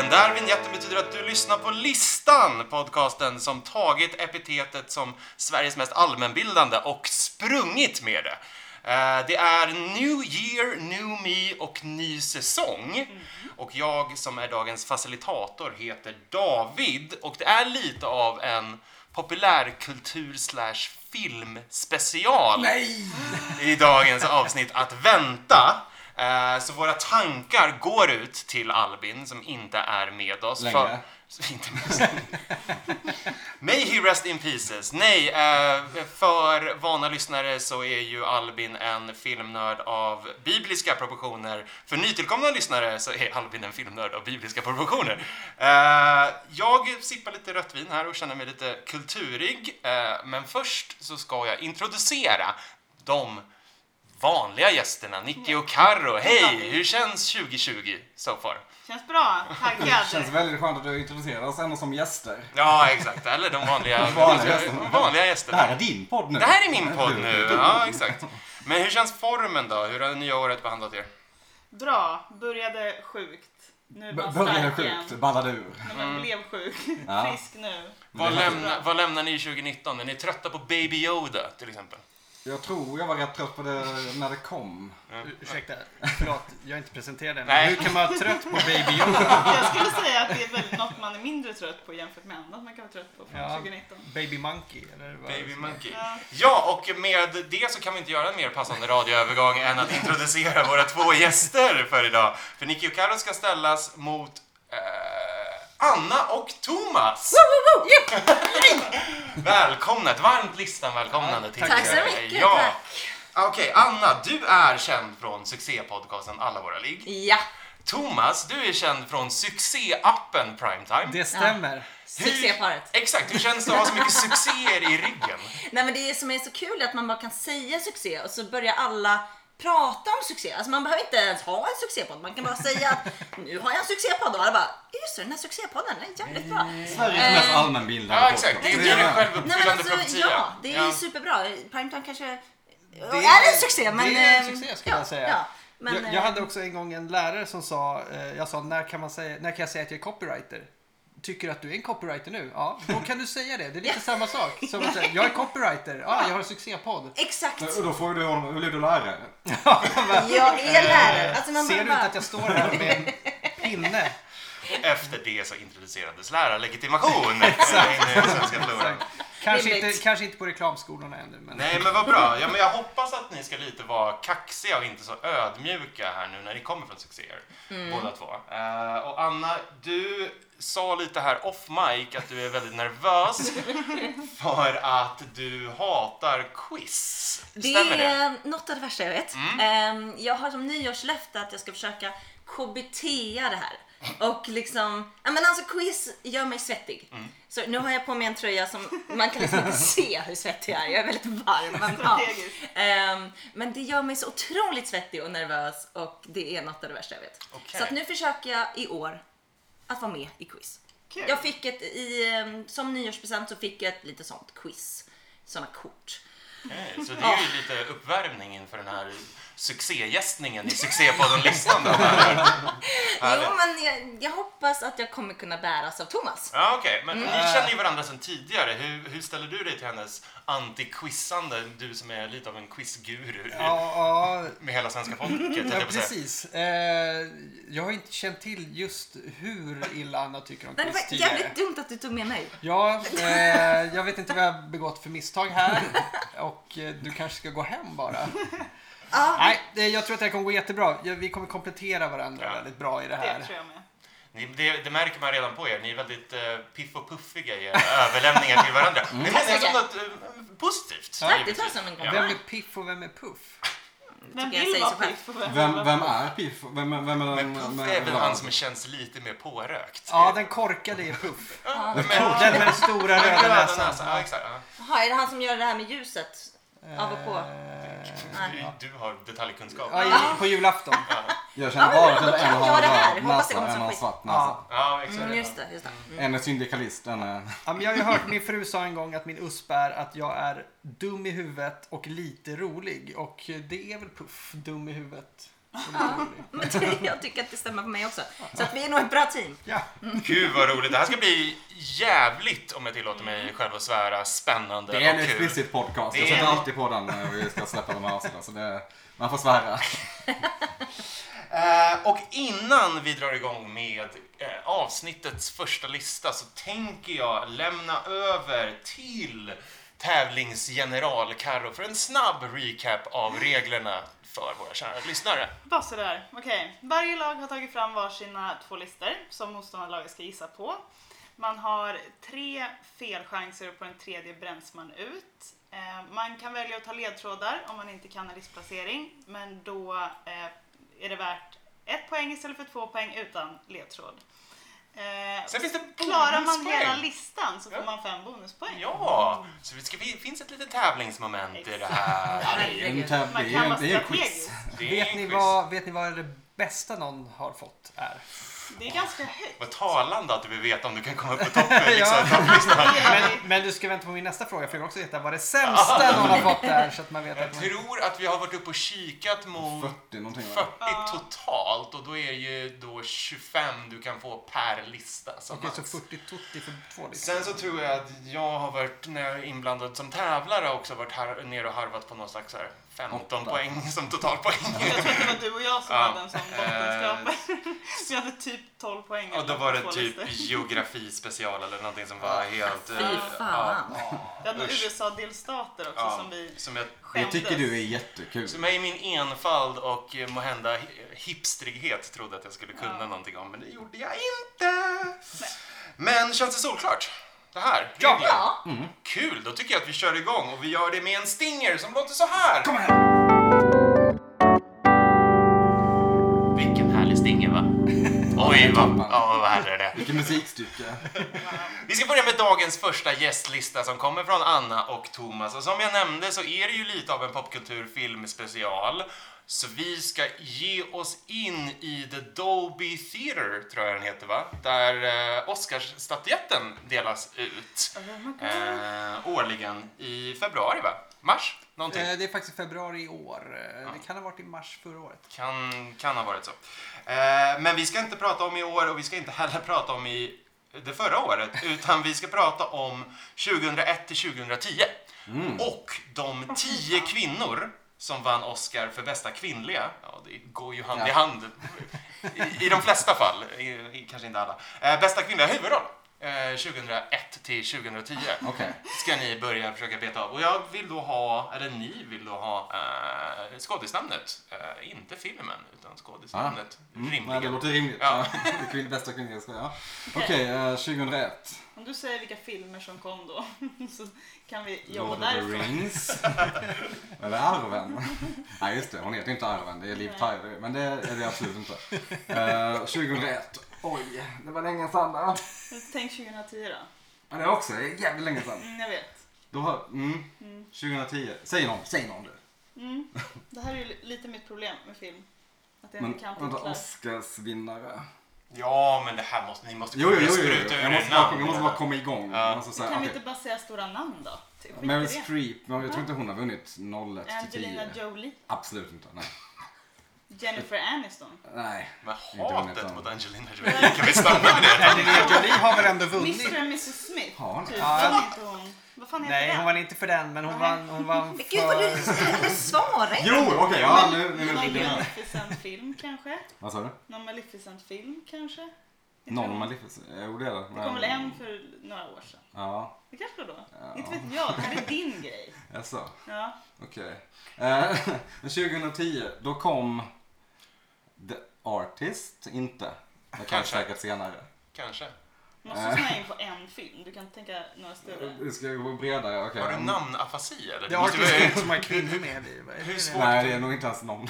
Den där vignetten betyder att du lyssnar på Listan, podcasten som tagit epitetet som Sveriges mest allmänbildande och sprungit med det. Det är New Year, New Me och ny säsong. Och jag som är dagens facilitator heter David. Och det är lite av en populärkultur/filmspecial i dagens avsnitt att vänta. Så våra tankar går ut till Albin som inte är med oss. May he rest in pieces. Nej, för vana lyssnare så är ju Albin en filmnörd av bibliska proportioner. För nytillkomna lyssnare så är Albin en filmnörd av bibliska proportioner. Jag sippar lite rött vin här och känner mig lite kulturig. Men först så ska jag introducera de vanliga gästerna, Nicky och Karo. Hej, hur känns 2020 so far? Känns bra, taggad. Det känns väldigt skönt att du introducerar oss ändå som gäster. Ja, exakt. Eller de vanliga gästerna. Det här är din podd nu. Det här är min podd nu, ja exakt. Men hur känns formen då? Hur har det nya året behandlat er? Bra, började sjukt. Nu är man Började stark sjukt, igen. ballade ur. Men blev sjuk. Ja. Frisk nu. Vad lämnar ni 2019? Är ni trötta på Baby Yoda till exempel? Jag tror jag var rätt trött på det när det kom. Ursäkta, förlåt, jag är inte presenterad än. Nej. Hur kan man vara trött på Baby Yoda? Jag skulle säga att det är väldigt något man är mindre trött på jämfört med annat man kan vara trött på från 2019. Baby Monkey, eller vad? Baby Monkey. Ja, och med det så kan vi inte göra en mer passande radioövergång än att introducera våra två gäster för idag. För Nicky och Karo ska ställas mot Anna och Thomas. Välkomna, ett varmt listan välkomnande till. Tack så mycket. Ja. Okej, Anna, du är känd från succépodcasten Alla våra ligg. Ja, Thomas, du är känd från succéappen Primetime. Det stämmer. succéparet. Exakt, hur känns det att ha så mycket succéer i ryggen? Nej, men det som är så kul är att man bara kan säga succé och så börjar alla prata om succé. Alltså man behöver inte ens ha en succépodd. Man kan bara säga att nu har jag en succépodd och alla bara, just det, den här succépodden, den är jävligt bra. Sveriges mest allmänbildande Ja, exakt. Det är podcast. ju Nej, men självuppfyllande alltså, profetia. ja, det är ju superbra. Primetime kanske är en succé, men... Det är en succé skulle jag säga. Ja, men, Jag hade också en gång en lärare som sa, jag sa, när kan jag säga att jag är copywriter? Tycker du att du är en copywriter nu? Ja, då kan du säga det. Det är lite samma sak. Som att säga, jag är copywriter. Ja, jag har en succépodd. Exakt. Och då får du honom, hur blir du lärare? Jag är lärare. Alltså, man Ser du bara... inte att jag står här med en pinne? Och efter det så introducerades lärarlegitimation in i svenska floran. Kanske inte på reklamskolorna ännu. Men... Nej, men vad bra. Ja, men jag hoppas att ni ska lite vara kaxiga och inte så ödmjuka här nu när ni kommer från succéer. Båda två. Och Anna, du sa lite här off mic att du är väldigt nervös för att du hatar quiz. Stämmer Det det? är något av det värsta jag vet. Jag har som nyårslöfte att jag ska försöka KBT-a det här. Och liksom, ja men alltså quiz gör mig svettig. Så nu har jag på mig en tröja som man kan liksom inte se hur svettig jag är. Jag är väldigt varm. Men, men det gör mig så otroligt svettig och nervös och det är något av det värsta jag vet. Okej. Så att nu försöker jag i år att vara med i quiz. Kul. Jag fick som nyårspresent så fick jag ett lite sånt quiz. Såna kort. Okej, så det är ju lite uppvärmning inför den här succégästningen i succépodden-listan då. Jo, men jag hoppas att jag kommer kunna bäras av Thomas. Ja, okej. Men ni känner ju varandra sedan tidigare. Hur ställer du dig till hennes anti-quizande? Du som är lite av en quizguru Ja, med hela svenska folket. ja precis. Jag har inte känt till just hur illa Anna tycker om Men det quiz var tidigare. jävligt dumt att du tog med mig. Ja, jag vet inte vad jag har begått för misstag här. Och du kanske ska gå hem bara. Ja, Nej, jag tror att det här kommer gå jättebra. Vi kommer komplettera varandra väldigt bra i det här. Det tror jag med. Det märker man redan på er. Ni är väldigt piff och puffiga i era överlämningar till varandra. Det är som något positivt. tack, det tar som en Vem komplimang. är piff och vem är puff? Vem jag vill säger vara så själv. piff och Vem är Piff? Vem är den? Men Puff är väl han som känns lite mer pårökt. Ja, den korkade är puff. Men Den med den stora röda näsan. Ja, exakt. Ja. Jaha, är det han som gör det här med ljuset? Av och på? Du har detaljkunskap. Ja, på julafton. Jag känner bara till då kan en jag göra det här. har Hoppas det näsa, kommer en som har skit. svart näsa. Ja. Ja, exakt. Just det. En är syndikalist, en är... Ja, men jag har ju hört, min fru sa en gång att min USP är att jag är dum i huvudet och lite rolig. Och det är väl puff, dum i huvudet. Men jag tycker att det stämmer på mig också. Så att vi är nog ett bra team. Ja. Gud vad roligt. Det här ska bli jävligt, om jag tillåter mig själv att svära, spännande Det är en och kul. explicit podcast. Det Jag är sätter en- alltid på den när vi ska släppa de här avsnitten. Så man får svära. Och innan vi drar igång med avsnittets första lista så tänker jag lämna över till tävlingsgeneral Karo för en snabb recap av reglerna för våra kära lyssnare. Bara sådär. Okej. Varje lag har tagit fram varsina 2 listor som motståndarlaget ska gissa på. Man har 3 felchanser och på den tredje bränns man ut. Man kan välja att ta ledtrådar om man inte kan en listplacering. Men då är det värt 1 poäng istället för 2 poäng utan ledtråd. Sen finns det Klarar man bonuspoäng. hela listan så får man 5 bonuspoäng. Ja, så det finns ett litet tävlingsmoment i det här. Herregud. Man kan vara Det är en strategisk. quiz. Det är Vet en ni, quiz. vet ni vad det bästa någon har fått är? Det är ganska högt. Vad talande att du vill veta om du kan komma upp på toppen. Liksom, topplistan. Men du ska vänta på min nästa fråga för jag vill också veta vad det sämsta någon har fått är så att man vet Jag att man... tror att vi har varit uppe och kikat mot 40 någonting va? 40 totalt och då är det ju då 25 du kan få per lista. Som Okej, så max. 40 tutti för 2 listor. Sen så tror jag att jag har varit, när jag är inblandad som tävlare, också varit ner och harvat på någon slags så här 15 8. poäng som totalpoäng. Jag tror att det var du och jag som Ja. hade en sån bottenskapare. Så jag hade typ 12 poäng. Och då var det på 2 typ listor. geografi special eller någonting som var helt... Fy fan. Vi hade Usch. USA-delstater också Ja, som vi som jag Det skämdes. tycker du är jättekul. Som jag i min enfald och måhända hipstrighet trodde att jag skulle kunna någonting om, men det gjorde jag inte. Men känns det solklart? Det här? Ja. regler? Ja. Kul, då tycker jag att vi kör igång och vi gör det med en stinger som låter så här. Kom här! Vilken härlig stinger va? Oj, vad härlig det är. Vilket musikstycke. Vi ska börja med dagens första gästlista som kommer från Anna och Thomas. Och som jag nämnde så är det ju lite av en popkulturfilm special. Så vi ska ge oss in i The Dolby Theatre, tror jag den heter va? Där Oscarsstatyetten delas ut årligen i februari va? Mars? Någonting. Det är faktiskt februari i år. Det kan ha varit i mars förra året. Kan ha varit så. Men vi ska inte prata om i år och vi ska inte heller prata om i det förra året. Utan vi ska prata om 2001 till 2010. Och de 10 kvinnor som vann Oscar för bästa kvinnliga. Ja, det går ju hand i hand. I de flesta fall. Kanske inte alla. Bästa kvinnliga huvudroll. 2001 till 2010 Okej. ska ni börja försöka beta av. Och jag vill då ha, eller ni vill då ha skådisnamnet. Inte filmen, utan skådisnamnet. Ja, det Rimligen. låter rimligt. Ja. Det bästa kvinnliga ska jag. Okej, 2001. Om du säger vilka filmer som kom då så kan vi jobba Lord of the därifrån. Rings. Eller Arven. Nej just det, hon heter inte Arven. Det är Liv Tyler. Men det är det absolut inte. 2001. Oj, det var länge sedan då. Tänk 2010 då. Men det är också jävligt länge sedan. Jag vet. Då har, 2010. Säg någon du. Det här är ju lite mitt problem med film. Att jag Men inte kan vänta, titlar. Oscarsvinnare. Ja, men det här ni måste Jo. spruta ur Jag måste bara komma igång. Ja. Jag måste säga, Kan vi okej. inte bara säga stora namn då? Typ, skit i Meryl det. Streep, men jag tror inte hon har vunnit 01 till 10. Angelina Jolie. Absolut inte, nej. Jennifer Aniston. Nej. Men Inte hatet vunnit mot Angelina Jolie, kan vi stanna vid det? Angelina Jolie har väl ändå vunnit? Mr. och Mrs. Smith. Har hon? Typ. Ja. Vann inte hon. Vad fan heter Nej, den? hon vann inte för den, men hon vann Men gud vad för... du svarar inte. Jo, okej, ja nu Någon blir det här. Maleficent film kanske? Vad sa du? Någon Maleficent film kanske? Någon Maleficent? Jo, det är det. Det kom väl en för några år sedan? Ja, Det kanske var då? Ja. Inte vet jag, det här är din grej. jaså. Ja. Okej. Men 2010, då kom The Artist, inte. Det kan Kanske. säkert senare. Kanske. Måste snöa in på en film, du kan tänka några större. Det ska gå bredare, okej. Har du namnafasi eller? Det är artist som har kvinnor med i. Hur svårt? Nej, det är nog inte ens någon.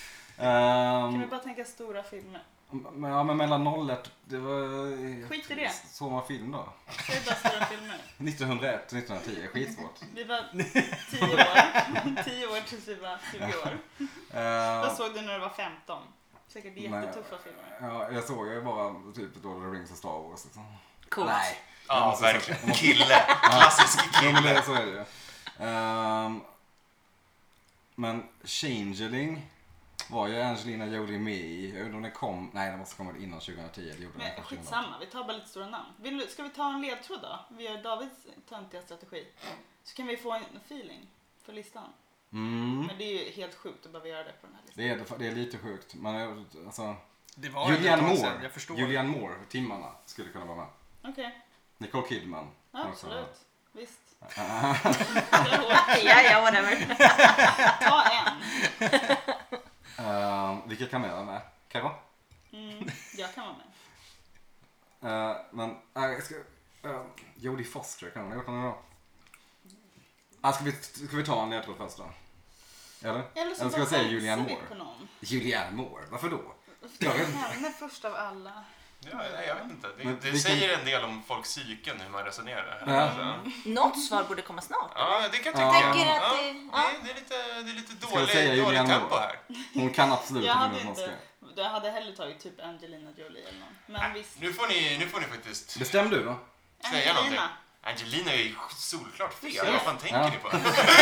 Kan vi bara tänka stora filmer? Men mellan 01, det var... Skit i det. Så var film då. Säg bara stora filmer. 1901 och 1910, skitsvårt. Vi var 10 år. 10 år tills vi var 20 år. Eh, Jag såg du när du var 15. Säkert jättetuffa filmer. Ja, jag såg ju bara typ Lord of the Rings och Star Wars. Liksom. Coolt. Nej. Jag Ja, måste verkligen. säga- Kille. Klassisk Ja, men kille. så är det ju. Men Changeling var ju Angelina Jolie med i. Jag undrar om den kom. Nej, den måste komma innan 2010. Det gjorde den Men kanske skitsamma, vi tar bara lite stora namn. Ska vi ta en ledtråd då? Vi gör Davids töntiga strategi. Så kan vi få en feeling för listan. Mm. Men det är ju helt sjukt att behöva göra det på den här listan. Det är lite sjukt. Man, alltså, Det var Julianne ett tag sedan, Moore. jag förstår. Julianne Moore, timmarna, skulle kunna vara med. Okej, Nicole Kidman. ja, också. absolut. Visst. Ja, whatever. Ta en. Vilka kan jag vara med? Karo? Jag kan vara med. Men, jag ska... Jodie Foster kan man gjort någon då? Ska vi ta en ledtråd först då? Eller så ska jag säga Julianne vi Moore? på någon. Julianne Moore? Varför då? Henne först av alla. Ja, nej, jag vet inte. Men Det säger en del om folks psyken hur man resonerar. Ja. Alltså. Något svar borde komma snart. Ja, det kan jag Ja. tycka. Tänker att Ja, det- det är lite Ska jag säga dålig Julianne tempo Moore? här. Hon kan absolut Jag inte hade vinna en inte... Oscar. Jag hade hellre tagit typ Angelina Jolie eller någon. Men visst. Nu får ni faktiskt Bestäm du då? säga någonting. Angelina. Angelina är ju solklart fel. ser. Vad fan tänker Ja. ni på?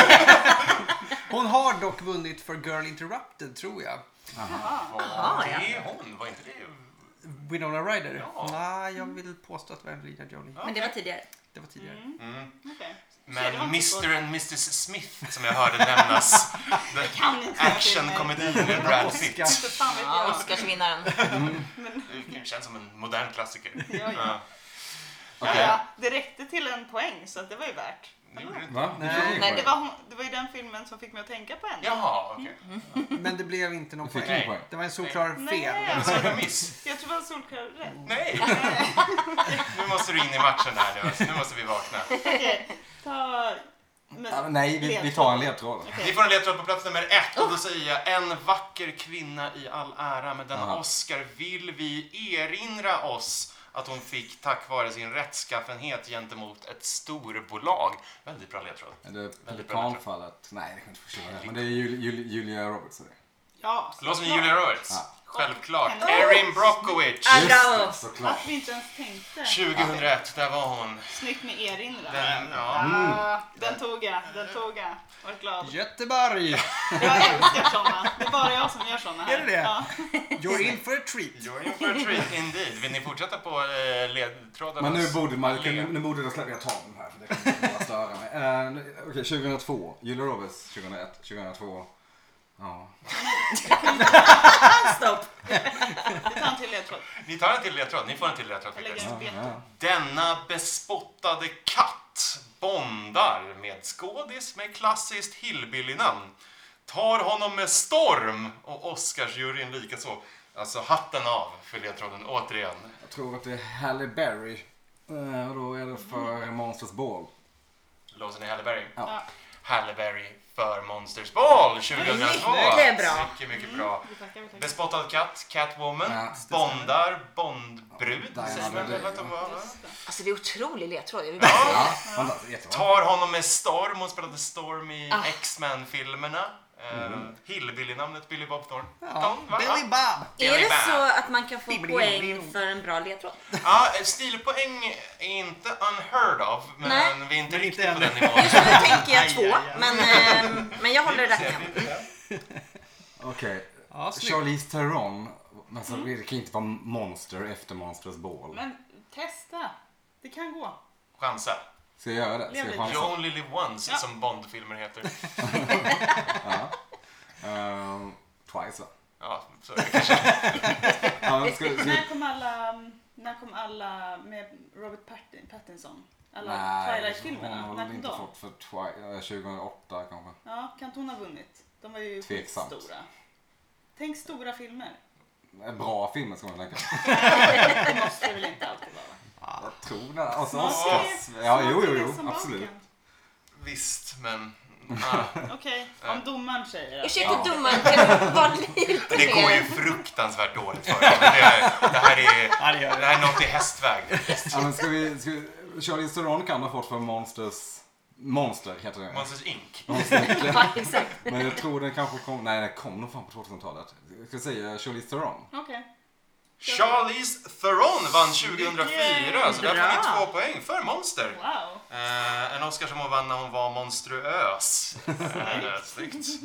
Hon har dock vunnit för Girl Interrupted, tror jag. Jaha, ja. Det är hon, var inte det? Winona Ryder? Ja. Nej, jag vill påstå att det var Angelina Jolie. Men det var tidigare. Det var tidigare. Okej. Men det var inte så. Mr and Mrs Smith som jag hörde nämnas. Kan inte Actionkomedin med Brad Pitt. Oscar. Inte fan vet Ja, jag. Oscarsvinnaren. Det känns som en modern klassiker. Ja. Okej. Ja, det räckte till en poäng så att det var ju värt. Det gjorde det inte. Va? Nej. Nej, Det var ju den filmen som fick mig att tänka på henne. Jaha, okej. Men det blev inte någon Du fick poäng. ingen poäng. Det var en solklar Nej. fel. En sån miss. Jag tror det var solklar rätt. Nej! Nu måste du in i matchen här nu. Alltså, nu måste vi vakna. Okej, ta... Men, Ja, nej, vi tar en ledtråd. Okej. Ni får en ledtråd på plats nummer 1 och då säger jag en vacker kvinna i all ära med denna Aha. Oscar vill vi erinra oss att hon fick tack vare sin rättskaffenhet gentemot ett storbolag. Väldigt bra ledtråd. Är det Väldigt bra pelikanfallet? Nej, det kan inte förstå det. Men det är Julia Roberts. Är det? Ja, Låt som Julia Roberts. Ja. Självklart. Och- Erin Brockovich. Ah, Just bravo. det, såklart. att vi inte ens tänkte. 2001, där var hon. Snyggt med erinra. Ja. Den tog jag. Var glad. Göteborg! Jag älskar såna. Det är bara jag som gör såna här. Är det det? Ja. You're in for a treat. You're in for a treat indeed. Vill ni fortsätta på ledtrådarna? Men nu borde jag släppa ta den här för det kan inte bara störa mig. Okej, 2002. Julia Roberts 2001. 2002. Ja. Stopp. Vi tar en till ledtråd. Ni tar en till ledtråd. Ni får en till ledtråd. Jag lägger faktiskt. en veto. Ja. Denna bespottade katt bondar med skådis med klassiskt hillbilly-namn. Tar honom med storm och Oscarsjuryn likaså. Alltså hatten av för ledtråden återigen. Jag tror att det är Halle Berry. Och då är det för Monsters Ball. Låsen i Halle Berry. Ja. Halle Berry för Monsters Ball 2002. Det är bra. Mycket bra. Vi tackar. Bespottad katt, Catwoman. Ja. Bondar, Bondbrud. Diana Säger man väl Lane. att de var, va? Alltså det är otrolig ledtråd. Jag vill bara säga. Ja, fantastiskt. Jättebra. Tar honom med storm. Hon spelade Storm i Ah. X-Men-filmerna. Hillbilly-namnet Billy Bob Thornton. Ja, va? Billy Bob! Är det Billy så Bob. att man kan få poäng för en bra ledtråd? Ja, stilpoäng är inte unheard of, men Nej. vi är inte Men riktigt inte på den än. nivån. Just nu tänker jag Aj, 2, aj, aj. men jag håller det där hemma. Okej. Ja, snyggt. Charlize Theron. Men så det kan inte vara Monster efter Monsters Ball. Men testa. Det kan gå. Chansa. Ska jag göra det? Ska jag Lev You chansa? only live once, Ja. som Bond-filmer heter. Twice va? Ja, så är det kanske. Ja, men ska När kom alla med Robert Pattinson? Alla nej, Twilight-filmerna. hon har När väl kom inte de? fått för 2008 kanske. Ja, kan inte hon ha vunnit? De var ju Tveksamt. stora. Tänk stora filmer. Bra filmer ska man tänka. Det måste det väl inte alltid vara? Jag tror det. Och så Smaken Oscars. är- Ja, smaken är jo, som absolut. baken. Visst, men... Okej, om domaren säger det. Ursäkta domaren, kan du vara lite Det går ju mer? fruktansvärt dåligt för dem. Det här är något i hästväg. Ja, men ska vi Charlize Theron kan ha fått för Monster heter det. Monsters Inc. Ja, exakt. Men jag tror den kanske kom. Nej, den kom nog fan på 2000-talet. Jag ska säga Charlize Theron. Okej. Charlize Theron vann 2004, så där får ni Bra. 2 poäng för Monster. Wow. En Oscar som hon vann när hon var monstruös. Snyggt.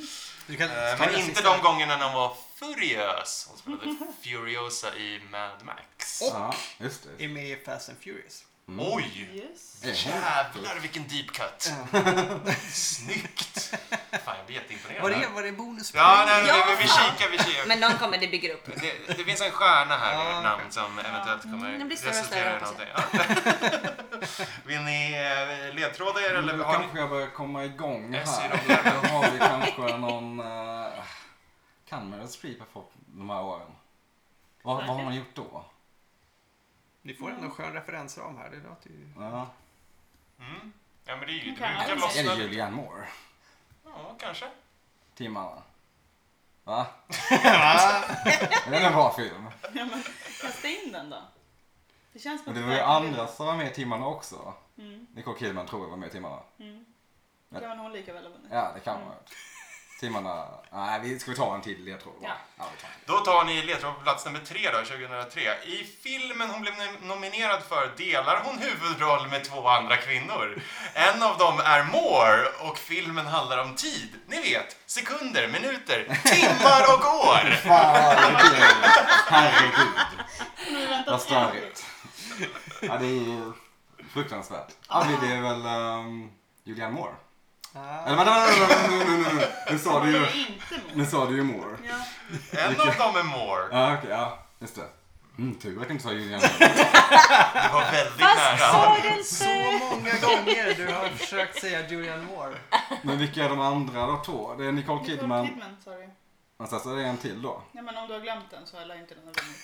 Du kan Men inte de gångerna när hon var furiös. Hon spelade Furiosa i Mad Max. Ja, just det. är med i Fast and Furious. Oj! Yes. Jävlar vilken deep cut. Snyggt! Fan, jag blir jätteimponerad. Var det bonus? Ja, nej, Ja, vi fan. kikar. Men de kommer, det bygger upp. Det finns en stjärna här med Ja. ett namn som eventuellt det kommer blir större och resultera i större, någonting. Ja. Vill ni ledtråda er eller Nu har ni... kanske jag börjar komma igång S i här. Då har vi kanske någon... Kan Meryl Streep ha fått de här åren? Vad har man gjort då? Ni får ändå en skön referensram här. Det låter ju... Ja. Mm. Ja, men det är ju... Det Kan brukar jag lossna. Är det Julianne Moore? Ja, kanske. Timmarna? Va? Det är en bra film. Ja, men kasta in den då. Det känns som Men det att var ju verkligen- andra som var med i Timmarna också. Mm. Nicole Kidman tror jag var med i Timmarna. Det kan hon lika väl ha vunnit. Ja, det kan man. Timmarna... Nej, ska vi ta en till ledtråd? Ja. Vi tar en. Då tar ni ledtråd på plats nummer 3 då, 2003. I filmen hon blev nominerad för delar hon huvudroll med 2 andra kvinnor. En av dem är Moore och filmen handlar om tid. Ni vet, sekunder, minuter, timmar och år. Herregud. Nu har vi väntat Vad störigt. Ja, det är ju fruktansvärt. Ja, det är väl Julianne Moore. Eller vänta. Nu sa du ju... Inte mot. Nu sa du ju Moore. Ja. En av dem är Moore. Ja, okej, ja. Just det. Tur att du inte sa Julianne Moore. Det var väldigt nära. Sa det inte? Så många gånger du har försökt säga Julianne Moore. Men vilka är de andra då 2? Det är Nicole Kidman. Nicole Kidman, sorry. Och sen så är det en till då. Ja, men om du har glömt den så lär inte den ha vunnit.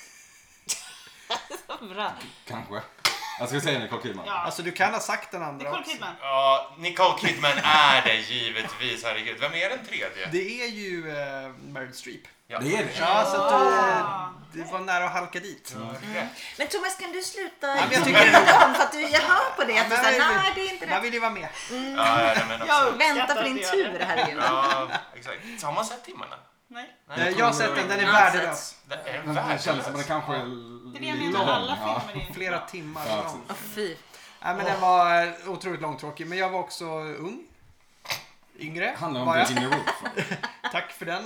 Bra. Kanske. Jag ska säga Nicole Kidman. Ja, Alltså du kan ha sagt den andra Nicole också. Kidman. Ja, Nicole Kidman är det givetvis, herregud. Vem är den tredje? Det är ju Meryl Streep. Ja. Det är det. Ja, så att du var nära att halka dit. Rätt. Men Thomas, kan du sluta men jag ge tycker- dig dem? För att jag hör på det att du Men säger man vill- nej, det är inte Man det. vill ju vara med. Ja, men absolut. Vänta på din tur, herregud. Ja, exakt. Så har man sett Timmarna? Nej. Jag har sett den är Ja, värdelös. Det är Men det känns som att det kanske är Det är det jag lite menar, alla lång. Ja. filmer är Flera bra. timmar Ja, lång. Åh, fy. Nej, men den var otroligt långtråkig. Men jag var också ung. Yngre Handlar om var jag. Virginia Woolf. Tack för den.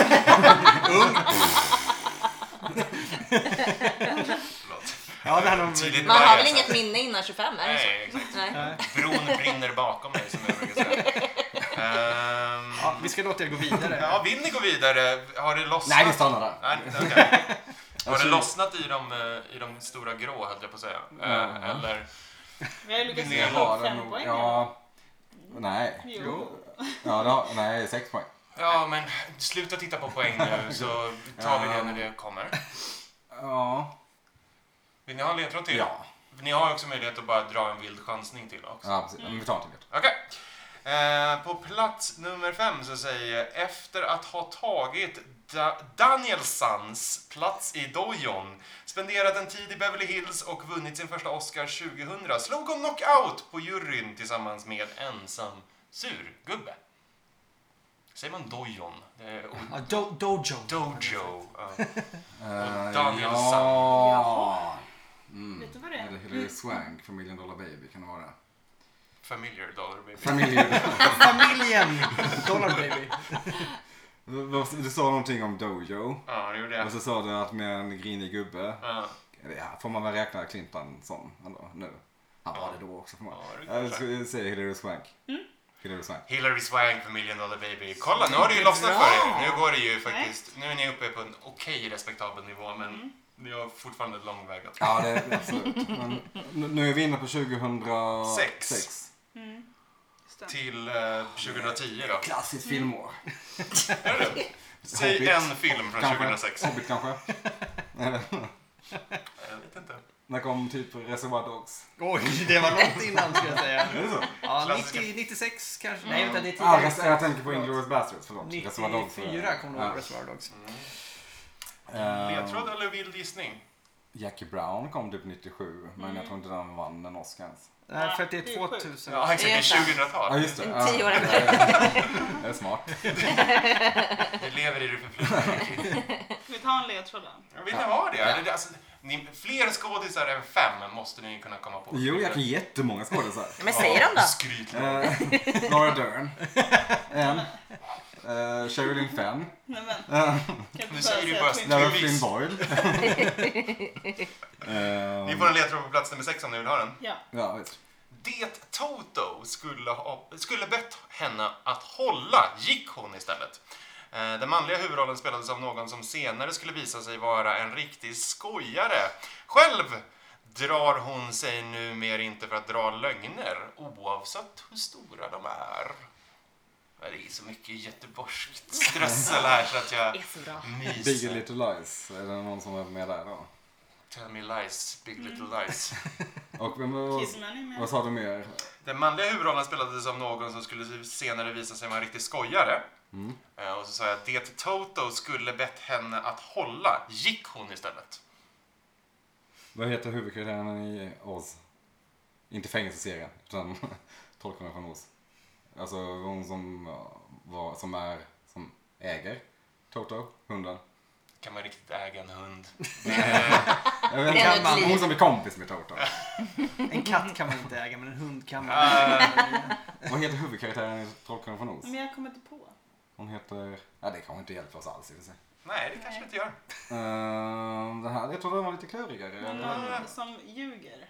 Förlåt. Ja, det handlar om... Tydligt Man har börjar väl så. inget minne innan 25, är det så? Nej, exakt. Nej. Bron brinner bakom mig, som jag brukar säga. Ja, vi ska låta er gå vidare. Ja, vill ni gå vidare? Har det lossnat? Nej, vi stannar där. Nej, okej. Har Alltså- det lossnat i de stora grå, höll jag på att säga? Eller? Vi har ju lyckats Ner få Ja, 5 den- poäng. Ja. Nej. Jo. Ja, nej, 6 poäng. Ja, men sluta titta på poäng nu, så tar vi det när det kommer. Ja. Vill ni ha en ledtråd till? Ja. Ni har också möjlighet att bara dra en vild chansning till också. Ja, precis. Men vi tar en till. Okej. På plats nummer 5 så säger jag, efter att ha tagit Danielsons plats i dojon, spenderat en tid i Beverly Hills och vunnit sin första Oscar 2000, slog hon knockout på juryn tillsammans med ensam surgubbe. Säger man dojon? Det är Ja, Dojo. dojo. Ja. Uh, Danielsson. Ja. Vet du vad det Eller är? Hilary Swank för $1 Million Baby, kan det vara det? Familiar dollar baby. Familjen. Dollar baby. Du sa någonting om dojo. Ja, det gjorde jag. Och så sa du att med en grinig gubbe. Ja. Ja, får man väl räkna Clinton som ändå nu. Han var det då också. Får man. Ja, det Jag skulle säga Hilary Swank. Hilary Swank. Hillary Swank för $1 Million Baby. Kolla, nu har det ju lossnat för er. Nu går det ju faktiskt. Nu är ni uppe på en okej respektabel nivå, men ni har fortfarande ett lång väg att gå. Ja, det är absolut. Men nu är vi inne på 2006. Just det. Till 2010 då. Klassiskt filmår. Är det? Säg Hobbit. en film från Kanske. 2006. Hobbit kanske. Jag vet inte. När kom typ Reservoir Dogs? Oj, det var långt innan ska jag säga. Är det så? Ja, Klassiska. 96 kanske. Nej, vänta, det är Ja, tidigare. jag tänker på Inglourious Basterds, förlåt. Reservoir Dogs. 94 kom nog Ja. Reservoir Dogs. Ledtråd eller vild gissning? Jackie Brown kom typ 97, men jag tror inte den vann en Oscar ens. Nej, för att det det är är sjukt. 2000. Ja, exakt. Det är Det är 2000-tal. Ja, just det. En 10 år efter. Det är smart. Vi lever i det förflutna. Ska vi ta en ledtråd då? Ja, vill ni ha det? Eller, alltså, fler skådisar än 5 måste ni kunna komma på. Jo, jag kan jättemånga skådisar. Men säger de då? Skryt. Laura Dern. En. Sherilyn Fenn. Nej men. Kan Nu inte säger du säga bara Twin Lara Peaks? Flynn Boyle. Ni får en ledtråd på plats nummer 6 om ni vill ha den. Ja. Ja, visst. Det Toto skulle bett henne att hålla gick hon istället. Den manliga huvudrollen spelades av någon som senare skulle visa sig vara en riktig skojare. Själv drar hon sig numera inte för att dra lögner, oavsett hur stora de är. Det är så mycket göteborgskt strössel här så att jag är så bra. Big myser. Little Lies. Är det någon som är med där då? Tell me lies, big little lies. Och Kidman är med. vad sa du mer? Den manliga huvudrollen spelades av någon som skulle senare visa sig vara en riktig skojare. Och så sa jag, det Toto skulle bett henne att hålla, gick hon istället. Vad heter huvudkaraktären i Oz? Inte fängelseserien, utan Trollkarlen från Oz. Alltså hon som äger Toto, hunden. Kan man riktigt äga en hund? Jag vet Det är inte, ett liv. hon som är kompis med Toto. En katt kan man inte äga, men en hund kan man. Vad heter huvudkaraktären i Trollkarlen från Oz? Men jag kommer inte på. Hon heter... Ja, det kanske inte hjälper oss alls i och för sig. Nej, det kanske det inte gör. Det här, jag tror den var lite klurigare. Någon som ljuger.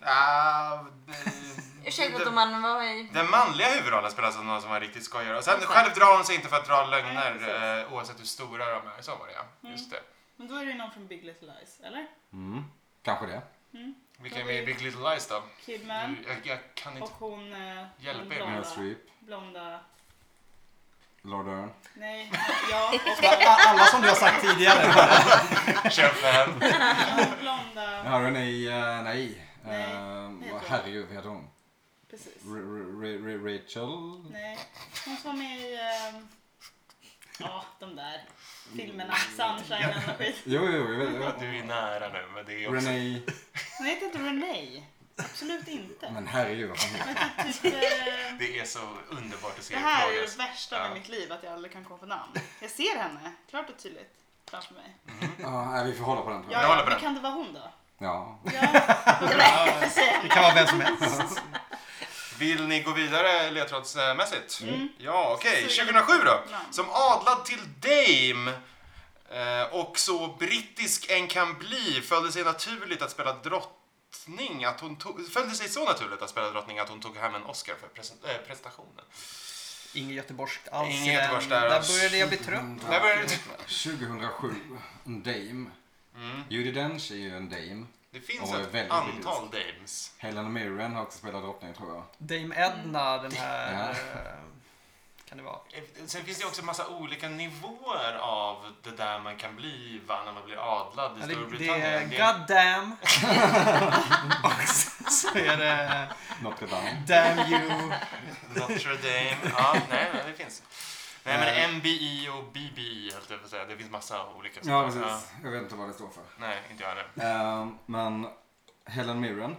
Ursäkta om man var i... Den manliga huvudrollen spelas av någon som var riktigt skojare. Och sen Okej. själv drar hon sig inte för att dra lögner Nej, oavsett hur stora de är. Så var det ja. Just det. Men då är det ju någon från Big Little Lies, eller? Kanske det. Vilka är med i Big Little Lies då? Kidman. Jag kan Och inte hon hjälpa er Meryl blonda. Streep, Blonda. Lord Dern. Nej, ja. Alla som du har sagt tidigare. köpa Och blonda. Ja, Renee... nej. heter Herregud, vad heter hon? Precis. Rachel? Nej. Hon som var med i... Ja, de där filmerna. Sunshine och skit. Jo, jag vet. Du är nära nu, men det är också... Renee... Hon heter inte Renee. Absolut inte. Men herregud, vad fan heter hon? Typ, Det är så underbart att se det här är Claudius. det värsta med mitt liv, att jag aldrig kan komma på namn. Jag ser henne, klart och tydligt, framför mig. Ja, nej, vi får hålla på den tror jag. Jag håller Ja, på men den. kan det vara hon då? Ja. Det kan vara vem som helst. Vill ni gå vidare ledtrådsmässigt? Ja, okej. 2007 då. Som adlad till dame och så brittisk en kan bli följde sig naturligt att spela drottning att hon följde sig så naturligt att spela drottning att hon tog hem en Oscar för prestationen. Inget göteborgskt alls. Inget göteborgskt där Där alls. började jag bli trött. Där började det. 2007, en dame. Judi Dench är ju en dame. Det finns Och ett väldigt antal dames. Helen Mirren har också spelat drottning tror jag. Dame Edna, den här... Ja. Kan det vara? Sen finns det också massa olika nivåer av det där man kan bli när man blir adlad i Ja, det är Storbritannien. God damn. Och så är det Notre Dame. Damn you. Notre Dame. Ja, nej, det finns. Nej, men MBI och BBI helt jag får säga. Det finns massa olika. Ja, precis. Jag vet inte vad det står för. Nej, inte jag heller. Men Helen Mirren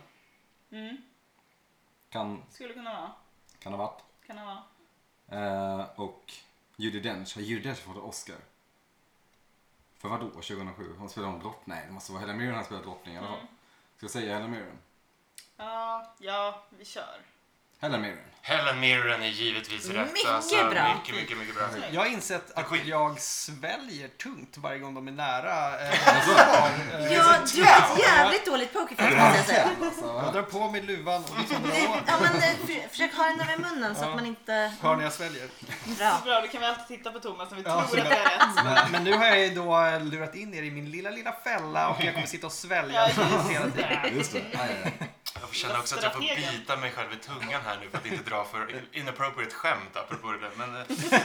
kan Skulle kunna vara. ha varit. Kan det vara. Och Judi Dench. Har Judi Dench fått Oscar? För vadå 2007? Hon spelade om drottning. Nej, det måste vara Helen Mirren som spelat drottning i alla fall. Ska jag säga Helen Mirren? Ja, vi kör. Helen Mirren. Helen Mirren är givetvis rätt. Mycket bra. Mycket bra. Jag har insett att Skit. jag sväljer tungt varje gång de är nära. Ja, du är ett jävligt dåligt pokerface måste jag säga. Jag drar på mig luvan och liksom drar åt. Ja, men försök ha den nära munnen så att man inte... Hör när jag sväljer. Bra. Bra, då kan vi alltid titta på Thomas när vi Ja, tror att det är rätt. Men nu har jag ju då lurat in er i min lilla fälla och jag kommer sitta och svälja hela tiden. Just det. Aj. Jag får känna också att jag får Strategen. bita mig själv i tungan här nu för att inte dra för inappropriate skämt apropå det. Men,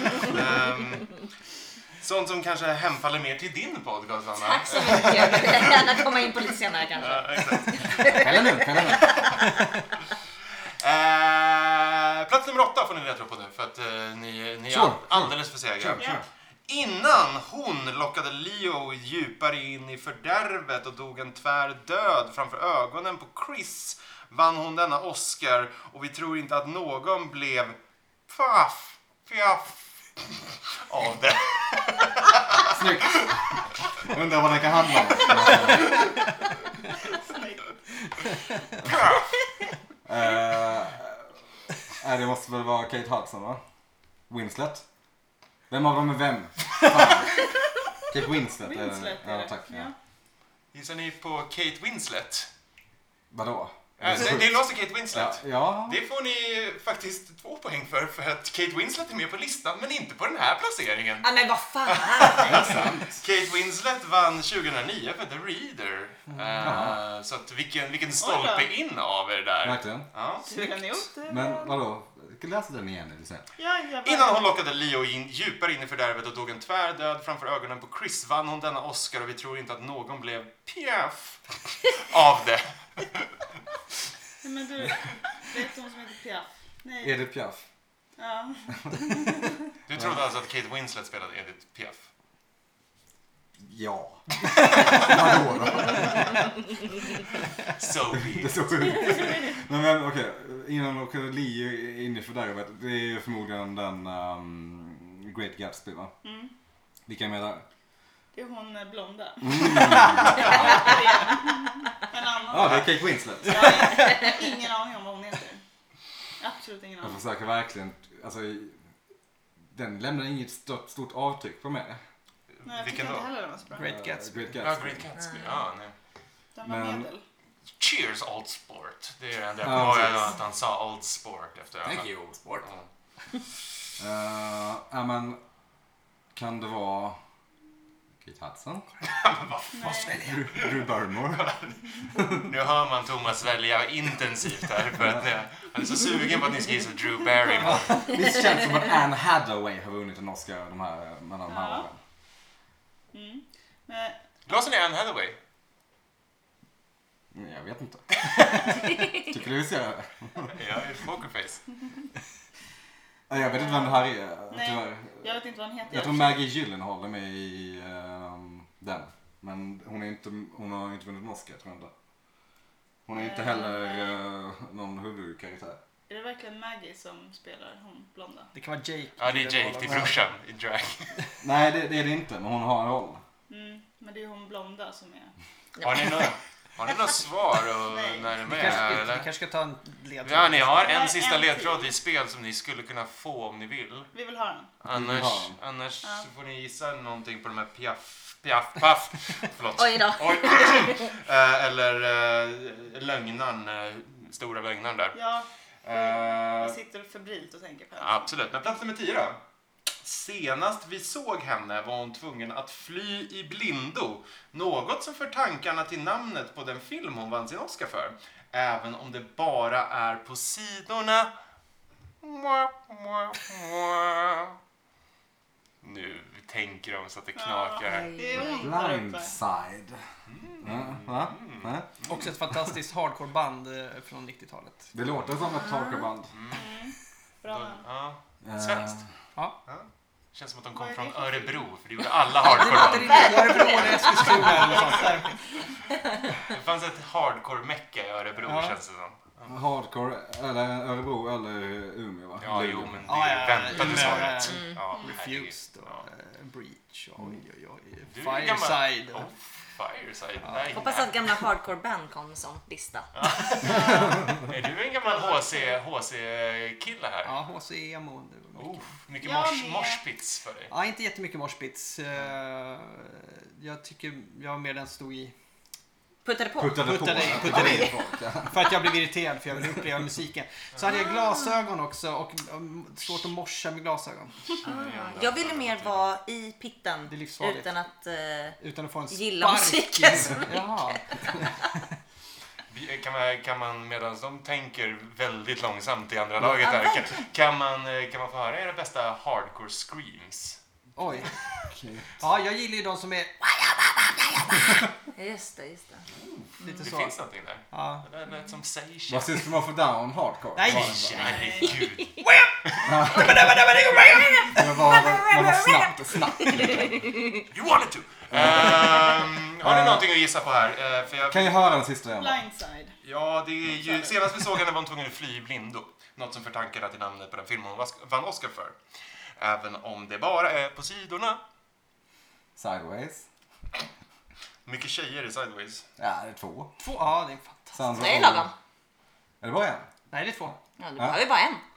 sånt som kanske hemfaller mer till din podcast, Anna. Tack så mycket. Jag vill gärna komma in på lite senare kanske. Ja, exakt. Helen ut. Plats nummer 8 får ni leta på nu för att ni är Sure. alldeles för sega. Sure. Innan hon lockade Leo djupare in i fördärvet och dog en tvär död framför ögonen på Chris vann hon denna Oscar och vi tror inte att någon blev pjaff av det. Snyggt. Undrar vad det kan handla om. Det måste väl vara Kate Hudson va? Winslet? Vem av dem är vem? Fan. Kate Winslet. Winslet är Ja, det. tack. Ja. Ja. Gissar ni på Kate Winslet? Vadå? Det är låst Kate Winslet. Ja. Det får ni faktiskt 2 poäng för att Kate Winslet är med på listan men inte på den här placeringen. Ja, men vad fan! Kate Winslet vann 2009 för The Reader. Så att vilken stolpe in av er där. Verkligen. Ja. Sugen ihop det. Men vadå? Jag ska läsa den igen eller sen. Ja, jag Innan hon lockade Leo in djupare in i fördärvet och dog en tvärdöd framför ögonen på Chris vann hon denna Oscar och vi tror inte att någon blev piaff av det. Men du, vet hon som heter Piaf? Nej. Edith Piaf. Ja. Du trodde alltså att Kate Winslet spelade Edith Piaf? Ja. Vadå då? So be Det är it. så sjukt. Men okej, innan åker Leo in i fördärvet. Det är ju förmodligen den Great Gatsby va? Mm. Vilka är med där? Det är hon blonda. Mm. En annan. Ja, det är Kate Winslet. Jag har ingen aning om vad hon heter. Absolut ingen Jag aning. försöker verkligen, alltså den lämnar inget stort avtryck på mig. Nej, jag Vilken tycker då? inte heller den var så bra. Great Gatsby. Great Ja, Gatsby. Great Gatsby. Ja, nej. Den var Men- medel. Cheers Old Sport. Det är det enda jag Ja, kommer ihåg precis. att han sa Old Sport efter Thank you, Old Sport. Ja. Ja men, kan det vara Kate Hudson? Nej. Drew Barrymore? Nu hör man Thomas välja intensivt här för att han är så sugen på att ni ska gissa Drew Barrymore. Visst känns det som att Anne Hathaway har vunnit en Oscar mellan de här Ja. åren? Mm. Men, Låsen är Anne Hathaway. Jag vet inte. Tycker du vi ser det? Jag är pokerface. Jag vet inte vem det här är, Nej. tyvärr. jag vet inte vad han heter. Jag tror Maggie Gyllenhaal är med i den. Men hon har inte vunnit en Oscar, tror jag inte. Hon är inte heller någon huvudkaraktär. Är det verkligen Maggie som spelar hon blonda? Det kan vara Jake. Ja, det är Jake, det är brorsan i drag. Nej, det är det inte, men hon har en roll. Mm. Men det är hon blonda som är... Har ni några svar och Nej. när ni är Vi med? kanske, Eller? vi kanske ska ta en ledtråd. Ja, ni har Jag har en sista en ledtråd till. i spel som ni skulle kunna få om ni vill. Vi vill ha den. Annars Ja. så får ni gissa någonting på de här piaff. Förlåt. Oj då. Oj. Eller lögnaren, stora lögnaren där. Ja, Eh, jag sitter febrilt och tänker på den. Absolut, men plats nummer 10 då. Senast vi såg henne var hon tvungen att fly i blindo. Något som för tankarna till namnet på den film hon vann sin Oscar för. Även om det bara är på sidorna. Nu tänker de så att det knakar här. Det är hon där uppe. Blindside. Ja. Också ett fantastiskt hardcore-band från 90-talet. Det låter som ett talkerband. Bra namn. Ja. Svenskt. Ja. Känns som att de Vad kom är från det för Örebro, för det gjorde alla Det låter hardcore. riktigt Örebro eller Eskilstuna eller något sånt där. Det fanns ett hardcore-mecka i Örebro, Ja. känns det som. Hardcore, eller Örebro eller Umeå va? Ja, Luleå. jo, men det Ja, är ja, väntade ja, svaret. ja, Ja, herregud. Refused och Breach och oj. Du är gammal- Fireside. Oh, Fireside. Ja. Nej. Hoppas att gamla hardcore-band kom som lista. Är du en gammal HC-kille här? Ja, HC Emo. det var mycket. Mycket Jag med. morspits för dig. Ja, inte jättemycket moshpits. Jag tycker jag var mer den stod i. Puttade på. Puttade Puttade på. i. För att jag blev irriterad för jag ville uppleva musiken. Så hade jag glasögon också och svårt att morsa med glasögon. Jag ville mer vara i pitten Det är livsfarligt. utan att Utan att få en gilla spark musiken i- så mycket. Jaha. Kan man medan de tänker väldigt långsamt i andra laget här, kan man få höra era bästa hardcore screams? Oj. Okej. Ja, jag gillar ju de som är Just det. lite Det så. finns någonting där. Ja. Det lät som Seisha. Vad System of a Down hardcore? Nej. Var det bara? Herregud. Det var snabbt. You wanted to! Har ni någonting att gissa på här? För jag, Kan jag höra den sista igen? Blindside. ja, det är ju, senast vi såg henne var hon tvungen att fly i blindo. Något som förtankade till namnet på den film hon vann Oscar för. Även om det bara är på sidorna. Sideways. Mycket tjejer i Sideways. Ja, det är 2. Ja, det är fantastiskt. Sandra Det är Oh. lagom. Är det bara en? Nej, det är 2. Ja, det var ju bara en.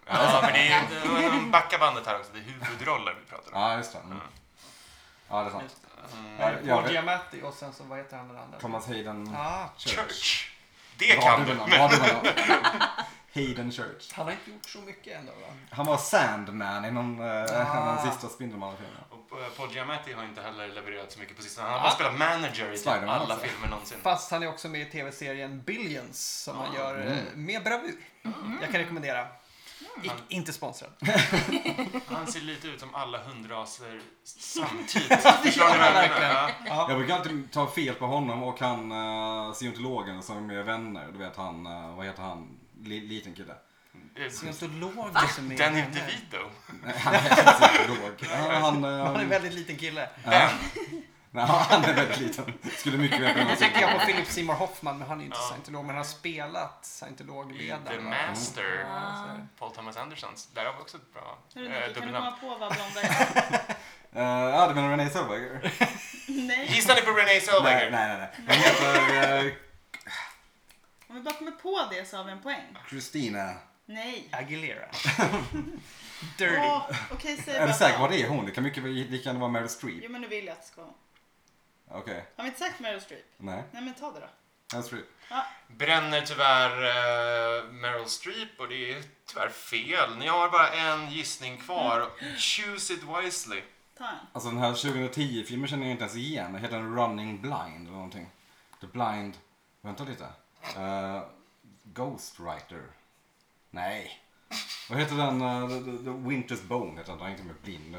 Ja, men det är de backar bandet här också. Det är huvudroller vi pratar om. Ja, just det. Ja, det är sant. Just Jag Paul vet- Giamatti och sen så, vad heter han den andra? Thomas Hayden Church. Det kan du. Hayden Church. Han har inte gjort så mycket ändå va? Han var Sandman i någon sista Spindelmannen-filmen. Och Paul Giamatti har inte heller levererat så mycket på sistone. Han har bara spelat manager i typ Spider-Man alla också. filmer någonsin. Fast han är också med i tv-serien Billions som han gör med bravur. Jag kan rekommendera. Inte sponsrad. Han ser lite ut som alla hundraser samtidigt. Förstår ni vad jag menar? Ja. Jag brukar alltid ta fel på honom och han scientologen som är med i Vänner. Du vet han, vad heter han? Liten kille. Scientologer som är Danny vänner. DeVito. Han är inte scientolog. Han är en väldigt liten kille. Ja. Nej, han är väldigt liten. Skulle mycket väl kunna Nu tänker säga. jag på Philip Seymour Hoffman, men han är inte scientolog, men han har spelat scientologledare. The Master. Ja. Paul Thomas Andersons. Där har vi också ett bra Hörru, Nicky, kan du dubbelnamn. komma på vad blonda är? Ja, du menar Renée Zellweger? Nej. Gissar ni på Renée Zellweger? Nej. Hon heter Om vi bara kommer på det så har vi en poäng. Christina. Nej. Aguilera. Dirty. Okej, säg Är du bara säker på vad. det är hon? Det kan mycket lika gärna vara Meryl Streep. Jo, men nu vill jag att det ska vara. Okej. Har vi inte sagt Meryl Streep? Nej. Nej, men ta det då. Meryl Streep. Bränner tyvärr Meryl Streep och det är tyvärr fel. Ni har bara en gissning kvar. Choose it wisely. Ta en. Alltså den här 2010-filmen känner jag inte ens igen. Den heter Running Blind eller någonting. The Blind... Vänta lite. Ghostwriter. Nej. Vad heter den? The Winter's Bone heter den. Den är inte med blind.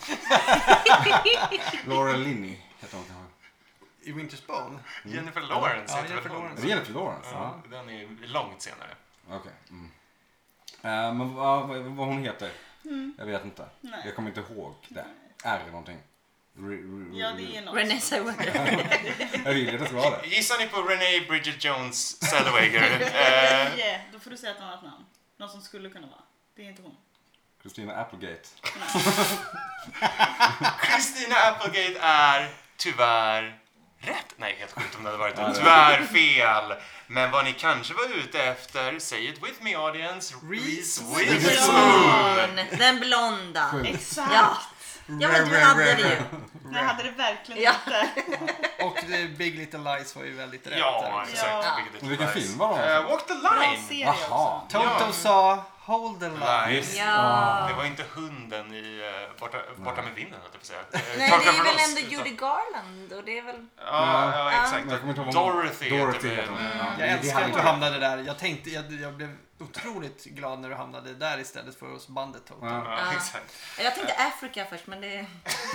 Laura Linney heter hon kanske. I Winter's Bone. Jennifer Lawrence Ja, heter Jennifer väl hon? Lawrence. Är det Jennifer Lawrence? Ja, den är långt senare. Okej. Men vad hon heter? Jag vet inte. Nej. Jag kommer inte ihåg det. R någonting. Ja, det är något. Renée Zellweger. Jag vill att det ska vara det. Gissar ni på Renée Bridget Jones Zellweger? Yeah, då får du säga ett annat namn. Någon som skulle kunna vara. Det är inte hon. Christina Applegate. Christina Applegate är tyvärr rätt. Nej, helt sjukt om det hade varit det. Tyvärr fel. Men vad ni kanske var ute efter, say it with me audience, Reese Witherspoon. Den blonda. Exakt. Ja. Ja, men du hade det ju. Nej, jag hade det verkligen Ja. inte. Och Big Little Lies var ju väldigt rätt. Ja, där. exakt. Ja. Vilken film var det? Walk the Bra line. serie Jaha. också. Toto Ja. sa Hold the line. Nice. Ja. Det var inte hunden i borta med vinden, höll jag på att säga. Nej, Torka det är för väl oss, ändå utan- Judy Garland och det är väl... Ja, exakt. Men jag kommer inte ihåg vad hon- Dorothy Dorothy heter heter hon. det. Ja. Jag Det älskar hade att du jag- hamnade där. Jag blev otroligt glad när du hamnade där istället för hos bandet Toto. Ja. Ja, exakt. Jag tänkte Africa först, men det...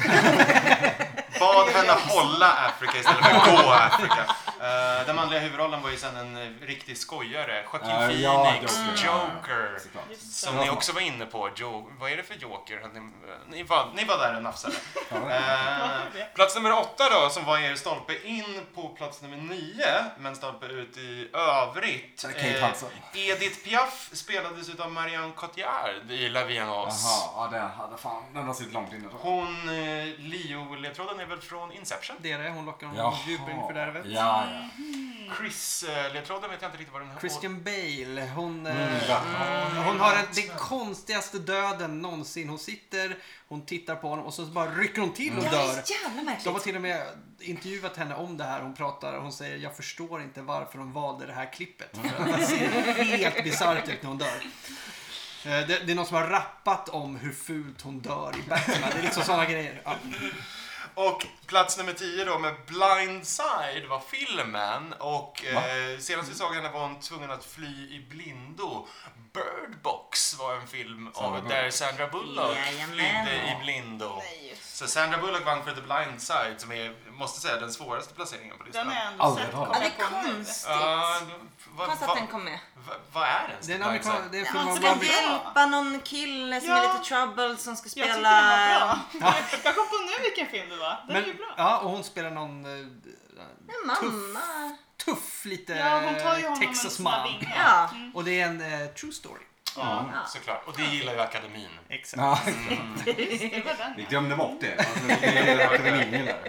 Bad henne hålla Afrika istället för att gå Afrika. Den manliga huvudrollen var ju sen en riktig skojare. Joaquin Ja, Phoenix, Joker. Såklart. Just det. Som ni också var inne på. Vad är det för Joker? Ni var där och nafsade. Plats nummer 8 då, som var er stolpe in på plats nummer 9, men stolpe ut i övrigt. Kate Hudson. Edith Piaf spelades utav Marianne Cotillard i La Vie en Rose. Jaha, ja, den har suttit långt inne. Hon, Leo-ledtråden är väl från Inception? Det är det, hon lockar Jaha. honom djupt in fördärvet. Ja. Chris-ledtråden vet jag inte riktigt vad den Christian Bale, hon Mm. har den konstigaste döden någonsin. Hon tittar på honom och så bara rycker hon till och Ja, det dör. är jävla De har märkligt. till och med intervjuat henne om det här. Hon pratar och hon säger jag förstår inte varför de valde det här klippet. För att det ser helt bisarrt ut när hon dör. Det är någon som har rappat om hur fult hon dör i Batman. Det är liksom sådana grejer. Ja. Och plats nummer 10 då med Blindside var filmen och senast vi såg henne var hon tvungen att fly i blindo. Bird Box var en film där Sandra Bullock Jajamän. flydde i blindo. Nej, just. Så Sandra Bullock vann för The Blind Side som är, måste säga, den svåraste placeringen på listan. Den har jag ändå Aldrig sett. hört. Ja, Kommer det jag är på nu. konstigt. Vad Konstigt att den kom med. vad är ens Det är The en Blind amerikan... Side? Det är en Ja, film han om ska Ska bli- hjälpa någon kille som är Ja. lite trouble som ska Jag tyckte spela... den var bra. Jag kom på nu vilken film det var. Den är ju bra. Ja, och hon spelar någon En mamma. tuff lite Ja, hon tar ju honom Texas under sina man. vingar. Ja. Och det är en true story. Ja, såklart. Och det gillar ju akademin. Exakt. Ja, Det var den. vi glömde bort det. Alltså, det är akademin gillar det.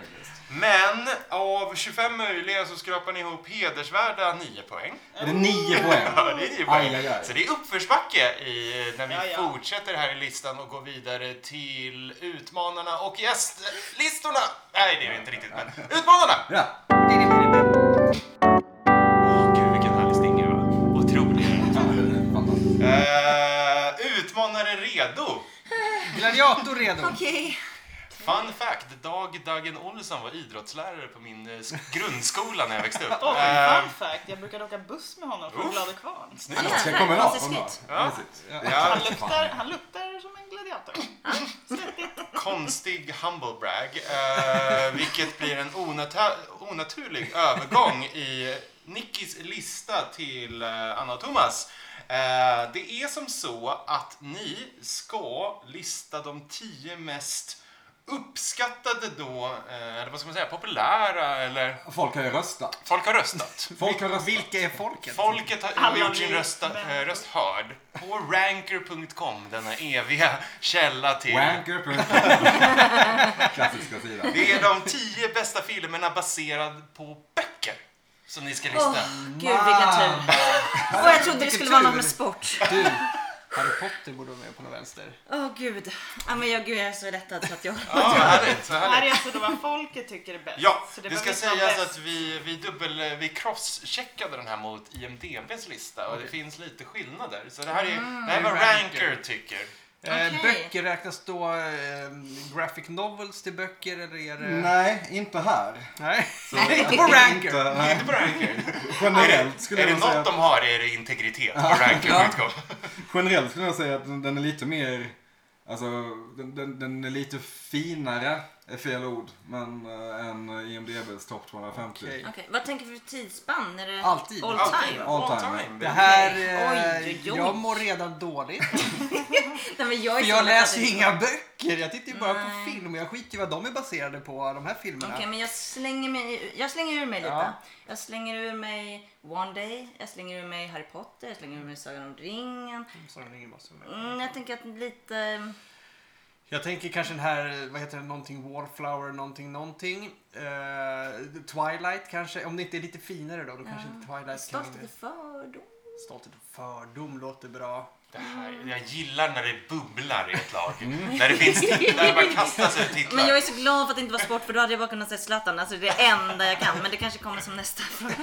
Men av 25 möjliga så skrapar ni ihop hedersvärda 9 poäng. Är det 9 poäng? Ja, det är 9 poäng. Aj, aj, aj. Så det är uppförsbacke när vi Ja. fortsätter här i listan och går vidare till utmanarna och gästlistorna. Nej, det är det inte riktigt, men utmanarna! Ja. Gud, vilken härlig stinger, va? Otroligt. Ja, det är fantastiskt. Utmanare redo. Gladiator redo. Okej. Fun fact, Dagen Olsson var idrottslärare på min grundskola när jag växte upp. Oj, fun fact. Jag brukade åka buss med honom från Glade Kvarn. Snyggt. Ska jag komma av? Konstigt. Ja. Han luktar som en gladiator. Konstig humble brag, vilket blir en onaturlig övergång i Nickis lista till Anna och Thomas. Det är som så att ni ska lista de 10 mest uppskattade då, eller vad ska man säga, populära, eller Folk har ju röstat. folk har röstat. Folk har röstat. Vilka är folket? Folket har Alla gjort sin ni, röst men- hörd på ranker.com, denna eviga källa till... Wanker. Klassiska sida. Det är de 10 bästa filmerna baserad på böcker som ni ska lista. Gud, vilken tur. Och jag trodde det skulle vara något med sport. Du, Harry Potter borde vara med på något vänster. Gud. Ja, men gud, jag är så lättad så att jag... Ja, härligt. Så Det här härligt. är alltså då vad folket tycker är bäst. Ja, Så det behöver ska inte vara sägas bäst. att vi crosscheckade den här mot IMDBs lista och det finns lite skillnader. Så det här är vad Ranker tycker. Okej. Böcker, räknas då graphic novels till böcker eller är det... Nej, inte här. Nej. Nej. På Ranker. Inte, nej. Inte på Ranker. Generellt skulle Är det jag säga något de har är det integritet på Ranker.com. Generellt skulle jag säga att den är lite mer, alltså den är lite finare, är fel ord, men än IMDBs topp 250. Okej. Okej, vad tänker du för tidsspann? Är det Alltid. all Alltid. time? All time. Det här, Oj, oj, oj. jag mår redan dåligt. Nej, men jag är För så jag lätt läser att- ju inga böcker. Jag tittar ju bara Nej. på film och jag skiter ju vad de är baserade på, de här filmerna. Okej, men jag slänger ur mig lite. Ja. Jag slänger ur mig One Day, jag slänger ur mig Harry Potter, jag slänger ur mig Sagan om ringen. Sagan om ringen måste vara med. Jag tänker att lite... Jag tänker kanske den här, vad heter det, någonting Wallflower, någonting. Twilight kanske, om det inte är lite finare då kanske inte Twilight kan Stolt vara med. lite fördom. Stolthet och fördom låter bra. Det här, jag gillar när det bubblar i ett lag. När det finns titlar, det bara kastas ut titlar. Men jag är så glad för att det inte var sport, för då hade jag bara kunnat säga Zlatan. Alltså det är det enda jag kan, men det kanske kommer som nästa fråga.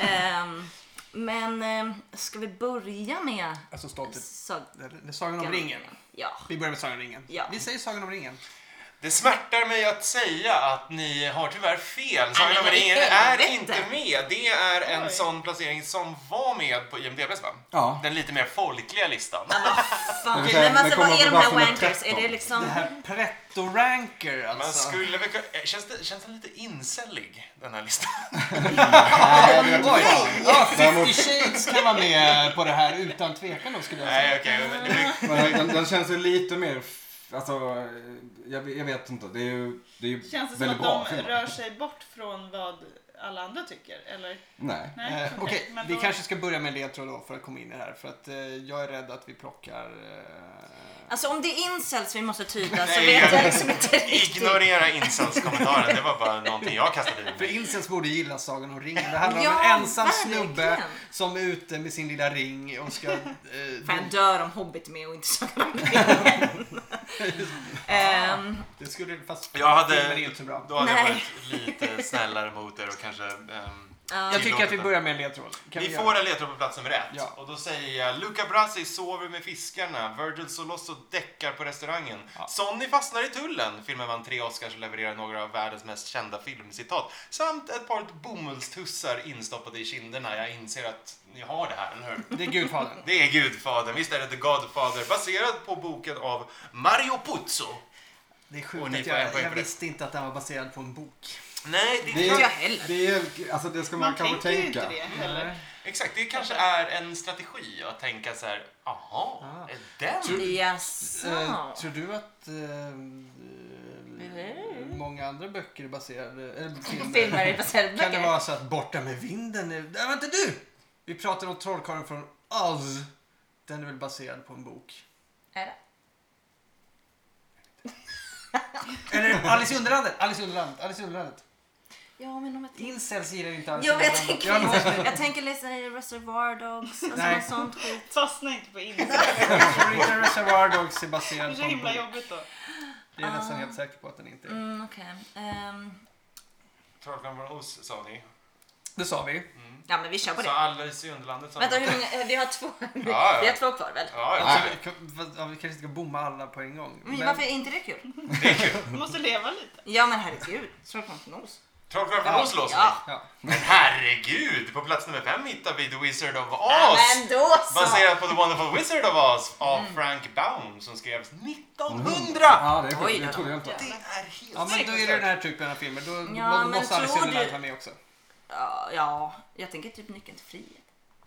Ska vi börja med Alltså Stolthet, Sagan Sagan om ringen. Ja. Vi börjar med Sagan om ringen. Ja. Vi säger Sagan om ringen. Det smärtar mig att säga att ni har tyvärr fel. Sagan men om vad i ringen är helvete? inte med. Det är en Oj. sån placering som var med på IMDBs, va? Ja. Den lite mer folkliga listan. Fan. vill säga, Men alltså, det vad kommer är de bara här från ett wankers? 13. Är det liksom... Det här pretto-ranker Man alltså. skulle väl känns den lite incellig, den här listan? Oj! Ja, 50 Däremot- Shades kan vara med på det här utan tvekan då skulle jag säga. Nej, okej. Det blir- Men den känns ju lite mer, alltså, jag vet inte, det är ju Känns det som väldigt att bra de filmer. rör sig bort från vad alla andra tycker? Eller? Nej. Nej, Okej, men vi då- kanske ska börja med en ledtråd då för att komma in i det här. För att jag är rädd att vi plockar... Alltså om det är incels vi måste tyda så Nej, vet jag liksom inte riktigt. Ignorera incels-kommentaren. Det var bara någonting jag kastade För ur mig. incels borde gilla Sagan om ringen. Det handlar om Ja, en ensam verkligen. snubbe som är ute med sin lilla ring och ska... Fan, jag dör om Hobbit är med och inte Sagan om ringen. det skulle... Fast Jag filmen är hade, inte så bra. då hade jag Nej. varit lite snällare mot er och kanske... Jag tycker att vi börjar med en ledtråd. Kan Vi vi får göra? en ledtråd på plats nummer 1. Ja. Och då säger jag: Luca Brasi sover med fiskarna. Virgil Solosso däckar på restaurangen. Ja. Sonny fastnar i tullen. Filmen vann 3 Oscars och levererar några av världens mest kända filmcitat. Samt ett par bomullstussar instoppade i kinderna. Jag inser att ni har det här, eller hur? Det är Gudfadern. Det är Gudfadern. Visst är det The Godfather. Baserad på boken av Mario Puzo. Det är Och sjukt ni att får en poäng jag på det. visste inte att den var baserad på en bok. Nej, Det inte jag är, heller. det är, alltså det ska man, Man kanske tänker ju tänka. inte det heller. exakt. Det kanske är en strategi att tänka så här: jaha, Ah. är den? Jaså. Tror du att många andra böcker är baserade... Filmer är baserade på Kan det böcker. vara så att Borta med vinden är... Nej, vänta du! Vi pratar om Trollkarlen från Oz. Den är väl baserad på en bok. Är det? Eller Alice i Underlandet. Alice i Underlandet. Ja, men om jag tänker... Incels gillar ju inte alls. Jo, jag tänker läsa Reservoir Dogs, alltså Nej. något sånt skit. Fastna inte på incel. Reservoir Dogs är Det är baserad så på en himla bok. jobbigt då. Det är jag nästan helt säker på att den inte är. Okej. Trollkarlen från Oz sa ni. Det sa vi. Ja, men vi kör på Så det. Alice i Underlandet sa Vänta, ni. hur många? Vi har två. Ja. Vi har två kvar väl? Ja, Ja. Vi kanske inte ska bomma alla på en gång. Men varför är inte det kul? det är kul. Du måste leva lite. Ja, men herregud. Trollkarlen från Oz. Trollkarlen från Oz låser Ja. Ja. vi. Men herregud, på plats nummer 5 hittar vi The Wizard of Ja, Oz. men då så. Baserat på The Wonderful Wizard of Oz av Frank Baum som skrevs 1900. Ja, det är Oj, sjukt. då. Det trodde jag inte. Det är helt Ja, men då är det den här typen av filmer. Då men måste Alice i tror Underlandet du- vara med också. Ja, jag tänker typ Nyckeln till frihet.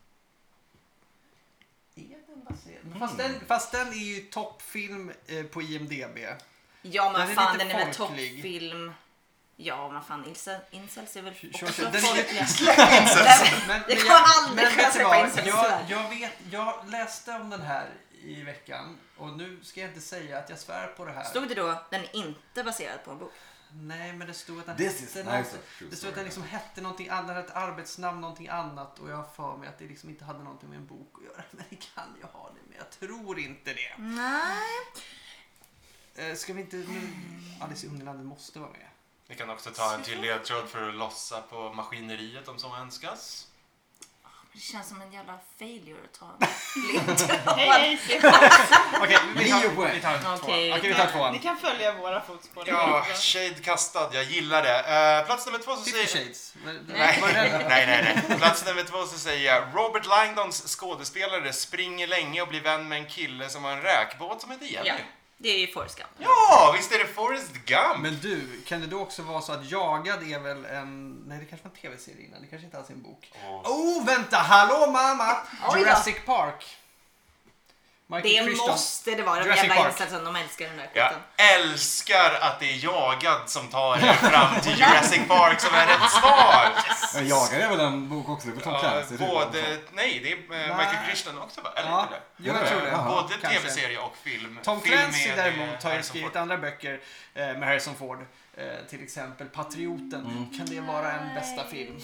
Är den baserad? Fast den är ju toppfilm på IMDB. Ja, men Den är fan, lite den är väl folklig. toppfilm. Ja, men fan, incels är väl Kör, också den är folkliga. Men, Det men kommer aldrig men kunna vet du släppa vad? in sig sådär. Jag läste om den här i veckan och nu ska jag inte säga att jag svär på det här. Stod det då den är inte baserad på en bok? Nej, men det stod att den This is hette nice något, of true det stod att story. den liksom hette någonting annat, ett arbetsnamn, någonting annat och jag har för mig att det liksom inte hade någonting med en bok att göra. Men det kan ju ha det, men jag tror inte det. Nej. Ska vi inte nu... Alice i Underlandet måste vara med. Vi kan också ta en till ledtråd för att lossa på maskineriet om så önskas. Det känns som en jävla failure att ta ledtråd. Hej, hej, Okej, vi Nio poäng. tar tvåan. Okej. Okej, vi tar tvåan. Ni kan följa våra fotspår. Ja, shade kastad, jag gillar det. Plats nummer 2 så 50 säger... Shades. Nej. Plats nummer 2 så säger jag Robert Langdons skådespelare springer länge och blir vän med en kille som har en räkbåt som heter Jenny. Ja, det är ju Forrest Gump. Ja, visst är det Forrest Gump? Men du, kan det då också vara så att Jagad är väl en... Nej, det kanske var en tv-serie innan. Det kanske inte alls är en bok. Oh, vänta! Hallå, mamma! Oj då. Jurassic Park. Michael Det Crichton. måste det vara. De Jurassic jävla Park. incelsen, de älskar den där Jag skiten. älskar att det är Jagad som tar er fram till Jurassic Park som är rätt svar. Men Jagare är väl en bok också? Det är väl Tom Clancy? typ. Nej, det är Michael Crichton också va? Eller Ja, inte det? jo, jag tror det. Jaha. Både kanske. tv-serie och film. Tom Film Clancy med, däremot har ju Harrison skrivit Ford. andra böcker med Harrison Ford. Till exempel Patrioten. Kan det vara en bästa film?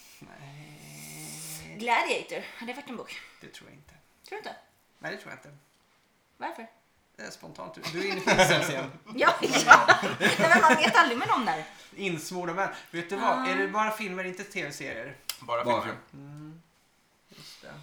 Nej, Gladiator, har det varit en bok? det tror jag inte. Tror du inte? Nej, det tror jag inte. Varför? Det är spontant. Du är inne på incels igen. Ja. Nej, men man vet aldrig med dem där. Insmorda män. Vet du vad? Är det bara filmer, inte tv-serier? Bara Bara film. Just det.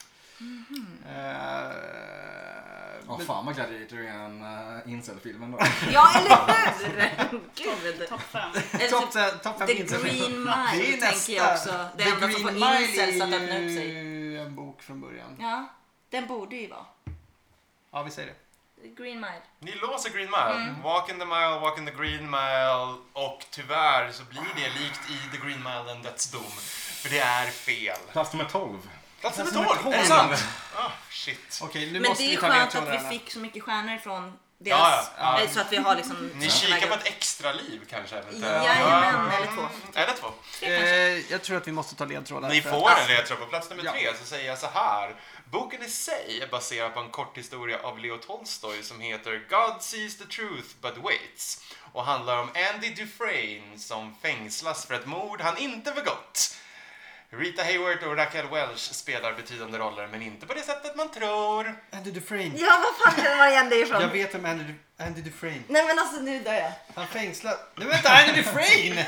Ja, fan vad Gladiator är en incel-film ändå. Ja, eller hur? Gud. Topp 5. Eller typ Topp 5 The incel-film. Green Mile Det är tänker nästa. jag också. Det The enda som Green får Mile incels att är öppna upp sig. ju en bok från början. Ja, den borde ju vara. Ja, vi säger det. The Green Mile. Ni låser Green Mile. Walk in the mile, walk in the Green Mile. Och tyvärr så blir det likt i The Green Mile en dödsdom. För det är fel. Plats nummer 12. Plats nummer Plats 12, nummer är det 12. sant? Shit. Okej, nu Men måste det vi är ta skönt att ledtrådarna. vi fick så mycket stjärnor ifrån Ja, deras... ja. Så att vi har liksom... Ni kikar på ett extra liv kanske? Jajamän, eller två. Eller två. Jag tror att vi måste ta ledtrådar. Ni för får att- en ledtråd på plats nummer Ja. 3 så säger jag så här. Boken i sig är baserad på en kort historia av Leo Tolstoy som heter God sees the truth but waits och handlar om Andy Dufresne som fängslas för ett mord han inte begått. Rita Hayworth och Raquel Welch spelar betydande roller men inte på det sättet man tror. Andy Dufresne. Ja, vad fan känner man igen det ifrån? Jag vet vem Andy Dufresne. Nej men alltså nu dör jag. Han fängslar... Nu vänta, Andy Dufresne!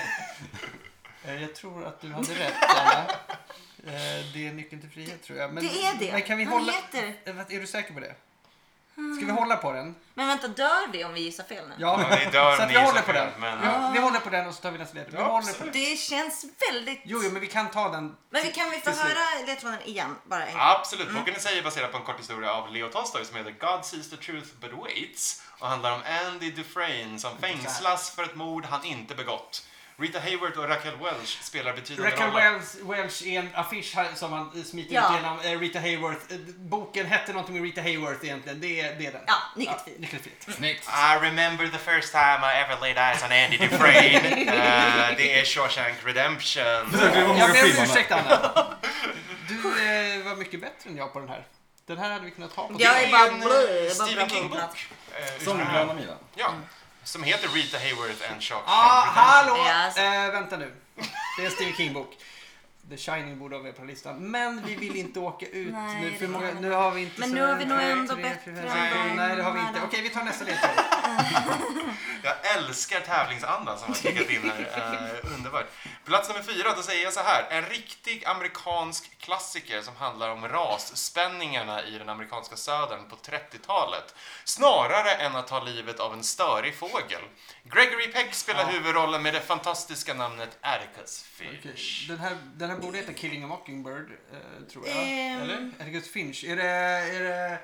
Jag tror att du hade rätt, Anna. Det är nyckeln till frihet, tror jag. Men, Det är det. Men kan vi Han hålla... heter... Är du säker på det? Ska vi hålla på den? Men vänta, dör vi om vi gissar fel nu? Ja, ni dör så att ni vi gissar håller på fel, den. men- Vi håller på den och så tar vi nästa ledtråd. Vi Ja, håller på absolut. den. Det känns väldigt... Jo, men vi kan ta den. Men kan vi få till slut. höra ledtråden igen? Bara en gång. Absolut. Boken i sig är baserad på en kort historia av Leo Tolstoy som heter God sees the truth but waits och handlar om Andy Dufresne som fängslas för ett mord han inte begått. Rita Hayworth och Raquel Welch spelar betydande Raquel roller. Welch är en affisch här som man smiter Ja. ut genom Rita Hayworth. Boken hette någonting med Rita Hayworth egentligen. Det är den. Ja, nyckeln till frihet. Nyckeln till frihet. Snyggt. I remember the first time I ever laid eyes on Andy Dufresne. Det är Shawshank Redemption. Jag ber om ursäkt, Anna. Du var mycket bättre än jag på den här. Den här hade vi kunnat ta på. Jag är bara en blö. Jag är bara Stephen bra på plats. King-bok. Som Gröna milen. Ja. Som heter Rita Hayworth and Shawshank Hallå! Yes. Vänta nu. Det är en Stephen King-bok. The Shining borde vara på listan. Men vi vill inte åka ut Nej, nu. det För var många, det. nu har vi inte Men så nu har vi nog 1, 2, ändå 3, bättre 4, än 5, 6, de 7. Nej, det har vi inte. andra. Okej, vi tar nästa ledtråd. Jag älskar tävlingsandan som har klickat in här. Underbart. Plats nummer 4, då säger jag så här. En riktig amerikansk klassiker som handlar om rasspänningarna i den amerikanska södern på 30-talet. Snarare än att ta livet av en störig fågel. Gregory Peck spelar huvudrollen med det fantastiska namnet Atticus Finch. Okej, den här borde heta Killing a Mockingbird, tror jag. Eller? Atticus Finch. Är det...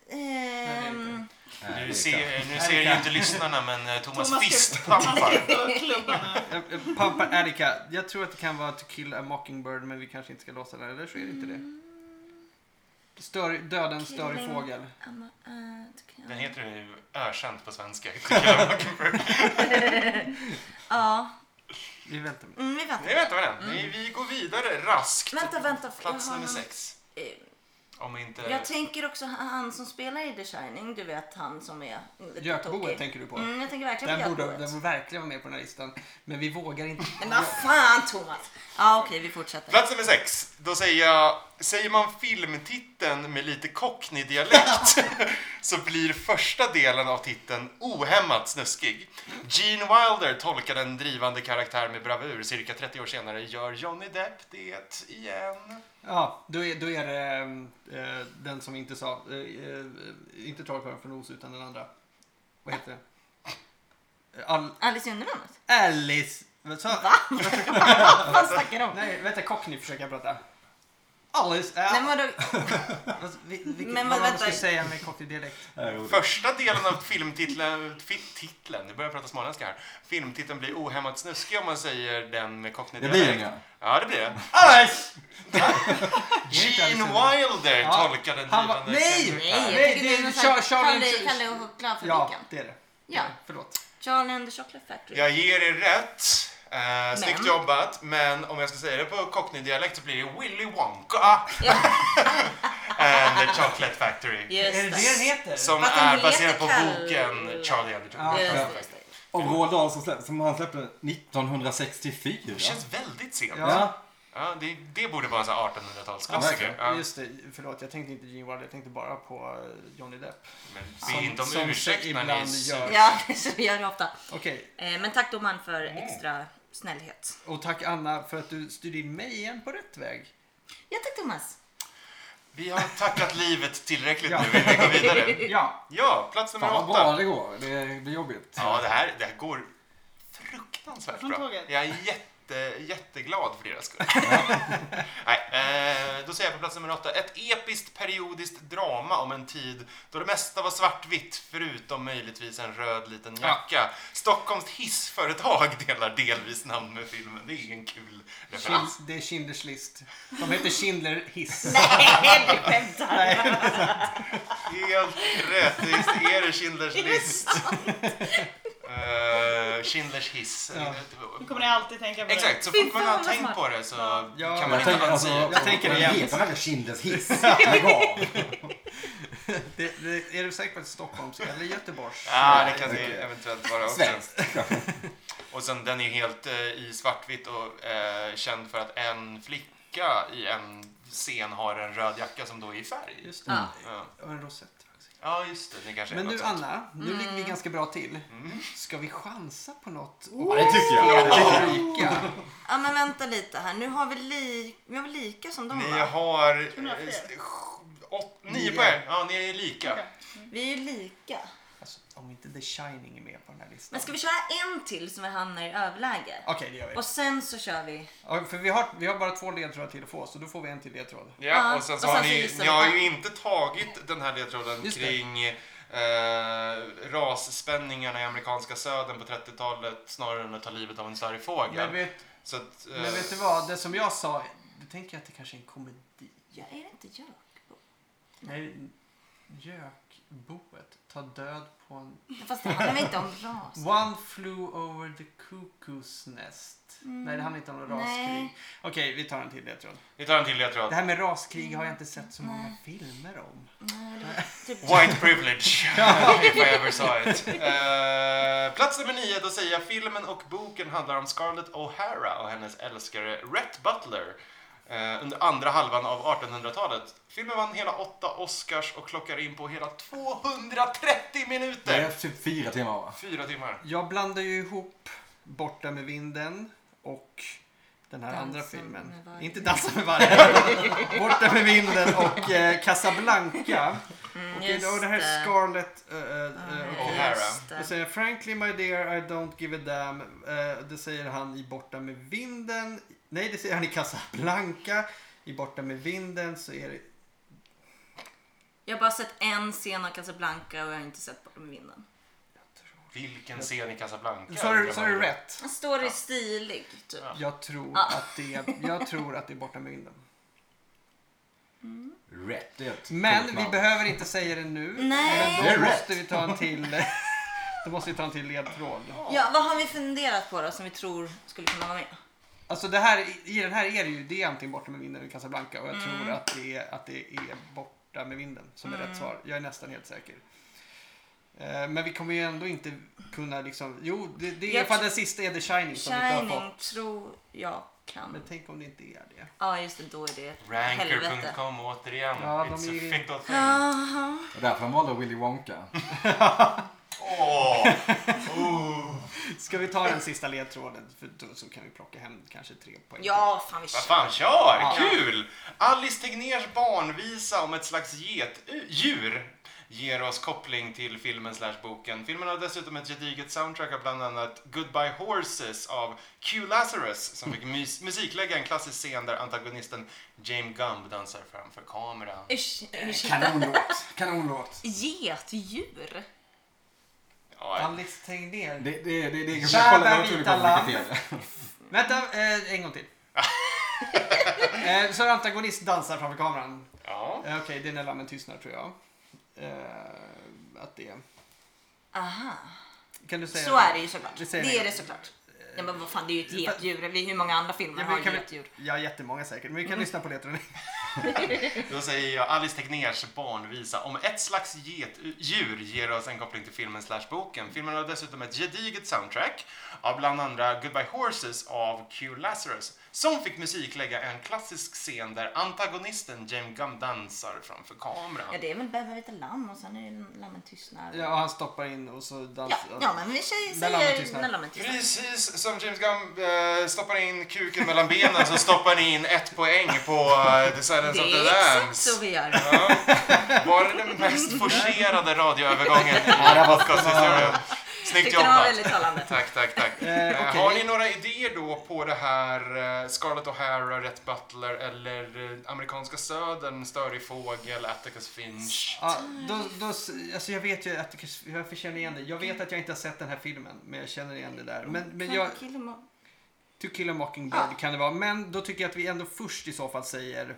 Nu ser ju inte lyssnarna, men Thomas Fist Han pampar. är på klubbarna. Pampar Attica. Jag tror att det kan vara To Kill a Mockingbird, men vi kanske inte ska låsa den. Eller så är det inte det. Dödens större Killing- fågel. Den heter ju ökänt på svenska. Ja, Vi väntar. vi väntar. Nej, vänta med den. Vi går vidare raskt. Vänta. Plats Jag har nummer någon- 6. Om inte... Jag tänker också han som spelar i The Shining, du vet han som är lite Gökboet tokig. tänker du på. Jag tänker verkligen på Den Gökboet. borde verkligen vara med på den här listan. Men vi vågar inte. Men vad fan Thomas! Ja okej, vi fortsätter. Plats nummer 6. Då säger man filmtiteln med lite cockney-dialekt så blir första delen av titeln ohämmat snuskig. Gene Wilder tolkar en drivande karaktär med bravur. Cirka 30 år senare gör Johnny Depp det igen. Ja, då är det den som inte sa. Inte Trollkarlen från Oz utan den andra. Vad heter det? Alice i Underlandet? Alice. Vad sa Vad snackar du om? Nej, vänta, Cockney försöker jag prata. Alice. Nej, men vadå? Men vad ska jag säga med Cockney-dialekt? Första delen av filmtiteln, nu börjar jag prata småländska här. Filmtiteln blir ohämmat snuskig om man säger den med Det cockney-dialekt. blir den, ja. Ja, det blir det. Alice! Gene Wilder tolkar den Han var- drivande Nej! karaktären. Nej, Nej, jag tycker det är någon det är sån här Charlie- Kalle och chokladfabriken. Ja, det är det. Ja. Förlåt. Charlie and the Chocolate Factory. Jag ger er rätt. Snyggt Men. jobbat. Men om jag ska säga det på cockney-dialekt så blir det Willy Wonka Ja. and the Chocolate Factory. Just Är det det den heter? Som Fast den är heter baserad på Kalle. boken Charlie and the Ja. Chocolate Just Factory. det, just det. Och Roald Dahl som han släppte 1964. Det känns väldigt sent. Ja. Ja, det borde vara en sån här 1800-talsklassiker. Ja, Just det, förlåt. Jag tänkte inte Gene Wilder, jag tänkte bara på Johnny Depp. men be inte om ursäkt när ibland ni gör. Ja, så gör det ofta. Okej, Men tack domaren för extra snällhet. och tack Anna för att du styrde in mig igen på rätt väg. Ja, tack Thomas. Vi har tackat livet tillräckligt Ja. nu. Vi går vidare. Ja, Ja, plats nummer Fan vad 8. bra det går. Det blir jobbigt. Ja, det här går fruktansvärt Från bra. tåget. Jag är jätteglad för deras skull. Nej, då säger jag på plats nummer 8. Ett episkt periodiskt drama om en tid då det mesta var svartvitt förutom möjligtvis en röd liten jacka. Stockholms hissföretag delar delvis namn med filmen. Det är ingen kul referens. det är Schindlers list. De heter Schindler Hiss. Nej, du skämtar. Helt rätt. Visst är det Schindlers list. Schindlers hiss. Ja. Nu kommer ni alltid tänka på det. Exakt, så Fy fort man fan, har vad tänkt smart. på det så Ja, kan man Jag inte tänker, annat alltså, säga. jag tänker det den jämt. heter verkligen Schindlers hiss. Lägg av. Är du säker på att det är Stockholms eller Göteborgs? Ja, det kan det Okej. eventuellt vara också. Svenskt. Och sen den är helt i svartvitt och känd för att en flicka i en scen har en röd jacka som då är i färg. Just det. Ja. Ja, Och en rosett. ja just det. Det kanske Men är du något sånt. Anna, nu ligger vi ganska bra till. Ska vi chansa på något? Ja, det tycker jag. Rika. Ja, men vänta lite här. Nu har vi lika som de Ni va? har Hur många fler? 9 poäng. Ja, ni är lika. Okej. Vi är ju lika. Alltså, om inte The Shining är med på den här listan. Men ska vi köra en till som vi hamnar i överläge? Okej, det gör vi. Och sen så kör vi... Ja, för vi har bara 2 ledtrådar till att få, så då får vi en till ledtråd. Ja, Ja, och sen så och har sen så ni gissar har vi. ju inte tagit den här ledtråden Just det. kring rasspänningarna i amerikanska södern på 30-talet snarare än att ta livet av en större fågel. Så att, Men vet du vad? Det som jag sa, då tänker jag att det kanske är en komedi. Ja, är det inte Jökbo? Nej, Gökboet tar död på en... Fast det handlar väl inte om ras? One flew over the cuckoo's nest. Nej, det handlar inte om någon Nej. raskrig. Okej, vi tar en till ledtråd. vi tar en till ledtråd. Det här med raskrig har jag inte sett så många filmer om. Nej, det var typ White privilege, if I ever saw it. Plats nummer 9, då säger jag filmen och boken handlar om Scarlett O'Hara och hennes älskare Rhett Butler under andra halvan av 1800-talet. Filmen vann hela 8 Oscars och klockar in på hela 230 minuter. Det är typ 4 timmar, va? 4 timmar. Jag blandar ju ihop Borta med vinden och den här andra Dansa filmen. med vargen. Inte Dansa med vargen. Borta med vinden och Casablanca. Och det här är Scarlett O'Hara. Det säger Frankly my dear, I don't give a damn. Det säger han i Borta med vinden. Nej, det säger han i Casablanca. I Borta med vinden så är det... Jag har bara sett en scen av Casablanca och jag har inte sett Borta med vinden. Vilken scen i Casablanca? Så är det rätt. Han står i stilig, typ. Jag tror att det är Borta med vinden. Rätt, det är ett Men coolt vi namn. behöver inte säga det nu. Nej. Det är Då rätt. måste vi ta en till. Då måste vi ta en till ledtråd. Ja, vad har vi funderat på då som vi tror skulle kunna vara med? Alltså det här, i den här är det är antingen Borta med vinden eller Casablanca. Och jag tror att det är Borta med vinden som är rätt svar. Jag är nästan helt säker. Men vi kommer ju ändå inte kunna liksom... Jo, det är för att den sista är The Shining som vi inte har Shining fått. tror jag kan. Men tänk om det inte är det. Ja, just det, då är det helvete. Ranker.com återigen. Ja, It's de a är- fickle thing. Aha. Och därför han valde Willy Wonka. Ska vi ta den sista ledtråden? För då så kan vi plocka hem kanske 3 poäng. Ja, fan vi Vad kör. fan, kör! Kul! Alice Tegnérs barnvisa om ett slags djur ger oss koppling till filmen / boken. Filmen har dessutom ett gediget soundtrack av bland annat Goodbye Horses av Q Lazarus som fick musiklägga en klassisk scen där antagonisten James Gumb dansar framför kameran. Ursäkta. Kanonlåt. Getdjur? Ja, Alice Tegnér. Det är Bära kanske kolla vad vita lamm. Wikipedia. Vänta, en gång till. Så antagonist dansar framför kameran. ja. Okej, det är när lammen tystnar tror jag. Att det är. Aha. Kan du säga Så är det ju såklart. Vi säger Det är det. det såklart. Ja, men vad fan, det är ju ett getdjur. Hur många andra filmer Ja, har men kan getdjur? Ja, jättemånga säkert. Men vi kan lyssna på ledtråden. Då säger jag Alice Tegnérs barnvisa om ett slags djur ger oss en koppling till filmen / boken. Filmen har dessutom ett gediget soundtrack av bland andra Goodbye Horses av Q Lazarus som fick musiklägga en klassisk scen där antagonisten James Gumb dansar framför kameran. Ja, det är väl Bäva vita lamm och sen är det lammen tystnar. Ja, och han stoppar in och så dansar. Ja, men vi När lammen säger tystnar. när lammen tystnar. Precis som James Gumb stoppar in kuken mellan benen så stoppar ni in 1 poäng på The Silence of Det the är exakt Lambs. så vi gör. Ja. Var det den mest forcerade radioövergången i podcasthistorien? Snyggt Tyckte det var jobbat. väldigt talande. Tack. Okej. Har ni några idéer då på det här Scarlett O'Hara, Rhett Butler eller amerikanska södern, Störig fågel, Atticus Finch? Ja, alltså jag vet ju att jag känner igen det. Jag vet att jag inte har sett den här filmen, men jag känner igen det där. Men jag... To Kill a Mockingbird kan det vara. Men då tycker jag att vi ändå först i så fall säger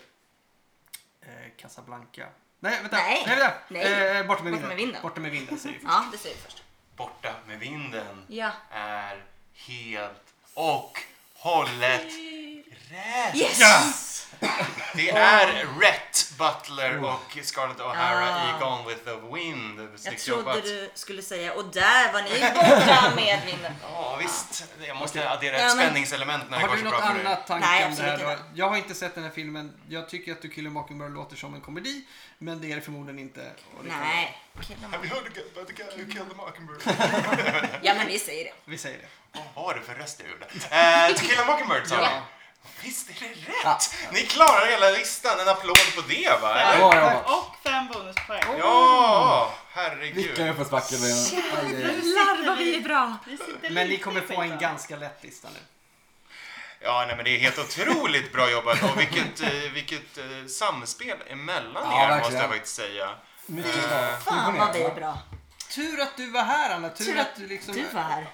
Casablanca. Nej, vänta. Nej. Borta med Borta med vinden. Borta med vinden säger vi först. Ja, det säger vi först. Borta med vinden Ja. är helt och hållet rätt. Yes! Det är Rhett Butler och Scarlett O'Hara i Gone with the Wind. Jag Snyggt trodde jobbat. du skulle säga, och där var ni borta med vinden. Ja, visst. Jag måste addera Ja, ett men- spänningselement när det Har går du så något bra för dig. annat tanke Nej, om det här absolut då? inte. Jag har inte sett den här filmen. Jag tycker att To Kill a Mockingbird låter som en komedi. Men det är det förmodligen inte. Och det kan- Nej. Have you heard about the guy who killed the mockingbird? Ja, men vi säger det. Vi säger det. Vad var det för röst jag gjorde? To kill a mockingbird sa Ja. ni? Visst är det rätt? Ni klarar hela listan. En applåd på det, va? Eller? Bra jobbat. Och 5 bonuspoäng. Ja, Vilken herregud. uppförsbacke. Jävlar vad vi är bra. Vi sitter Men ni lite kommer i få en skiten. ganska lätt lista nu. Ja, nej, men det är helt otroligt bra jobbat. Och vilket samspel emellan Ja, er, måste verkligen. jag faktiskt säga. Mycket bra. Fan vad vi är bra. Tur att du var här, Anna. Tur att du liksom... Du var här.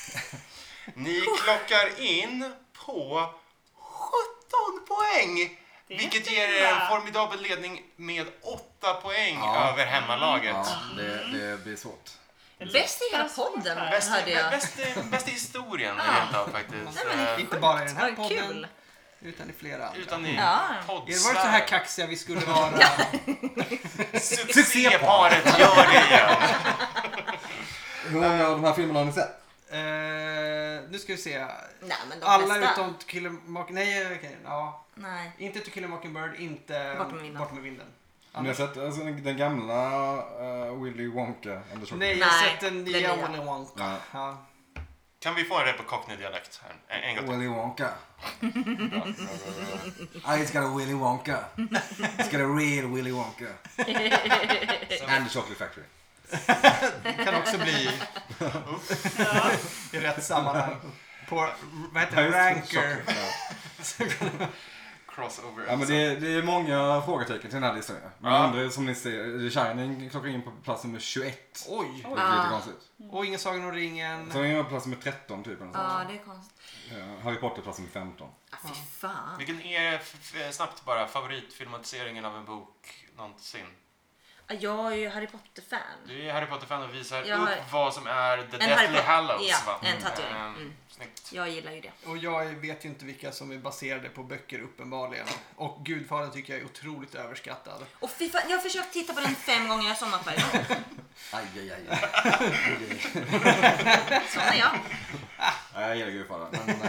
Ni klockar in på 17 poäng. Det är Vilket inte ger er en bra. formidabel ledning med 8 poäng Ja. över hemmalaget. Ja, det blir svårt. Bäst i hela podden, Bäst, hörde jag. bäst i historien rent av faktiskt. Nej, men det är Inte bara i den här Vad podden. kul. utan i flera andra. Utan i Ja. poddsfären. Det var så här kaxiga vi skulle vara. Succéparet gör det igen. Hur många av de här filmerna har ni sett? Nu ska vi se. Nej, men de Alla flesta. utom To Kill a Mockingbird. Nej, okej. Ja. Nej. Inte To Kill a Mockingbird, inte Bortom med vinden. Ni har sett alltså, den gamla Willy Wonka? Nej, jag har Nej, sett den den nya nya. Willy Wonka. Ja. Ja. Kan vi få en rep på Cockney-dialekt här? En gång till. Willy Wonka. It's got a Willy Wonka. It's got a real Willy Wonka. And the Chocolate Factory. Kan också bli i rätt sammanhang. På, vad heter det? Ranker. Crossover. Ja, men det är många frågetecken till den här listan. Men Ja. andra, som ni ser, The Shining klockar in på plats nummer 21. Oj. Det är lite konstigt. Och Ingen Sagan om ringen. Så är jag på plats nummer 13 typ. Eller så. Ja, det är konstigt. Harry Potter plats nummer 15. Ah, fy fan. Vilken är snabbt bara favoritfilmatiseringen av en bok någonsin? Jag är ju Harry Potter-fan. Du är Harry Potter-fan och visar Jag har- upp vad som är The En Harry Deathly Potter- Hallows, ja, va? en tatuering. Snyggt. Jag gillar ju det. Och jag vet ju inte vilka som är baserade på böcker uppenbarligen. Och Gudfadern tycker jag är otroligt överskattad. Och fy fan, jag har försökt titta på den 5 gånger, jag har somnat varje gång. Aj. Sån är jag. Nej, jag gillar Gudfadern.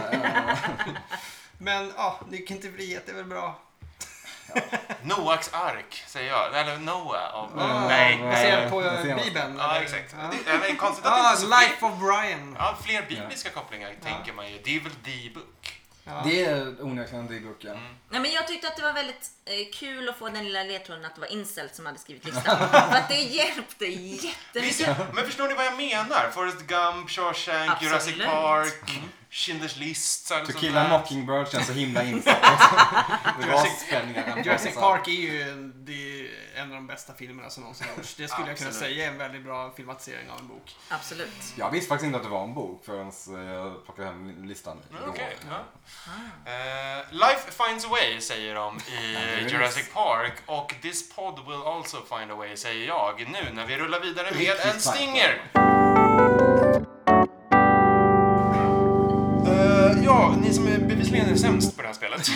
Men ja, Nyckeln till frihet är väl bra. Noaks ark, säger jag. Eller Noah. Ah, Nej. Baserat på det ser man. Bibeln. Ja, eller? exakt. Ja. Det är konstigt att det inte är så Life of Brian. Ja, fler bibliska kopplingar tänker man ju. Det är väl the book. Ja. Det är onekligen en bok, ja. Nej, men jag tyckte att det var väldigt kul att få den lilla ledtråden att det var Incel som hade skrivit listan. För att det hjälpte jättemycket. Men förstår ni vad jag menar? Forrest Gump, Shawshank, Absolut. Jurassic Park, Schindler's List. To Kill a Mockingbird känns så himla insatt. Jurassic Park är ju en av de bästa filmerna som någonsin gjorts. Det skulle jag kunna Absolut. säga är en väldigt bra filmatisering av en bok. Absolut. Jag visste faktiskt inte att det var en bok förrän jag plockade hem listan. Okej, ja. Life finds a way, säger de i Jurassic Park. Och this pod will also find a way, säger jag. Nu när vi rullar vidare med Riktigt en starkt. stinger. Ja, ni som är bevisligen är sämst på det här spelet.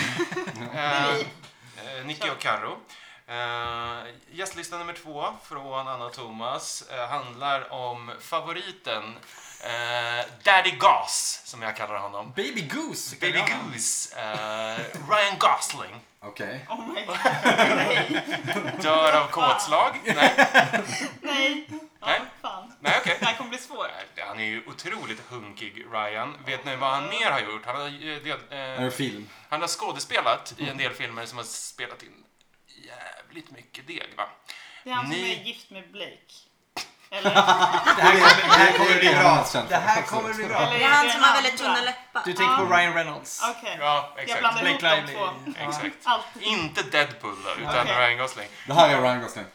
Nicky och Karo. Gästlista nummer 2 från Anna och Thomas handlar om favoriten Daddy Goss, som jag kallar honom. Baby Goose! Baby Goose. Ryan Gosling. Okej. Oh my god. Dör av kåtslag. Nej, Nej. Ja, Nej. fan. nej okej. Det här kommer bli svårt. Han är ju otroligt hunkig, Ryan. Vet ni vad han mer har gjort? Är det film? Han har skådespelat i en del filmer som har spelat in jävligt mycket deg, va? Det är han som Ni- är gift med Blake. Eller? Det här kommer bli bra. känt Det här för. kommer bli bra. Eller Det är han som har andra? väldigt tunna läppar. Du tänker på Ryan Reynolds. Okej. Ja, Jag exakt. blandar ihop Blake de Lively. två. Exakt. Alltid. Inte Deadpool då, utan Okej. Ryan Gosling. Det här är Ryan Gosling.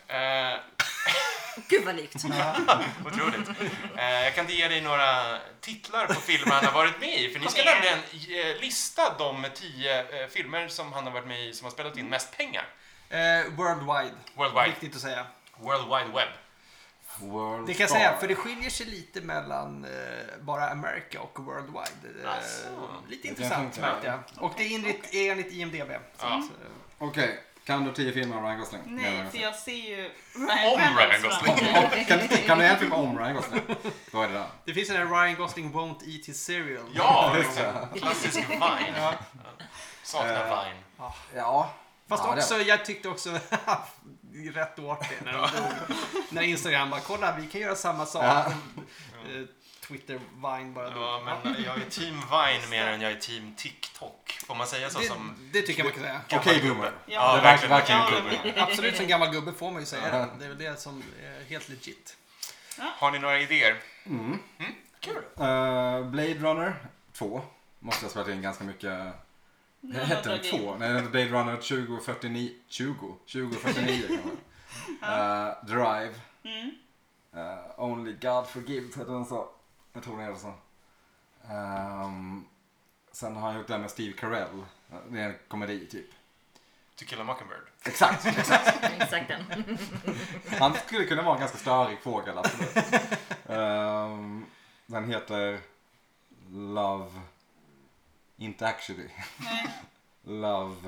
Gud vad likt. Otroligt. Jag kan inte ge dig några titlar på filmer han har varit med i, för ni ska Kom igen. nämligen lista de 10 filmer som han har varit med i som har spelat in mest pengar. Worldwide. Worldwide. Viktigt att säga. World Wide Web. World Det kan jag Star. säga, för det skiljer sig lite mellan bara America och Worldwide. Lite intressant tänkte jag. märkte jag. Och det är enligt IMDB. Så Ja. att, Okej, kan du 10 filmer av Ryan Gosling? Nej, för jag ser ju Om Ryan Ryan Reynolds Gosling. framför mig. Kan du en film om Ryan Gosling? Vad är det där? det finns en här Ryan Gosling won't eat his cereal. Ja, klassisk Vine. Saknar Vine. Ja. Fast Ja, det- också, jag tyckte också rätt åt det när de dog. När Instagram bara, kolla vi kan göra samma sak. Ja. Twitter, Vine bara dog. Ja, men jag är team Vine mer än jag är team TikTok. Får man säga så som Det tycker jag man kan säga. gammal Okej, gubbe? boomer. Ja, Det är verkligen. verkligen Ja, gubbe. men- Absolut som gammal gubbe får man ju säga det. Det är väl det som är helt legit. Har ni några idéer? Kul. Blade Runner 2 måste jag spela in ganska mycket. Hette den 2? Nej, Blade Runner 2049. 2049 kanske. Drive. Only God Forgives heter den så. Jag tror det är så. Sen har jag gjort den med Steve Carell. Det är en komedi typ. To Kill a Mockingbird. Exakt. Exakt den. Han skulle kunna vara en ganska störig fågel, absolut. Den heter Love Inte Actually. Nej. Love.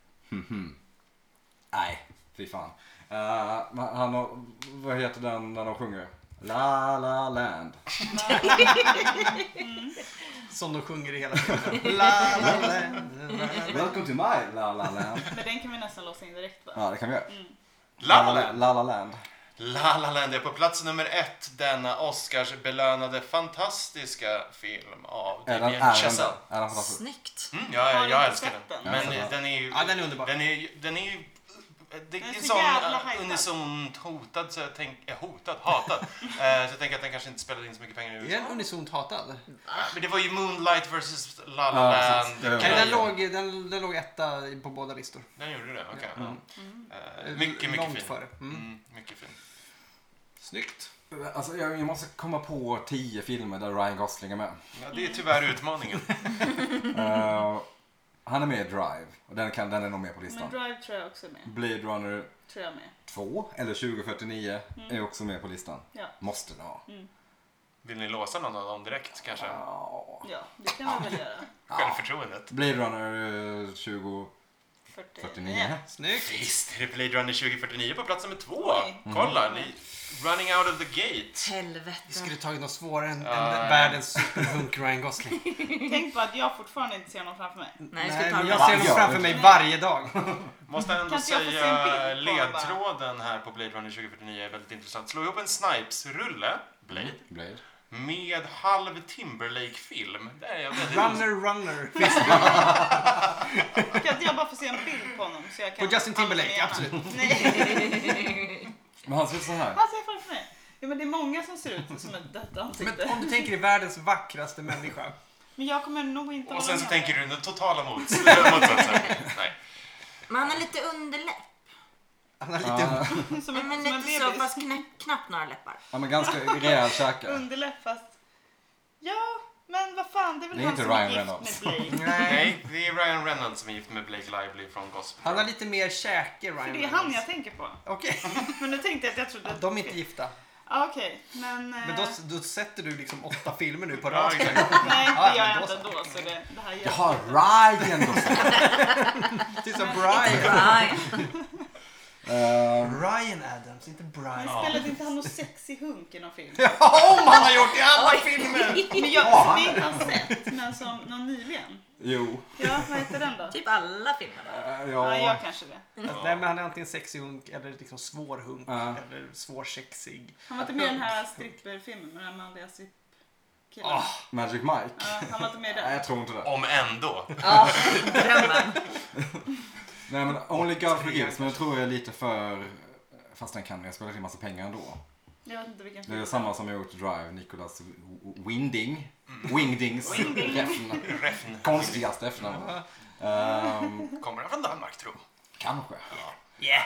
Nej, fy fan. Han har, vad heter den när de sjunger? La La Land. Som de sjunger i hela filmen. La la land. Welcome to my La La Land. Men den kan vi nästan låsa in direkt va? Ja, det kan vi göra. La La Land. La La Land. La La Land är på plats nummer 1, denna Oscars-belönade fantastiska film av Damien Chazelle. Är den fantastisk? Snyggt. Jag älskar sett den. den? Men den är ju... Ja, den är underbar. Den är ju... Det Den är är så sån jävla hypad. unisont hatad, så jag tänker... hatad. Så jag tänker att den kanske inte spelade in så mycket pengar i Är USA. den unisont hatad? Men det var ju Moonlight vs. La La Ja, Land. precis. Den låg etta på båda listor. Den gjorde det, okej. Mycket Långt fin. före. Mycket fin. Snyggt. Alltså, jag måste komma på 10 filmer där Ryan Gosling är med. Ja, det är tyvärr utmaningen. Han är med i Drive. Och den är nog med på listan. Men Drive tror jag också är med. Blade Runner Tror jag med. 2 eller 2049 är också med på listan. Ja. Måste det ha. Vill ni låsa någon av dem direkt kanske? Ja, det kan vi väl göra. Självförtroendet. Blade Runner 2049. Snyggt. Visst är det Blade Runner 2049 på plats nummer 2. Oj. Kolla, ni running out of the gate. Helvete. Vi skulle tagit något svårare än världens superhunk Ryan Gosling. Tänk på att jag fortfarande inte ser honom framför mig. Nej, jag Nej, ska ta men den jag där. ser honom framför mig varje dag. Måste ändå Kan inte jag få se en säga bild på honom bara? ledtråden här på Blade Runner 2049 är väldigt intressant. Slå ihop en Snipes-rulle, Blade, med halv Timberlake-film. Där är jag väldigt Runner. Kan inte jag bara få se en bild på honom? Så jag kan På Justin Timberlake, absolut. Nej, Men han ser ut så här. han ser framför mig. Ja, men det är många som ser ut som ett dött ansikte. Men om du tänker i världens vackraste människa. Men jag kommer nog inte Och hålla sen så med. tänker du den totala motsatsen. Nej. Men han har lite underläpp. Han har lite... Som Men en lite så, bebis. fast knappt några läppar. Ja, men ganska rejäl käke. Underläpp fast... Ja, men vad fan, det är väl Det är han inte som är Ryan gift Reynolds. med Blake. Nej, det är Ryan Reynolds som är gift med Blake Lively från Gospel. Han har lite mer käke, Ryan För det är Reynolds. han jag tänker på. Okej. Men nu tänkte jag att jag trodde att... De är inte gifta. Ja, okej. Men... Men då sätter du liksom 8 filmer nu på Ja, raken. exakt. Nej, Ja, det gör men jag då inte så. ändå. Så det här gör Jaha, Ryan Gosling. Det är som Inte Brian. Brian. Ryan Adams, inte Brian. Men spelade inte han någon sexig hunk i någon film? Om han har gjort i alla filmer! Men jag som vi inte har sett, men som någon nyligen. Jo. Ja, vad heter den då? Typ alla filmer då. Ja, Ja. jag kanske det. Nej, men han är antingen sexig hunk eller liksom svår hunk. Ja. Eller svårsexig. Han var inte med i den här stripperfilmen med den här manliga strippkillen. Magic Mike. Ja, han var inte med i Nej, den. jag tror inte det. Om ändå. Ja, drömmen. Nej, men Only God Forgives, men jag tror jag är lite för... Fast den kan jag spela in massa pengar ändå. Jag vet inte vilken Det film. är samma som jag gjort Drive, Nicholas Wingdings. Refn. Konstigaste efternamn. Kommer han från Danmark, tro? Kanske. Ja.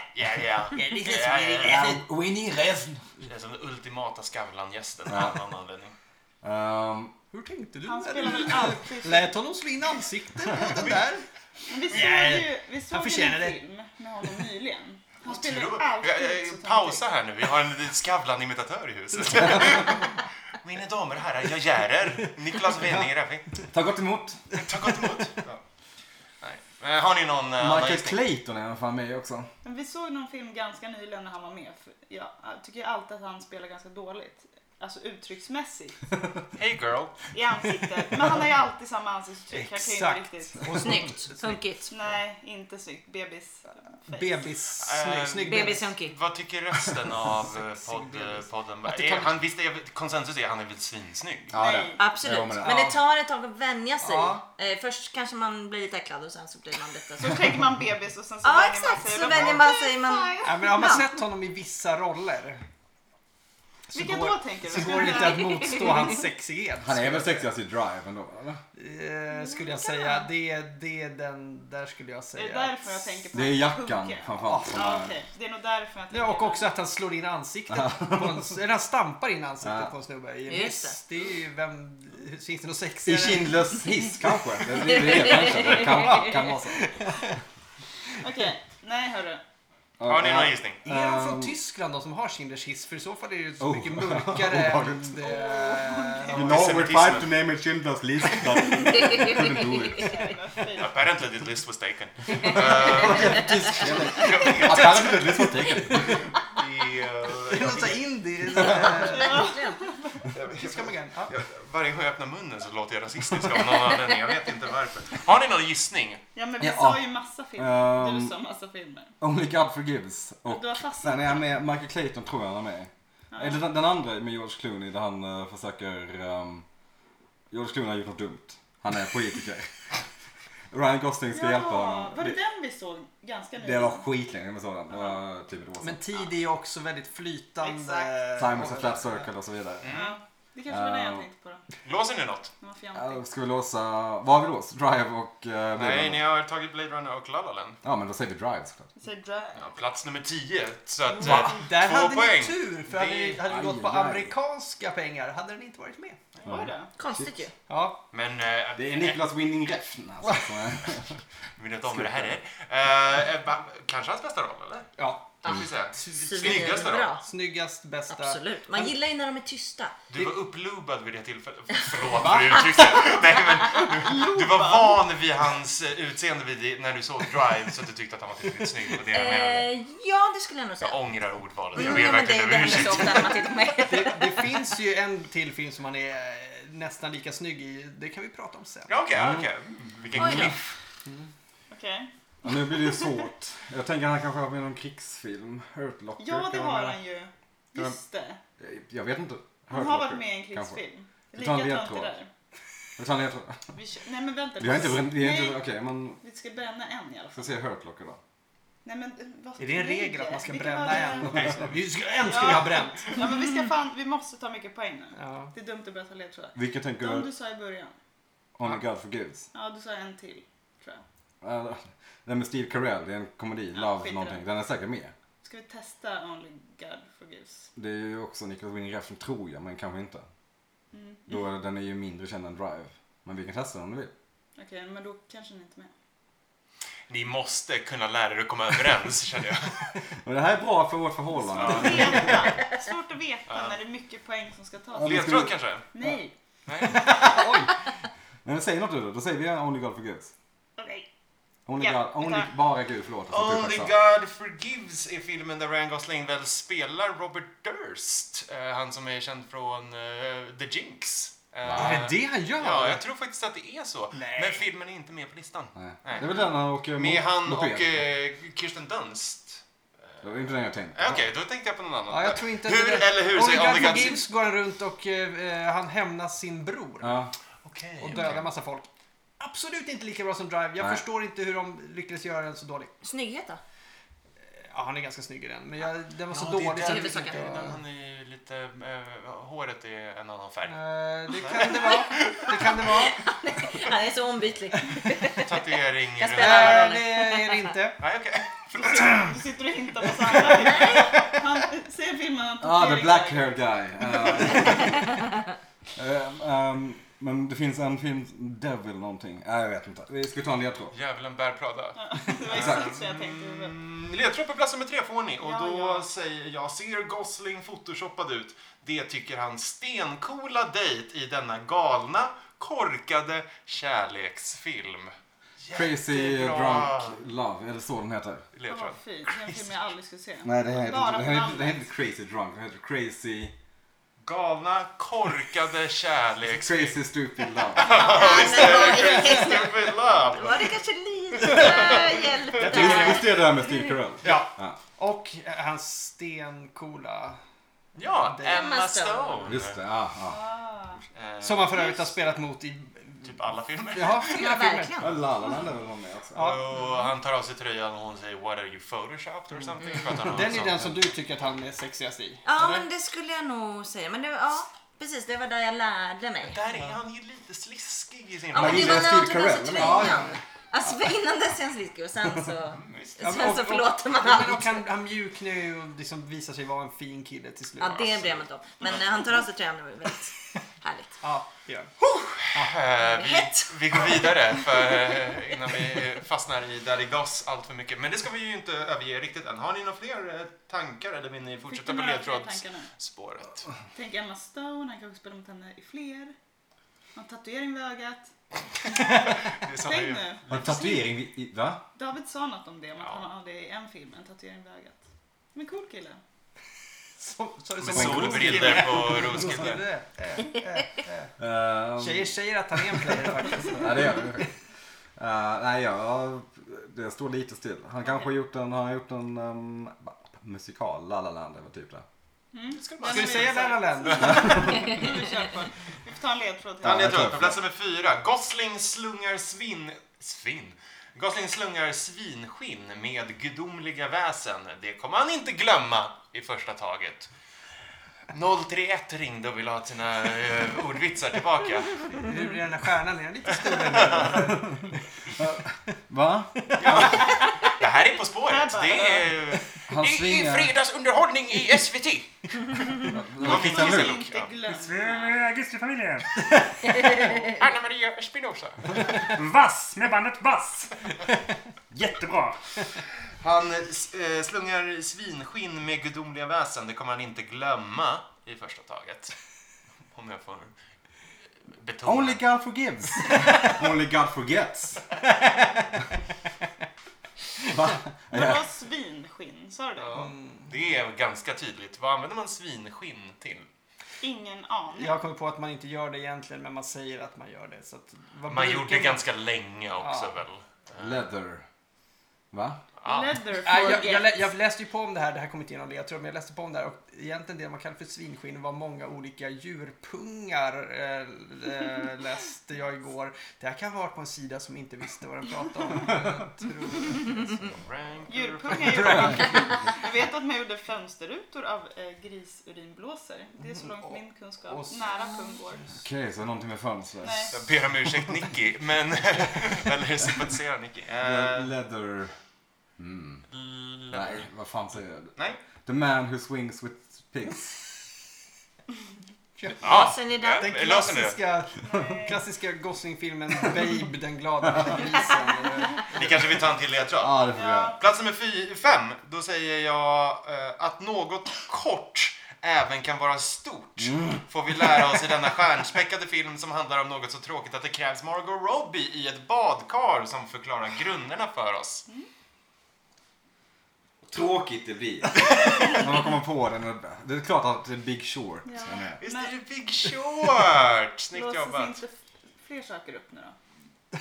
Winning Refn. Det är som den ultimata Skavlan-gästen Ja. av någon anledning. Hur tänkte du? Han när spelar du väl alltid... lät honom slå in ansiktet på den där? Men vi såg Nej, ju han en förtjänar det. film med honom nyligen. Han spelar Tror- alltid jag- så Pausa här nu, vi har en Skavlan-imitatör i huset. Mina damer och herrar, jag Järer. Niklas Wenning i Räffing. Ta gott emot. Ta gott emot. Ja. Nej. Har ni någon annan Michael gissning? Clayton är fan med också. Men vi såg någon film ganska nyligen när han var med. För jag tycker alltid att han spelar ganska dåligt. Alltså uttrycksmässigt Hey girl. i ansiktet. Men han har ju alltid samma ansiktsuttryck. Jag kan ju inte Exakt. riktigt... Och Snyggt. Funkigt. Nej, inte snyggt. Bebis. Bebis. Eh, Snygg Bebis bebis. Hunky. Vad tycker resten av bebis. podden? Att det tar- Han visst är konsensus är han är väl svinsnygg. Ja, det. Nej. Absolut. Jo, men- Men det tar ett tag att vänja sig. Ja. Först kanske man blir lite äcklad och sen så blir man lite så. Så tänker man bebis och sen så Ja, vänjer man exakt. sig. Så Och vänjer bara, man "Okej, sig, man- fine." Ja, men har man Ja. sett honom i vissa roller så Vilka går, då tänker du? så går det inte att motstå hans sexighet. Han är väl sexigast i Drive ändå, eller? Skulle jag säga. Det är den där skulle jag Är det säga. därför jag tänker på Det är jackan hunken? framförallt. som Ja, är- okej. Det är nog därför jag tänker Ja, och också att han slår in ansiktet på en, eller han stampar in ansiktet Ja. på en snubbe i en Just hiss. Det är ju vem, finns det något I sexigare? Schindlers hiss kanske. Det kanske. Det kan vara så. Okej, nej hörru. Har ni någon gissning? Är de från Tyskland de som har Schindler's hiss? För i så fall är det ju så mycket mörkare än... You know, we tried to name it Schindler's List, but couldn't do it. Apparently the list was taken. Apparently the list was taken. Det är något så indie. Varje gång jag öppnar munnen så låter jag rasistisk av någon anledning. Jag vet inte varför. Har ni någon gissning? Ja, men vi sa ju massa filmer. Du sa massa filmer. Only God Forgives. Och Du har fastnat. sen är jag med, Michael Clayton tror jag han är med. Eller den andra med George Clooney där han försöker... George Clooney har gjort något dumt. Han är politiker. Ryan Gosling ska hjälpa honom. Var det den vi såg ganska nyligen? Det var skitlänge med sådan. Det var typ ett år sedan. Men tid är ju också väldigt flytande. Exakt. Simons of Flat Circle och så vidare. Ja, det kanske var det jag tänkte på då. Låser ni något? Den var fjantig. Ska vi låsa... Vad har vi låst? Drive och... Blade Nej, Runner? ni har tagit Blade Runner och La La Land. Ja, men då säger vi Drive såklart. Så Drive. Ja, plats nummer 10. Så att, Där 2 hade poäng. ni tur, för hade vi gått på Aj, aj. amerikanska pengar hade den inte varit med. Oj då. Konstigt ju. Ja. Men Det är Niklas Winning Refn alltså. vill ni inte om vad det här är? Kanske hans bästa roll, eller? Ja. Kan vi säga. Snyggaste roll. Svinbra. Snyggast, bästa. Absolut. Man gillar ju när de är tysta. Du var upplubad vid det tillfället. Förlåt för uttrycket. Nej, men du var van vid hans utseende när du såg Drive så att du tyckte att han var tillräckligt snygg. Och det jag menade. Ja, det skulle jag nog säga. Jag ångrar ordvalet. Jag Ja, ber men verkligen det om händer så ursäkt. ofta när man tittar på mig. Det finns ju en till film som han är nästan lika snygg i. Det kan vi prata om sen. Ja, okej. Vilken Oj då. cliff. Okej. Ja, nu blir det svårt. Jag tänker att han kanske har med någon krigsfilm. Hurt Locker. Ja, det kan har vara med. han ju. Just det. Jag vet inte. Han Hurt har Locker, varit med i en kanske. krigsfilm. Vi tar en Lika ledtråd. töntig där. Vi tar en ledtråd. Nej men vänta. Vi har inte... Nej, Okej, men... vi ska bränna en i alla Ska fall. se Hurt Locker då. Nej men vad Är det en regel att man ska Det kan bränna vara- en? En ska vi ha bränt. Ja men vi måste ta mycket poäng nu. Ja. Det är dumt att börja ta ledtrådar. Vilken tänker De du? du sa i början. Only God Forgives. Ja, du sa en till, tror jag. Den med Steve Carell, det är en komedi. Ja, Love skit i någonting. det. Den är säkert med. Ska vi testa Only God Forgives? Det är ju också Niklas Winning Refn tror jag, men kanske inte. Då den är ju mindre känd än Drive. Men vi kan testa den om du vill. Okej, men då kanske ni inte är med. Ni måste kunna lära er att komma överens, känner jag. Men det här är bra för vårt förhållande. Svårt att veta när det är mycket poäng som ska tas. Ledtråd kanske? Nej. Oj! Men säg något du då. Då säger vi Only God Forgives. Okej. Only Ja, God, only, vi tar- bara Gud förlåter. som Only Tupac sa. God Forgives är filmen där Ryan Gosling väl spelar Robert Durst. Han som är känd från The Jinx. Är det det han gör? Ja, jag tror faktiskt att det är så. Nej. Men filmen är inte med på listan. Nej. Nej. Det är väl den han åker Med han moped. och Kirsten Dunst. Det var inte den jag tänkte. Okej, då tänkte jag på någon annan. Ja, jag tror inte att hur, det eller hur Only säger God Only God Forgives går han runt och han hämnas sin bror. Ja. Okej, Och dödar massa folk. Absolut inte lika bra som Drive. Jag Nej. förstår inte hur de lyckades göra den så dålig. Snygghet då? Ja, han är ganska snygg i den. Men den var så Ja, dålig. det är så den, jag huvudsaken. tyckte inte- han är ju lite... håret är en annan färg. Det kan det vara. Det kan det vara. Han är så ombytlig. Tatuering Jag runt- spelar- Det är det inte. Nej, okej. Du sitter och hintar på Sandra. Han ser filmen The black haired guy. Men det finns en film, Devil någonting. Nej, jag vet inte. Vi ska ta en ledtråd. Djävulen bär Prada. Det var exakt så jag tänkte. Ledtråd på plats nummer 3 får ni. Och Ja, då ja. säger jag, ser Gosling photoshoppad ut? Det tycker han stencoola dejt i denna galna, korkade kärleksfilm. Crazy Jättebra Drunk Love, eller så den heter. ledtråd. Vad fint. Det är en film jag aldrig skulle se. Nej, det heter Bara det för heter namnet. Crazy Drunk. Det heter Crazy... Galna, korkade kärleksfilm. Crazy Stupid Love. Visst är det Crazy Stupid Love? Var det kanske lite hjälp? Visst är det här med Steve Carell? Ja. Och hans stencoola. Ja, Emma Emma Stone. Stone. Just det, ja. Som han för övrigt har spelat mot i... Typ alla filmer. Ja, flera Ja, filmer. verkligen. Ja, La La Land är väl någon med också. Och han tar av sig tröjan och hon säger What are you photoshopped or something? För att han har Den en är sån- den som du tycker att han är sexigast i. Ja, eller? men det skulle jag nog säga. Men det, ja, precis. Det var där jag lärde mig. Där är han ju lite sliskig i sin Ja, men det gillar var när han Steve tog av sig Carell, eller? tröjan. Alltså, för innan dess är han sliskig och sen så... Ja, Sen så förlåter man Ja, men allt. han mjuknar ju och liksom visar sig vara en fin kille till slut. Ja, det bryr jag mig inte om. Men han tar av sig tröjan nu väldigt Härligt. Ja, det gör Vi går vidare innan vi fastnar i Daddy Goss allt för mycket. Men det ska vi ju inte överge riktigt än. Har ni några fler tankar eller vill ni fortsätta på ledtrådsspåret? Tänk Emma Stone, han kanske spelar mot henne i fler. Någon tatuering vid ögat. Tänk nu. Har du tatuering i, va? David sa något om det, om att han hade i en film en tatuering vid ögat. Men cool kille. Med solbriller på Roskilde. Tjejer säger att han är en player faktiskt. Ja, det gör det. Nej, det står lite still. Han kanske har gjort en musikal, La La Land eller typ det. Ska vi säga La La Land? Vi får ta en ledtråd till. På plats nummer 4. Gosling slungar svinskinn med gudomliga väsen. Det kommer han inte glömma i första taget. 031 ringde och ville ha sina ordvitsar tillbaka. Hur är den här stjärnan? Är den lite större nu? Va? Ja, det här är På spåret. Det är fredagsunderhållning i SVT. Inte glöm. Augusti-familjen. Anna Maria Espinosa. Vass med bandet Vass. Jättebra. Han slungar svinskinn med gudomliga väsen. Det kommer han inte glömma i första taget. Om jag får betona. Only God forgives. Only God forgets. Va? Vadå svinskinn? Sa du det? Ja, det är ganska tydligt. Vad använder man svinskinn till? Ingen aning. Jag har kommit på att man inte gör det egentligen, men man säger att man gör det. Så att, Man gjorde ganska länge också väl. Leather. Va? Leather jag läste ju på om det här kommer inte igenom det, jag tror, men jag läste på om det här, och egentligen det man kallar för svinskinn var många olika djurpungar, läste jag igår. Det här kan ha varit på en sida som inte visste vad den pratade om. Djurpungar. Jag vet att man gjorde fönsterrutor av grisurinblåsor. Det är så långt min kunskap. Nära pung går. Okej, så någonting med fönster. Nej. Jag ber om ursäkt Nicky, men eller sympatiserar Nicky. Leather. Nej, vad fan säger jag? Nej. The man who swings with pigs. Sen är det Den klassiska Gosling-filmen Babe, den glada lilla grisen. Ni kanske vill ta en till ledtråd? Ja, det får vi göra. Plats nummer 5, då säger jag att något kort även kan vara stort. Får vi lära oss i denna stjärnspäckade film som handlar om något så tråkigt att det krävs Margot Robbie i ett badkar som förklarar grunderna för oss. Tråkigt det blir. När man kommer på den. Det är klart att det är Big Short. Ja. Visst är det Big Short! Snyggt Låses jobbat. inte fler saker upp nu då?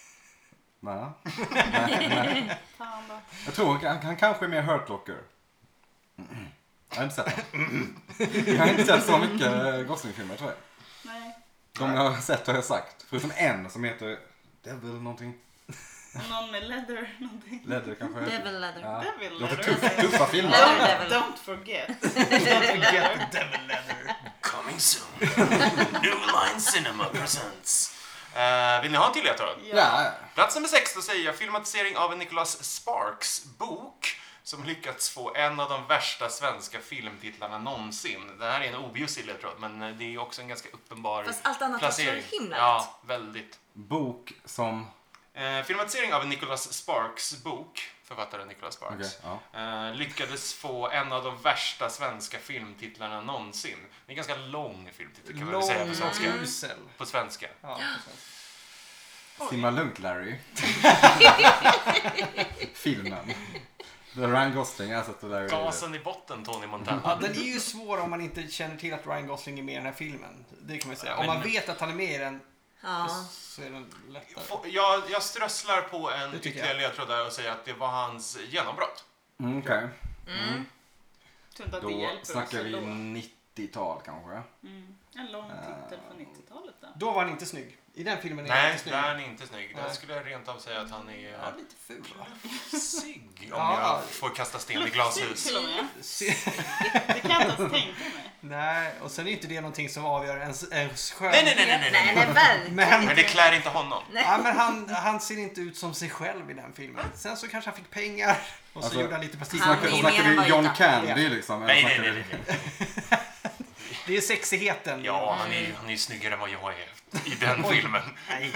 Nej. Fan då. Jag tror han kanske är mer Hurt Locker. Jag har inte sett den. Jag har inte sett så mycket Gosling-filmer, tror jag. Nej. De jag har sett har jag sagt. Förutom en som heter Devil någonting. Någon med leather någonting. Leather kanske. Devil Leather. Ja. Devil Låter leather. tuffa filmer. Don't forget. Devil Leather. Coming soon. New Line Cinema presents. Vill ni ha en till ledtråd? Ja. Plats nummer 6, då säger jag filmatisering av Nicholas Sparks bok som lyckats få en av de värsta svenska filmtitlarna någonsin. Det här är en objussig ledtråd, men det är också en ganska uppenbar Fast allt annat placering. var så himla Ja, väldigt. Bok som... Filmatisering av Nicholas Sparks bok, författaren Nicholas Sparks, lyckades få en av de värsta svenska filmtitlarna någonsin. Det är en ganska lång filmtitel kan man väl säga på svenska. Usel. På svenska. Ja, Simma lugnt, Larry. Filmen. The Ryan Gosling har sett det där. Gasen i botten, Tony Montana. ja, den är ju svår om man inte känner till att Ryan Gosling är med i den här filmen. Det kan man säga. Ja, om man men- vet att han är med i den, Ja. så är den lättare. Jag strösslar på en Det tycker ytterligare ledtråd där och säger att det var hans genombrott. Okej. Tror inte att det Då hjälper oss snackar vi ändå. 90-tal kanske. En lång titel från 90-talet då. Då var han inte snygg. I den filmen är han Nej, inte snygg. där är han inte snygg. Där Nej. skulle jag rent av säga att han är Ja, lite ful va? sig om Ja. jag får kasta sten i glashus. Till och med. Det kan jag inte ens tänka mig. Nej, och sen är inte det någonting som avgör ens skön. Nej, verkligen. Men det klär inte honom. Ja, men han ser inte ut som sig själv i den filmen. Sen så kanske han fick pengar och så Alltså, gjorde han lite plastik. Han är Snackar mer än vi vad John jag Candy liksom? Eller Nej. snackar vi- Det är sexigheten. Ja, han är ju snyggare än vad jag är i den filmen. Nej.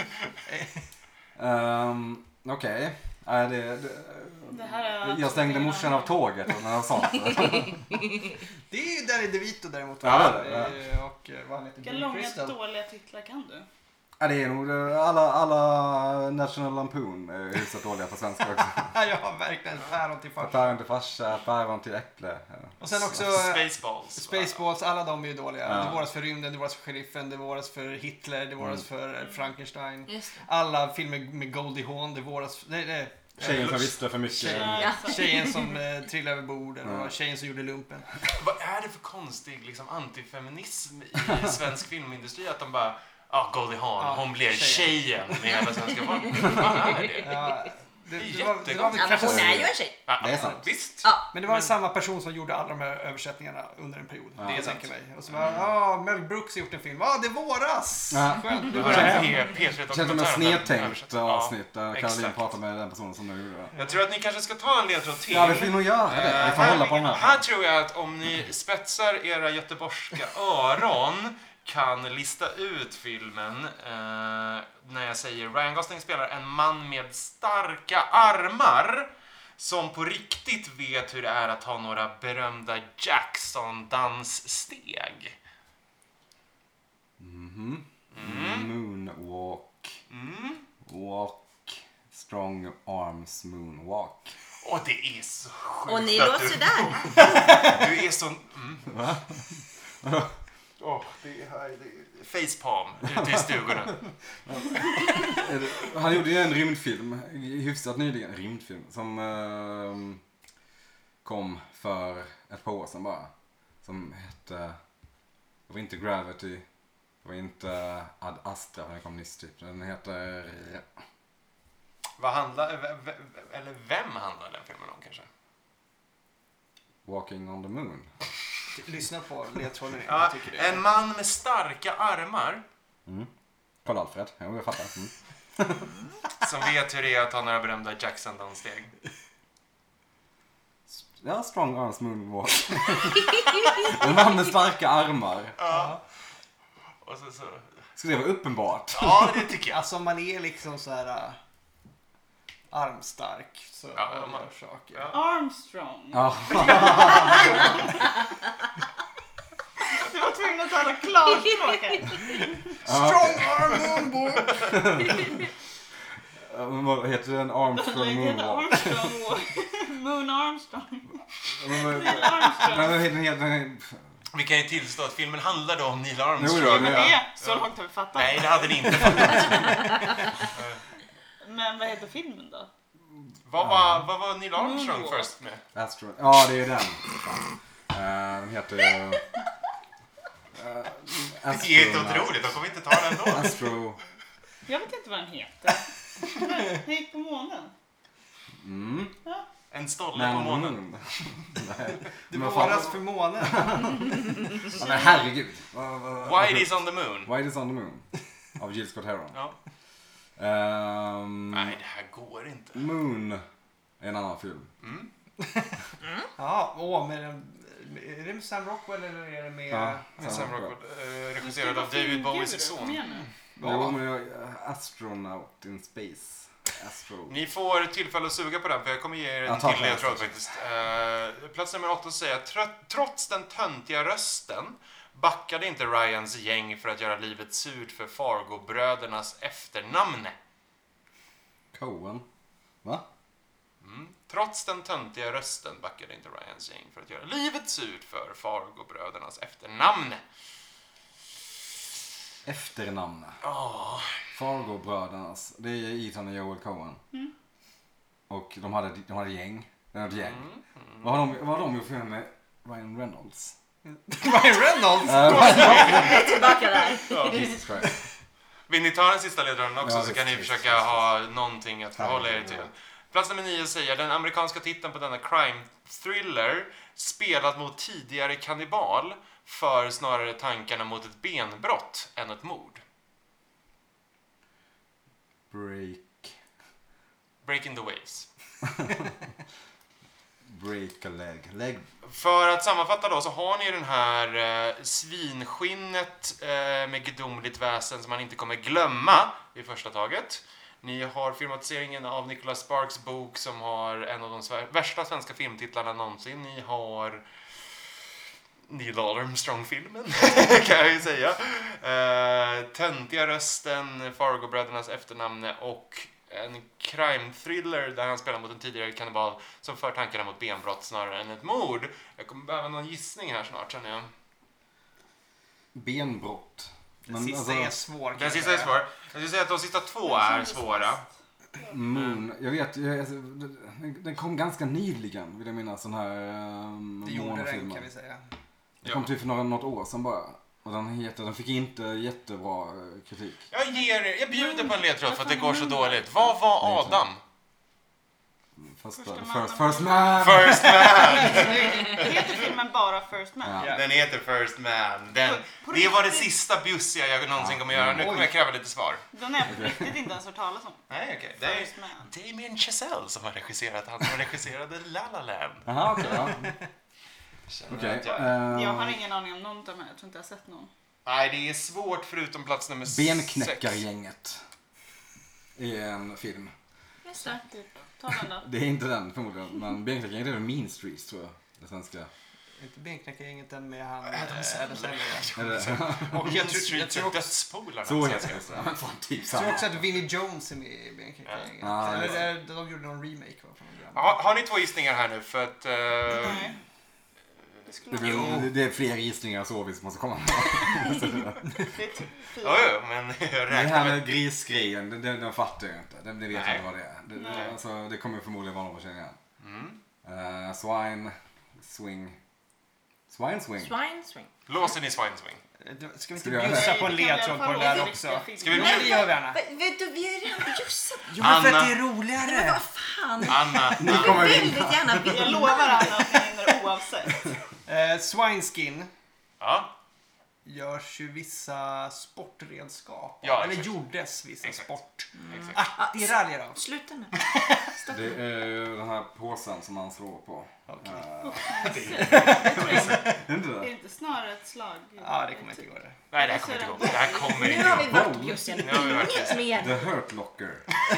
Okej. Det här är Jag stängde morsan av tåget när jag sa det. Det är ju Danny DeVito däremot. Ja, det är det. Och vad han heter? Vilka Billy långa Crystal. dåliga titlar kan du? Ja, det är nog alla National Lampoon är hyfsat dåliga på svenska också. Ja, verkligen. Päron till farsa. Päron till farsa, päron till äpple. Och sen också Spaceballs. alla de är ju dåliga. Ja. Det våras för rymden, det våras för sheriffen, det våras för Hitler, det våras för Frankenstein. Just det. Alla filmer med Goldie Hawn, det våras för... Nej. Tjejen som visste för mycket. Tjejen som trillade över borden och tjejen som gjorde lumpen. Vad är det för konstig liksom, antifeminism i svensk filmindustri? Att de bara, Goldie Hawn, hon blir tjejen med hela svenska folket. Vad är det? Ja, det var väl Ja, men kanske... hon är ju en tjej. Det är sant. Visst. Ja. Men det var samma person som gjorde alla de här översättningarna under en period. Ja, det det är tänker mig. Och så bara, Mel Brooks har gjort en film. Det våras! Ja. Skönt. Det var det här P3 Det känns som ett dokumentären. snedtänkt avsnitt där exakt. Caroline pratar med den personen som nu gjorde det. Jag tror att ni kanske ska ta en ledtråd till. Ja, vi får nog göra det. Vi får hålla på den här. Här tror jag att om ni spetsar era göteborgska öron kan lista ut filmen när jag säger Ryan Gosling spelar en man med starka armar som på riktigt vet hur det är att ha några berömda Jackson-danssteg. Moonwalk. Walk. Strong arms moonwalk. Och det är så sjukt. Och ni att låter där. Du är så... Va? det är facepalm ute i stugorna. Han gjorde ju en rymdfilm, hyfsat nyligen, rymdfilm, som kom för ett par år sedan bara. Som hette, det var inte Gravity, det var inte Ad Astra, den kom nyss typ. Den heter... Vem handlar den filmen om kanske? Walking on the Moon. Lyssna på ledtråden. Ja, en man med starka armar Karl-Alfred, jag fattar. som vet hur det är att ha några berömda Jackson-danssteg. Ja, strong arms moonwalk. En man med starka armar. Ja. Och så... Ska det vara uppenbart? Ja, det tycker jag. Alltså man är liksom så här armstark. Så Ja, gör man- saker. ja. Armstrong. Ja. Du var tvungen att tala klarspråk här. Strong arm moonwalk! Vad heter den? Armstrong moonwalk. Armstrong. Moon Armstrong. Men Armstrong. vad heter Vi kan ju tillstå att filmen handlade om Neil Jo, Armstrong. ja, Men ja. det, så långt har vi fattat. Nej, det hade ni inte fattat. Men vad heter filmen då? Vad var Neil Armstrong Moonwalk. först med? Astro. Ja, det är den. Den heter ju... Det är helt otroligt, de kommer inte ta den då. Astro... Jag vet inte vad den heter. Den gick på månen. En stolle på månen. Moon. Nej. Det Men våras fan- för månen. Ja, men herregud. White is on the moon. White is on the Moon. Av Jill Scott Heron. Ja. Nej, det här går inte. Moon är en annan film. Ja, men är det med Sam Rockwell eller är det med... Ja. Sam Rockwell, regisserad av David Bowies son. Jo, men Astronaut in Space. Astro. Ni får tillfälle att suga på den, för jag kommer ge er en ta till den. ledtråd faktiskt. Plats nummer 8 säger trots den töntiga rösten backade inte Ryans gäng för att göra livet surt för Fargo-brödernas efternamn. Coen. Va? Trots den töntiga rösten backade inte Ryans gäng för att göra livet surt för Fargo-brödernas efternamn. Efternamn. Fargo-brödernas. Det är Ethan och Joel Coen. Och de hade gäng. De hade gäng. Vad har de gjort för med Ryan Reynolds? Ryan Reynolds? Jag är tillbaka där. Jesus Christ. Vill ni ta den sista ledtråden också, Ja, så kan ni visst, försöka visst. ha någonting att förhålla er till. Ja. Plats nummer 9 säger den amerikanska titeln på denna crime-thriller spelad mot tidigare kannibal för snarare tankarna mot ett benbrott än ett mord. Break. Breaking the Waves. break a leg. För att sammanfatta då så har ni den här svinskinnet med gudomligt väsen som man inte kommer glömma i första taget. Ni har filmatiseringen av Nicholas Sparks bok som har en av de värsta svenska filmtitlarna någonsin. Ni har Neil Armstrong-filmen kan jag ju säga. Töntiga rösten, Fargo-brödernas efternamn och en crime-thriller där han spelar mot en tidigare kannibal som för tankarna mot benbrott snarare än ett mord. Jag kommer behöva någon gissning här snart, känner jag. Benbrott. Den sista är svår. Den sista är svår. Jag skulle säga att de sista två är svåra. Moon. Jag vet, den kom ganska nyligen, vill jag minnas, sån här Det gjorde den, Moon-filmen. kan vi säga. Den kom typ för något år sedan bara. Och den fick inte jättebra kritik. Jag bjuder på en ledtråd för att det går så dåligt. Vad var Adam? First man. First Man! Heter filmen bara First Man? Ja. Den heter First Man. Det var det sista bjussiga jag någonsin kommer göra. Nu kommer jag kräva lite svar. Den är på riktigt inte ens hört talas om. Nej, okej. Det är First Man. Damien Chazelle som har regisserat. Han som regisserade La La Land. Jaha, okej. Ja. Okej. Jag har ingen aning om någon av dem här. Jag tror inte jag har sett någon. Nej, det är svårt förutom plats nummer 6. Benknäckargänget är en film. Just det. Ta den då. Det är inte den förmodligen, men Benknäckargänget är väl Mean Streets tror jag. Det svenska. Inte benknäckargänget den med han. Eller, Och jag tror också, Dödspolarna. så heter det. Ja, men fan, typ jag tror samma. också att Vinnie Jones är med i benknäckargänget. Ja. Eller de gjorde någon remake. Har ni två gissningar här nu? För att... Nej. Det är fler gissningar så vi måste komma med. Det är typ 4. Jo, men jag Det räknar här med... med grisgrejen, den fattar jag inte. Det vet jag Nej. inte vad det är. Nej. Alltså, det kommer förmodligen vara någon som känner igen. Mm. Swine Swing. Swine swing. Låser ni Swine Swing? Ska vi Ska inte vi göra bjussa det? på en Nej, det kan ledtråd vi på i den alla fall där vara också? riktiga Ska vi filmer. Nej, det gör vi gärna. Vet du, vi har ju redan bjussat. Jo, men för att Anna. det är Men roligare. vad fan. Anna. Jag kommer vill vinna. väldigt gärna Jag vinna. lovar Anna att ni vinner oavsett. Swineskin Ja. görs ju vissa sportredskap. Ja, Eller exakt. gjordes vissa Exakt. sportartiklar Exakt. då. Sluta nu. Det är ju den här påsen som man slår på. Okej. Är inte Är det det? inte snarare ett slag? Ja, det kommer inte gå det. Nej, det här kommer inte gå. Det här kommer Nu inte har gå. vi varit bjussiga. Nu har vi varit Inget mer. The Hurt Locker.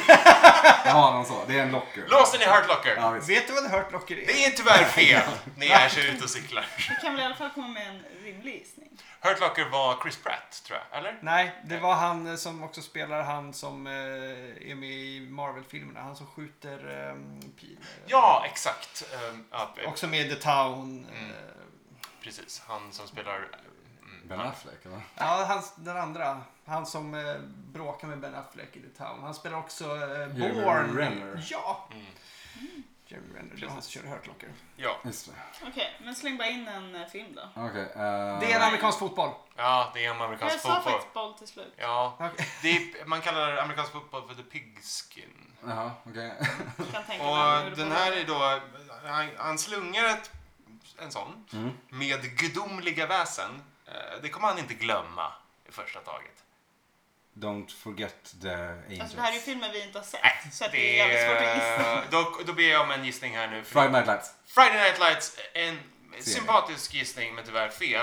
Ja, han sa. Det är en locker. Låser ni Hurt Locker? Ja, visst. Vet du vad The Hurt Locker är? Det är tyvärr fel. Ni är så ute och cyklar. Vi kan väl i alla fall komma med en rimlig gissning. Hurt Locker var Chris Pratt, tror jag. Eller? Nej, det var han som också spelar han som är med i Marvel-filmerna. Han som skjuter pil. Ja, exakt. Också med i The Town. Precis. Han som spelar... Ben Affleck, eller? Ja, den andra. Han som bråkar med Ben Affleck i The Town. Han spelar också Jeremy Bourne. Renner. Ja! Mm. Jeremy Renner, det var han som körde Hurt Locker. Ja. Just det. Okej, men släng bara in en film då. Okej. Det är en amerikansk fotboll. Ja, det är en Jag amerikansk sa fotboll. faktiskt boll till slut. Ja, Okej. det är, man kallar amerikansk fotboll för the pigskin. Jaha, okej. Jag kan tänka mig hur Och det den borde här vara. är då, han slungar en sån Mm. med gudomliga väsen. Det kommer han inte glömma i första taget. Don't forget the angels. Alltså det här är ju filmer vi inte har sett. Nej, Så att det är jävligt svårt att gissa. Då ber jag om en gissning här nu. Friday Night Lights. Friday Night Lights, en Serie. sympatisk gissning men tyvärr fel.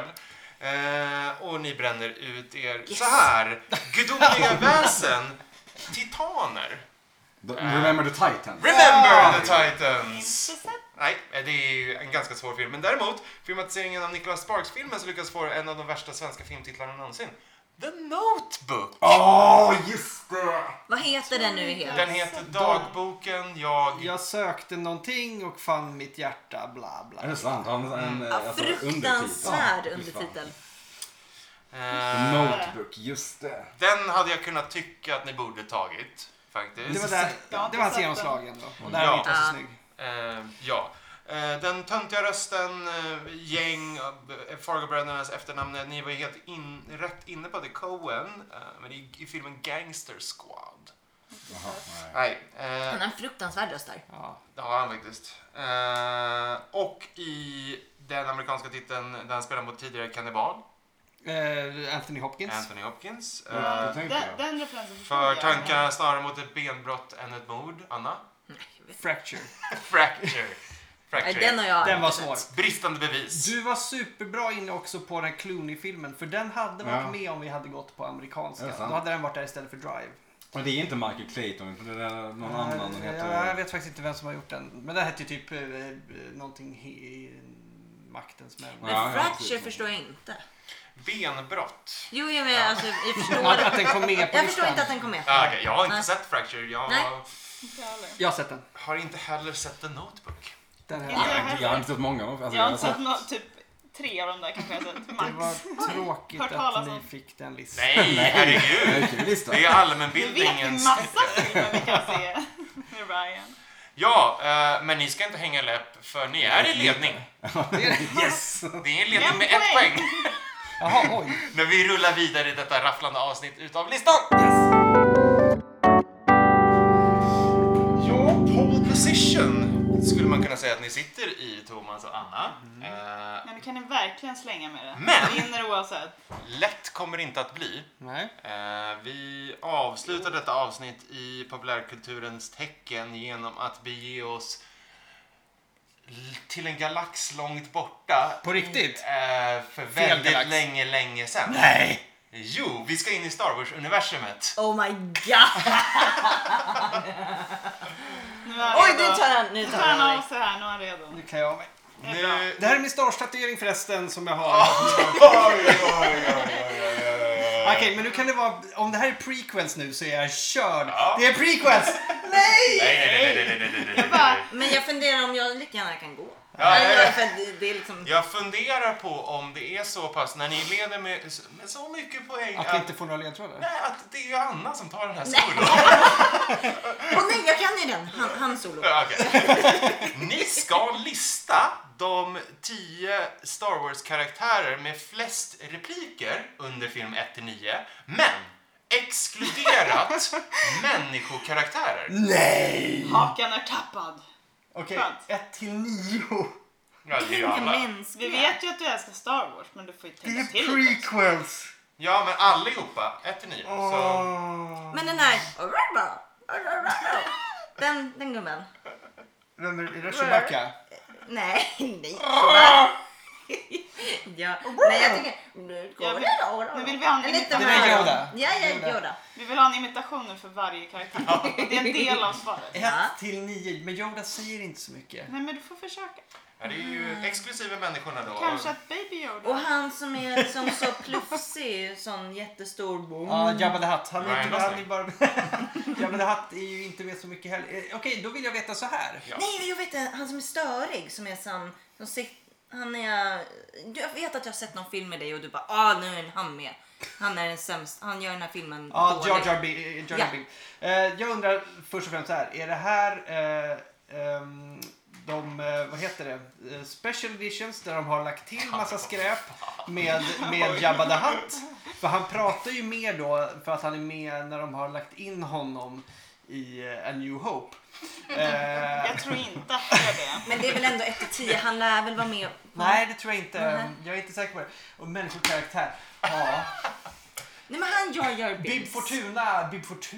Och ni bränner ut er Yes. så här. Gudomliga väsen, titaner. Remember the Titans. Remember the Titans! Inte sett. Nej, det är ju en ganska svår film. Men däremot, filmatiseringen av Nicholas Sparks-filmen så lyckas få en av de värsta svenska filmtitlarna någonsin. The Notebook! Just det! Vad heter den nu helt? Den heter Dagboken, Jag sökte någonting och fann mitt hjärta, bla bla. Är det sant? Han Ja, fruktansvärd undertitel. Eh, Notebook, just det. Den hade jag kunnat tycka att ni borde tagit, Det faktiskt. var, där, Ja, det var hans det genomslag ändå. Och där Ja. var inte så snygg. Ja. Den töntiga rösten, gäng, Fargo-brödernas efternamn, ni var ju helt rätt inne på det, Coen, men i filmen Gangster Squad. Jaha, nej. Nej, Han har en fruktansvärd röst där. Ja. det har han faktiskt. Och i den amerikanska titeln där han spelar mot tidigare kannibal, Anthony Hopkins. Anthony Hopkins. Det tänkte jag. Den referensen förstår För jag. tankarna snarare mot ett benbrott än ett mord. Anna? Fracture. Fracture. Fracture. Den var svår. Bristande bevis. Du var superbra inne också på den Clooney-filmen. För den hade varit med om vi hade gått på amerikanska. Då hade den varit där istället för Drive. Och det är inte Michael Clayton, det är någon annan. Den Jag vet faktiskt inte vem som har gjort den. Men det hette ju typ någonting Maktens män. Men Fracture förstår jag inte. Benbrott. Jo, jag vet, alltså, jag förstår. Att den kom med på Jag listan. förstår inte att den kom med. Okay, jag har inte sett Fracture. Nej. Jag har sett den. Har inte heller sett The Notebook. Jag har inte sett många av dem. Jag har inte sett typ 3 av dem där kanske jag har sett. Max. Det var tråkigt att ni fick den listan. Nej, herregud. Det är Du vet ju allmänbildningens... massa filmer vi kan se med Ryan. Ja, men ni ska inte hänga läpp för ni är i ledning. Yes! Det är en ledning med 1 poäng. Jaha, oj. När vi rullar vidare i detta rafflande avsnitt utav listan. Ja, pole position skulle man kunna säga att ni sitter i, Thomas och Anna. Men nu kan ni verkligen slänga med det. Men- Vinner oavsett. Lätt kommer det inte att bli. Nej. Vi avslutar detta avsnitt i populärkulturens tecken genom att bege oss till en galax långt borta. På riktigt? För väldigt galax. länge sedan. Nej! Jo, vi ska in i Star Wars-universumet. Oh my god! Nu är Oj, redo. nu tar tar han han av sig här, nu är han redo. Nu kan jag av mig. Det är bra. Nu... Det här är min startstatuering förresten som jag har. Okej, men nu kan det vara... Om det här är prequels nu så är jag körd. Ja. Det är prequels! Nej! Jag bara, Men jag funderar om jag lika gärna kan gå. Ja, För det är liksom... Jag funderar på om det är så pass, när ni leder med så mycket poäng Att vi inte får några ledtrådar. nej, att det är Anna som tar den här solon. Åh nej, jag kan ju den. Han solo. Ja, okej. Ni ska lista de 10 Star Wars-karaktärer med flest repliker under film 1-9, men exkluderat människokaraktärer. Nej! hakan är tappad. Okej, Skönt. 1-9. Ja, det är ju alla. Vi vet ju att du älskar Star Wars, men du får ju Det tänka är till lite. prequels. Ja, men allihopa. 1-9. Så... Men den här... Den gummen. Vem är det? Chewbacca? Nej. Ja, nej jag tycker... Nu vill vi ha en lite imitation. Det är Yoda. Ja, Yoda. Vi vill ha en imitation nu för varje karaktär. Det är en del av svaret. 1-9. Men Yoda säger inte så mycket. Nej, men du får försöka. Ja, det är ju exklusive människorna då. Kanske att Baby Yoda. Och han som är som så plufsig, sån jättestor boom. Ja, Jabba the Hutt. Han är Ryan inte han är Gosling. bara... Jabba the Hutt är ju inte med så mycket heller. Okej, då vill jag veta så här. Ja. Nej, jag vet inte. Han som är störig, som är som han är... Jag vet att jag har sett någon film med dig och du bara, nu är han med. Han är den sämsta. Han gör den här filmen Ja, dålig. Jar Jar Binks. Jag undrar först och främst så här. Är det här vad heter det? Special editions där de har lagt till massa skräp med Jabba the Hutt. För han pratar ju mer då för att han är med när de har lagt in honom i A New Hope. Jag tror inte att det är det. Men det är väl ändå 1-10. Han lär väl vara med. Nej, det tror jag inte. Nej. Jag är inte säker på det. Och människokaraktär. Ja. Nej, men han gör Bib Binks. Fortuna.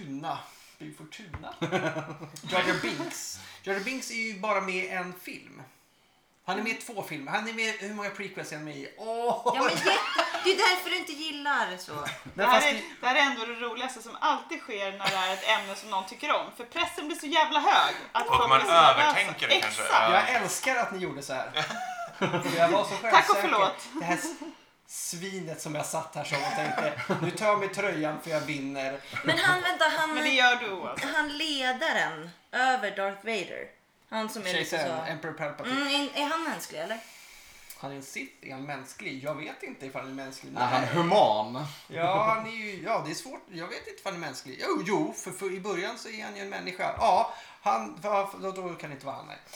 Jar Jar Binks. Jar Jar Binks är ju bara med i en film. Han är med i 2 filmer. Han är med hur många prequels är han med i? Ja, men det är därför du inte gillar så. Det här är ändå det roligaste som alltid sker när det är ett ämne som någon tycker om. För pressen blir så jävla hög. Att Och folk man blir så nervösa. övertänker det kanske. Exakt. Jag älskar att ni gjorde så här. För jag var så självsäker. Tack och förlåt. Det här svinet som jag satt här som och tänkte, nu tar jag mig tröjan för jag vinner. Men Men det gör du alltså. han ledaren över Darth Vader. Han som är lite Kejsaren, så... Emperor Palpatine. Är han mänsklig eller? Han är en Sith, är han mänsklig? Jag vet inte ifall han är mänsklig. Är han human? Ja, han är ju, ja, det är svårt. Jag vet inte ifall han är mänsklig. Jo, för i början så är han ju en människa. Ja, då kan det inte vara han, nej.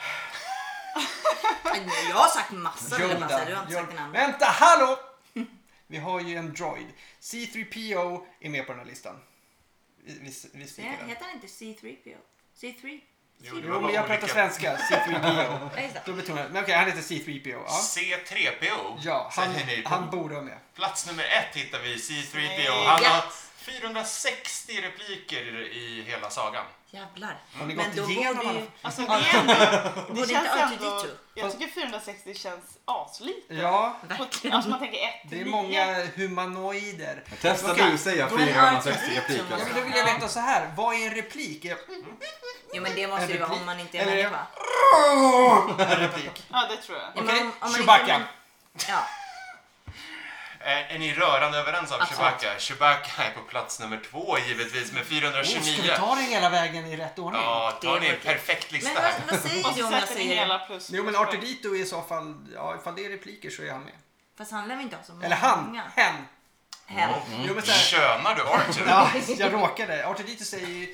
Jag har sagt massa. Du har inte sagt en annan. Vänta, hallå! Vi har ju en droid. C3PO är med på den här listan. Vi sticker den. Heter han inte C3PO? C3? Jo, det Jo, var men jag bara pratar olika. svenska. C3PO. Ja, just det. Då betonar jag. Men okej, han heter C3PO. Ja, C3PO. ja säger ni. han borde vara med. Plats nummer 1 hittar vi C3PO. Nej. Han har Ja. 460 repliker i hela sagan. Jävlar. Har ni Men gått då igenom borde alla? ju... Alltså det är ändå, det Borde känns inte ändå, R2D2? jag tycker 460 känns aslite. Ja, Verkligen. Alltså man tänker 1 till det är 9. många humanoider. Testa Okej, du säga men 460 R2D2 repliker. Ja, men då vill jag veta så här. Vad är en replik? Jo, men det måste ju vara om man inte är Eller- människa. En replik. Ja, det tror jag. Ja, men Okej, om man inte Chewbacca. är Ja. Är ni rörande överens om Absolut. Chewbacca? Chewbacca är på plats nummer 2 givetvis med Ska 429. vi ta den hela vägen i rätt ordning? Ja, Det tar ni en vore kul. perfekt lista Men här. vad säger Och du så om jag sätter ni säger... hela plus. Jo, men R2D2 är i så fall, ja, ifall det är repliker så är han med. Fast han lär väl inte ha så många. Eller han, hen. Hen. Jo, men så här, Könar du Arthur? ja, jag råkade. R2D2 säger ju...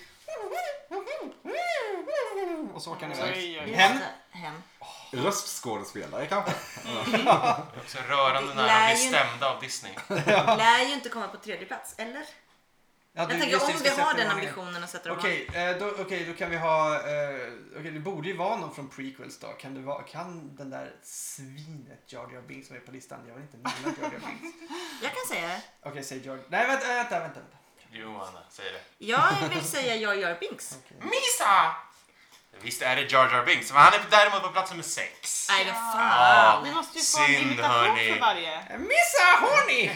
Och så kan det iväg. Oj, oj. Just Hen. det, hen. Röstskådespelare kanske? Så rörande Det nära lär att bli ju- stämda av Disney. Lär ju inte komma på 3:e plats, eller? Ja, Jag tänker just det, om ska vi sätta har den dem med. ambitionen att sätta dem Okej, då kan vi ha... Okej, det borde ju vara någon från prequels då. Kan den där svinet Jar Jar Binks som är på listan? Jag vill inte nämna Jar Jar Binks. Jag kan säga det. Okej, säg Jar... Nej, vänta. Johanna, säg det. Jag vill säga Jar Jar Binks. Misa! Visst är det Jar Jar Binks, men han är däremot på plats nummer 6. Nej, vad fan. Vi måste ju få en Synd, imitation hörni. för varje. Missa horny!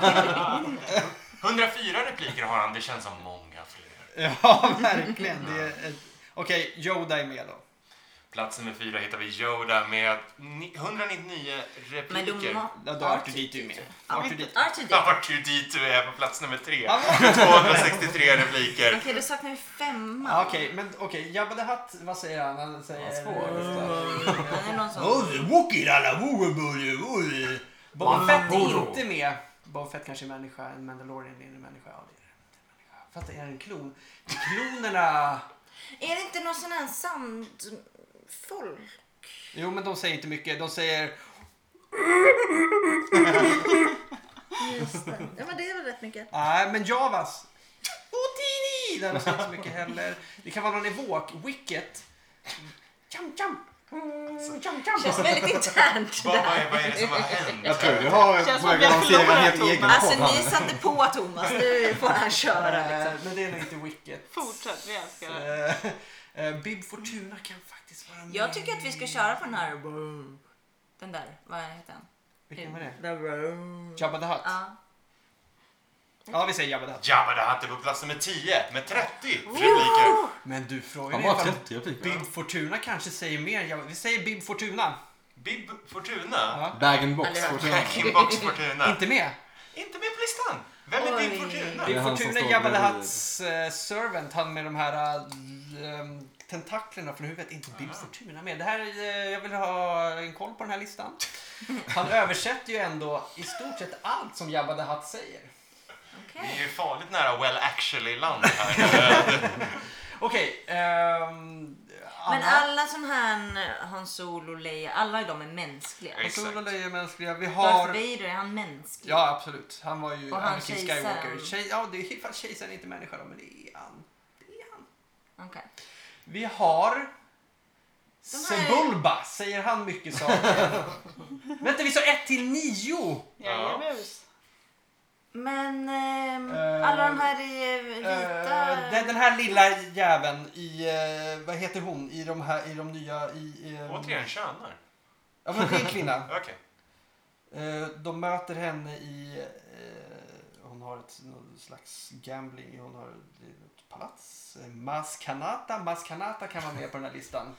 104 repliker har han, det känns som många fler. Ja, verkligen. Det är okej, Yoda är med då. Plats nummer 4 hittar vi Yoda med 199 Men repliker. Ja, då är R2D2 med. Ja. R2D2. R2D2. R2D2 är på plats nummer 3 Ja, med 263 repliker. Okej, då saknar vi 5. Ja, okej, Jabba the Hutt, vad säger han? Han säger... Det är någon som... Boba Fett är inte med. Boba Fett kanske är människa, en Mandalorian är en människa. Ja, det är inte en människa. Fast det är en klon. Klonerna... Är det inte någon sån här sandfolk? Jo, men de säger inte mycket. De säger... Just det. Ja, men det är väl rätt mycket. Nej, men Javas. Otini! Nej, de säger inte så mycket heller. Det kan vara någon evok. Wicket. Jump. Känns väldigt internt. Vad är det som har hänt? Jag tror du har Känns som att börjat vi har lansera en förlorat helt Thomas. egen Alltså, podd ni här. satte på Thomas. Nu får han köra liksom. Men det är nog inte Wicket. Fortsätt, vi älskar det. Bib Fortuna kan faktiskt vara med. Jag tycker att vi ska köra på den här... Den där, vad heter den? Vilken var det? Den Jabba the Hutt. Ja. Ja, vi säger Jabba the Hutt. Jabba the Hutt är på plats nummer 10 med 30 repliker. Men du frågar Han mig var ifall 30 repliker. Bib Fortuna kanske säger mer. Vi säger Bib Fortuna. Bib Fortuna. Ja. Bag-in-box Aldrig hört. Fortuna. Back-in-box Fortuna. Inte med. Inte med på listan. Vem är Oj. Bib Fortuna? Det är Bib han som Fortuna är står Jabba the bredvid. Hutts servant. Han med de här tentaklerna från huvudet. Inte Bib Fortuna med. Det här, jag vill ha en koll på den här listan. Han översätter ju ändå i stort sett allt som Jabba the Hutt säger. Vi Okej. är ju farligt nära well actually-land här. Okej. Men Anna. alla sån här Han Solo, Leia, alla de är mänskliga. Exakt. Solo Leia är mänskliga. Vi Darth har... Vader, är han mänsklig? Ja, absolut. Han var ju Och han Anakin kejsaren. Skywalker. Ja, det är ifall kejsaren inte är människa då, men det är han. Okej. Vi har... De här- Sebulba, säger han mycket saker. Vänta, vi sa 1 till 9. Jajebus. Men alla de här i vita... Den här lilla jäveln i... vad heter hon? I de nya... Återigen könar. Ja, men det är en kvinna. Okej. De möter henne i... hon har någon slags gambling. Hon har ett palats. Maskanata kan vara med på den här listan.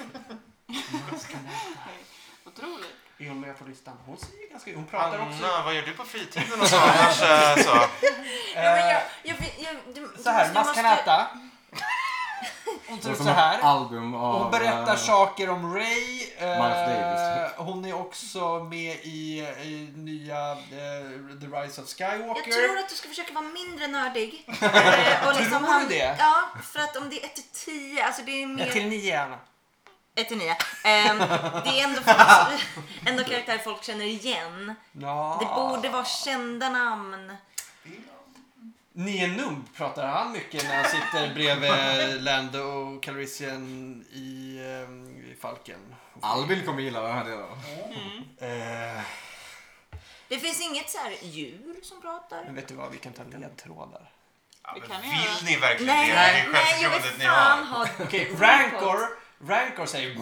Maskanata. Otroligt. Är hon med på listan? Hon säger ganska... Hon pratar också... Anna, vad gör du på fritiden och så annars? Så. Ja, men du så här, måste- Maskanata. Hon ser Och ut som så ett här. album av... Hon berättar saker om Ray. Miles Davis. Hon är också med i nya The Rise of Skywalker. Jag tror att du ska försöka vara mindre nördig. Och Tror du det? Ja, för att om det är 1-10, alltså det är mer... 1 till 9 Anna. 1-9. Det är ändå karaktärer folk känner igen. Ja. Det borde vara kända namn. Nienumb pratar han mycket när han sitter bredvid Lando och Calrissian i Falken. Albin kommer gilla den här delen. Det finns inget så här djur som pratar. Men vet du vad, vi kan ta ledtrådar. Ja, Det men kan ni vill göra. ni verkligen Nej, det? Det är nej, jag självförtroendet vill ni fan har. ha... Okej, Rancor säger...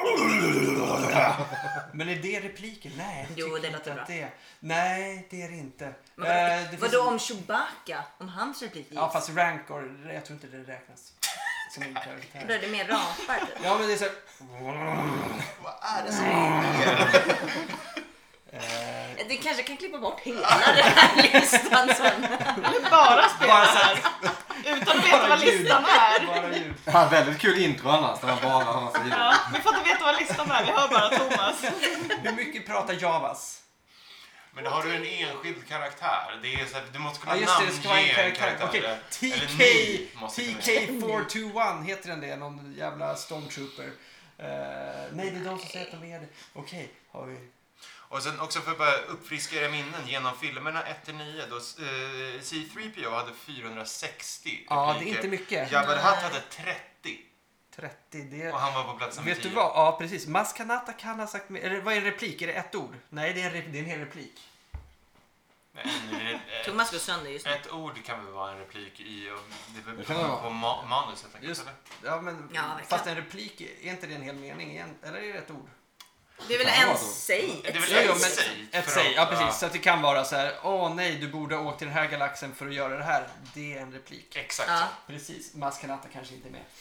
Men är det repliken? Nej, jag Jo, tycker det låter inte att bra. det är. Nej, det är det inte. Men Det vadå finns- om Chewbacca? Om hans replik gick? Ja, fast Rancor, jag tror inte det räknas som en Då karaktär. är det mer rapar typ. Ja, men det är så här... Vad är det som händer? Vi kanske kan klippa bort hela den här listan sen. Eller bara spela Bara så här. Utan att veta vad ljud. listan är. Bara ljud. Ja, väldigt kul intro annars, när man bara har massa ljud. Ja, vi får inte veta vad listan är, vi hör bara Thomas. Hur mycket pratar Javas? Men har du en enskild karaktär? Det är så här, du måste kunna Ja, just det, det ska vara en karaktär. Okej, Eller ni måste kunna- TK421, heter den det? Någon jävla stormtrooper. Nej, det är de som säger att de är det. Okej, har vi... Och sen också för att bara uppfriska era minnen genom filmerna 1-9 då C-3PO hade 460 Ja, det är repliker. inte mycket. Jabba the Hutt hade 30 30, det... och han var på plats nummer Vet 10. du vad? Ja, precis. Maskanata kan ha sagt... Eller vad är en replik? Är det ett ord? Nej, det är en hel replik. Thomas går sönder just nu. Ett ord kan väl vara en replik i och det Det kan det vara. på manuset. Just- Eller? Ja, men Ja, verkligen. fast en replik, är inte det en hel mening igen? Eller är det ett ord? Det är väl kan vara en så. säg? Det är väl Ett ett säg. men säg, ett för säg. att- Ja, precis. ja. Så att det kan vara så här: åh nej, du borde ha åkt till den här galaxen för att göra det här. Det är en replik. Exakt Ja. så. Precis. Maskanata kanske inte är med.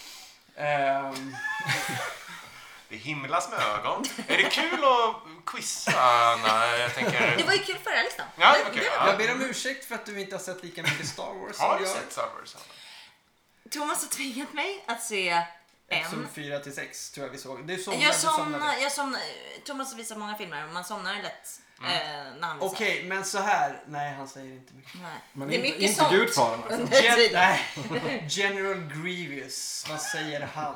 Det himlas med ögon. Är det kul att quizza? Nej, jag tänker... Det var ju kul förra listan. Ja, det var kul. Jag ber om ursäkt för att du inte har sett lika mycket Star Wars Har som du jag. sett Star Wars? Thomas har tvingat mig att se Episod en. 4-6 tror jag vi såg. Du somnade, Jag du somnade. somnar. Thomas visar många filmer och man somnar lätt när han visar. Okej, men så här. Nej, han säger inte mycket. Nej. Men Det är inte, mycket inte sånt. Gudfadern alltså. Under tiden. Nej. General Grievous. Vad säger han?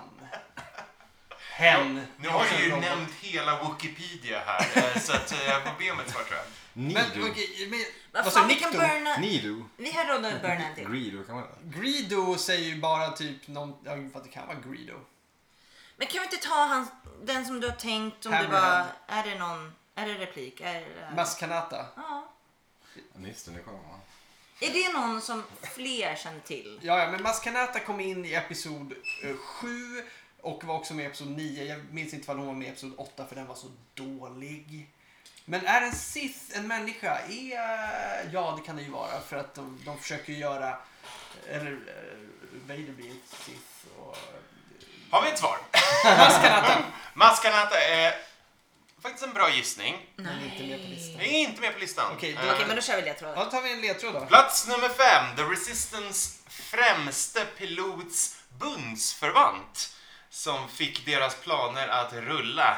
Hen. Nu har du ju nämnt hela Wikipedia här, så att jag får be om ett svar tror jag. Men Nidu. okej, men... Vad Vad sa fan, vi kan Nikto? burna. Nidu. Vi har råd att burna en till. Greedo kan man säga. Greedo säger ju bara typ någon... Ja, för att det kan vara Greedo. Men kan vi inte ta den som du har tänkt om det Hammerhead. var... Är det någon... Är det replik? Är det... Maskanata. Ja. Just det, nu kommer man. Är det någon som fler känner till? Ja, men Maskanata kom in i episod 7 och var också med i episod 9. Jag minns inte vad hon var med i episod 8 för den var så dålig. Men är en Sith en människa? Ja, det kan det ju vara. För att de försöker göra... Eller Vader blir en Sith. Och, Har vi ett svar? Maskanata! Maskanata är faktiskt en bra gissning. Den är inte med på listan. Det är inte med på listan. Okej, Okej, men då kör vi ledtrådar. Ja, då tar vi en ledtråd då. Plats nummer 5. The Resistance främste pilots bundsförvant som fick deras planer att rulla.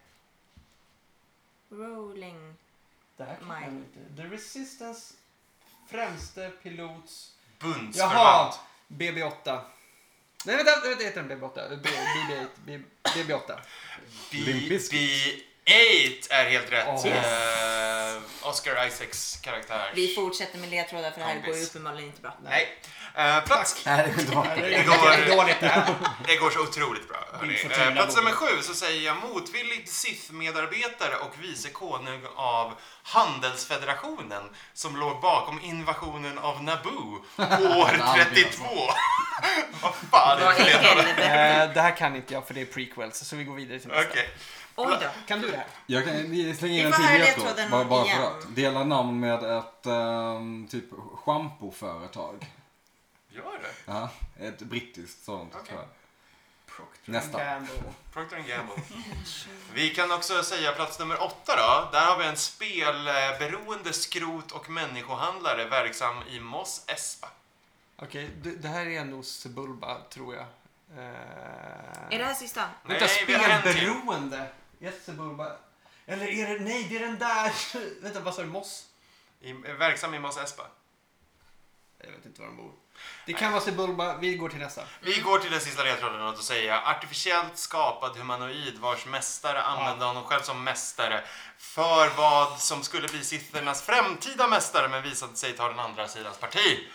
Rolling. Det här kan Nej. jag inte. The Resistance främste pilots... Bundsförvant. Jaha! BB8. Nej, vänta, det heter den BB8. BB8. Limp Bizkit. BB-8 är helt rätt. Yes. Oscar Isaacs karaktär. Vi fortsätter med ledtrådar för det här Kompis. går ju uppenbarligen inte bra. Nej. Plats... Nej, det går inte bra. Det går dåligt det här. Det går så otroligt bra. hörni. Fortuna Plats borde. nummer 7 så säger jag motvillig Sith-medarbetare och vice konung av Handelsfederationen som låg bakom invasionen av Naboo år 32. Vad fan är Vad det i för ledtrådar? helvete? Det här kan inte jag för det är prequels, så vi går vidare till nästa. Okej. Oj då. Kan du det här? Jag kan slänga in Vi en får till höra ledtråd. ledtråden Bara igen. för att. Dela namn med ett typ schampoföretag. Gör det? Ja, ett brittiskt sånt. Okej. tror jag. Procter Nästa. Gamble. Procter & Gamble. Vi kan också säga plats nummer 8 då. Där har vi en spelberoende skrot- och människohandlare verksam i Mos Espa. Okej, det här är nog Sebulba, tror jag. Är det här sista? Vänta, vi har en till. spelberoende. Yes, Sebulba. Eller är det... Nej, det är den där... Vänta, vad sa du? Moss? Verksam i Mos Espa. Jag vet inte var de bor. Det kan vara Sebulba. Vi går till nästa. Vi går till den sista ledtråden och då säger jag artificiellt skapad humanoid vars mästare använde honom själv som mästare för vad som skulle bli Sithernas framtida mästare men visade sig ta den andra sidans parti.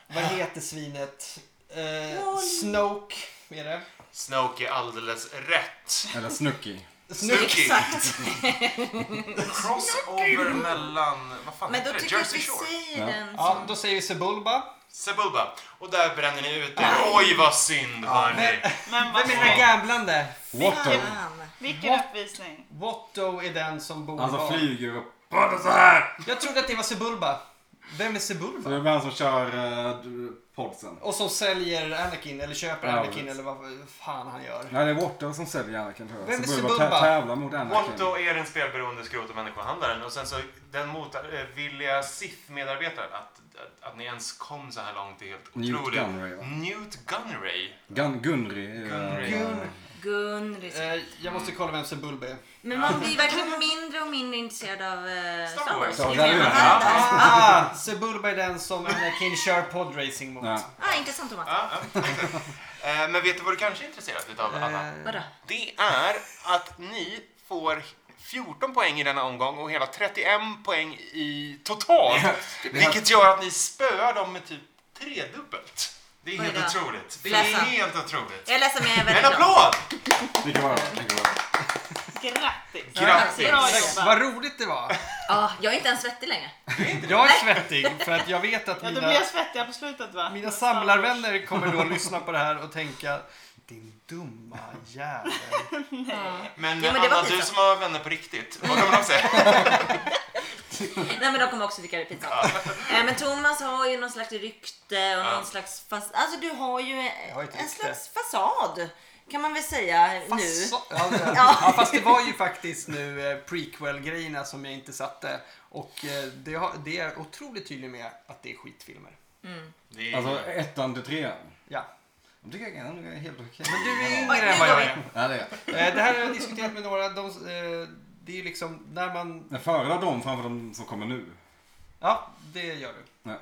Vad heter svinet? Snoke är det. Snoke är alldeles rätt. Eller Snooki. Exakt. Crossover mellan... Vad fan Men då heter det? tycker jag att Jersey vi Shore. säger den Ja, som... då säger vi Sebulba. Sebulba. Och där bränner ni ut det. Oj, vad synd, hörni. Men vad Vem är den gamblande? Watto. Fan. vilken uppvisning. Watto är den som borde Alltså vara... flyger och pratar så här. Jag trodde att det var Sebulba. Vem är Så Sebulba? det är han som kör podsen. Och som säljer Anakin, eller köper Ja, Anakin, precis. eller vad fan han gör. Nej, det är Watto som säljer Anakin, tror jag. Vem är Sebulba Sebulba? tävlar mot Anakin. Watto är den spelberoende skrot- och människohandlaren. Och sen så den motvilliga Sith-medarbetaren. Att ni ens kom så här långt är helt Newt otroligt. Gunray, va? Newt Gunray. Gunry. Gunry. Jag måste kolla vem Sebulba är. Men man blir verkligen mindre och mindre intresserad av Star Wars. Ja, ju det är mer man det. hör där. Sebulba är den som Anakin kör podracing mot. Ja. Intressant Thomas. Ja, exakt. Men vet du vad du kanske är intresserad utav, Anna? Vadå? Det är att ni får 14 poäng i denna omgång och hela 31 poäng i totalt. Vilket gör att ni spöar dem med typ tredubbelt. Det är Oj helt då. otroligt. Det är Ledsen. helt otroligt. Jag är ledsen men jag är En väldigt glad. applåd! Mycket bra. Mycket bra. Grattis. Grattis. Bra jobbat. Vad roligt det var. Ja, jag är inte ens svettig längre. Jag är svettig för att jag vet att Ja, då mina, blir jag svettig på slutet va? mina samlarvänner kommer då lyssna på det här och tänka din dumma jävel. Men, Ja, men det var Anna, du pinsamt. som har vänner på riktigt, vad kommer de säga? Nej men de kommer också tycka det är pinsamt. Men Thomas har ju någon slags rykte och någon slags alltså du har ju har ett en rykte. slags fasad kan man väl säga nu. Ja, fast det var ju faktiskt nu prequel-grejerna som jag inte satte. Och det är otroligt tydligt med att det är skitfilmer. Det är... Alltså 1:an till 3:an. Ja. Jag tycker jag är helt okej. Men du är Oj, yngre nu än vad går jag vi. är. Ja, det är. Det här har jag diskuterat med några. Det är ju liksom när man... Jag föredrar dem framför de som kommer nu. Ja, det gör du. Nej.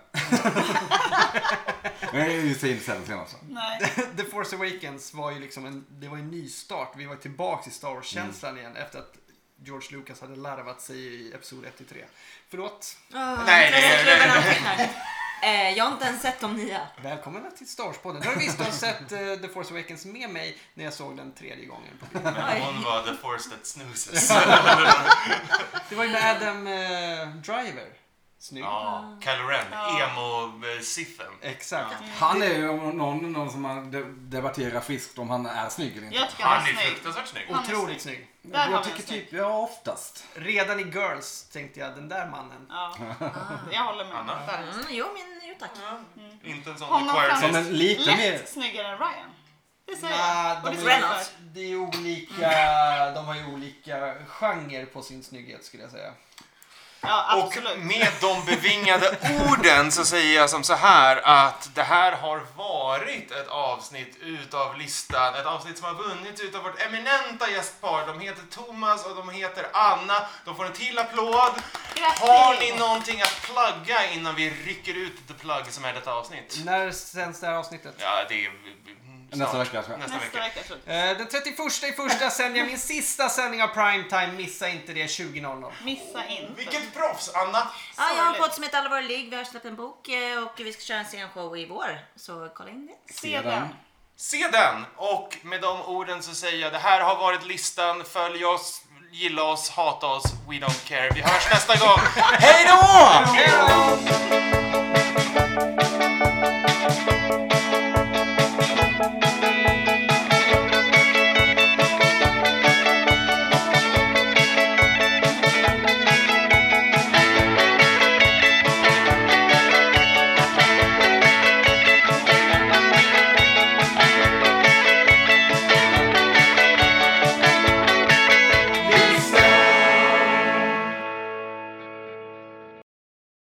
Men jag är ju så intresserad sen också. Nej. The Force Awakens var ju liksom det var en ny start. Vi var tillbaka i Star Wars-känslan igen efter att George Lucas hade larvat sig i episod 1-3. Förlåt. Nej, Jag har inte ens sett de nya. Välkomna till Star Wars-podden. Du har visst sett The Force Awakens med mig när jag såg den 3:e gången på bio. Men hon var the force that snoozes. Det var ju med Adam Driver. Snygg. Ja, Kylo Ren, emo-siffen. Exakt. Han är ju någon som man debatterar friskt om han är snygg eller inte. Jag tycker han Han är är snygg. fruktansvärt snygg. Han är Otroligt snygg. snygg. Där har vi Jag en tycker snygg. typ, ja oftast. Redan i Girls tänkte jag, den där mannen. Ja, jag håller med. Anna? Där. Jo tack. Inte en sån Honom acquired kan- Som en lite mer... Lätt snyggare än Ryan. Det säger Nej, jag. Och det de säger jag Reynolds. för. Det är olika, de har ju olika genre på sin snygghet skulle jag säga. Ja, Och absolut. med de bevingade orden så säger jag som så här att det här har varit ett avsnitt utav listan. Ett avsnitt som har vunnit utav vårt eminenta gästpar. De heter Thomas och de heter Anna. De får en till applåd. Grattis. Har ni någonting att plugga innan vi rycker ut the plug som är detta avsnitt? När sänds det här avsnittet? Ja, det är Nästa snart. vecka, tror jag. Nästa Nästa vecka. vecka tror Den 31 sänder jag min sista sändning av Primetime. Missa inte det 20.00. Missa inte. Vilket proffs, Anna! Ja, jag har en Sorgligt. podd som heter Allvar Ligg. Vi har släppt en bok och vi ska köra en scenshow i vår. Så kolla in det. Se den. Se den! Och med de orden så säger jag det här har varit listan. Följ oss, gilla oss, hata oss. We don't care. Vi hörs nästa gång. Hej då!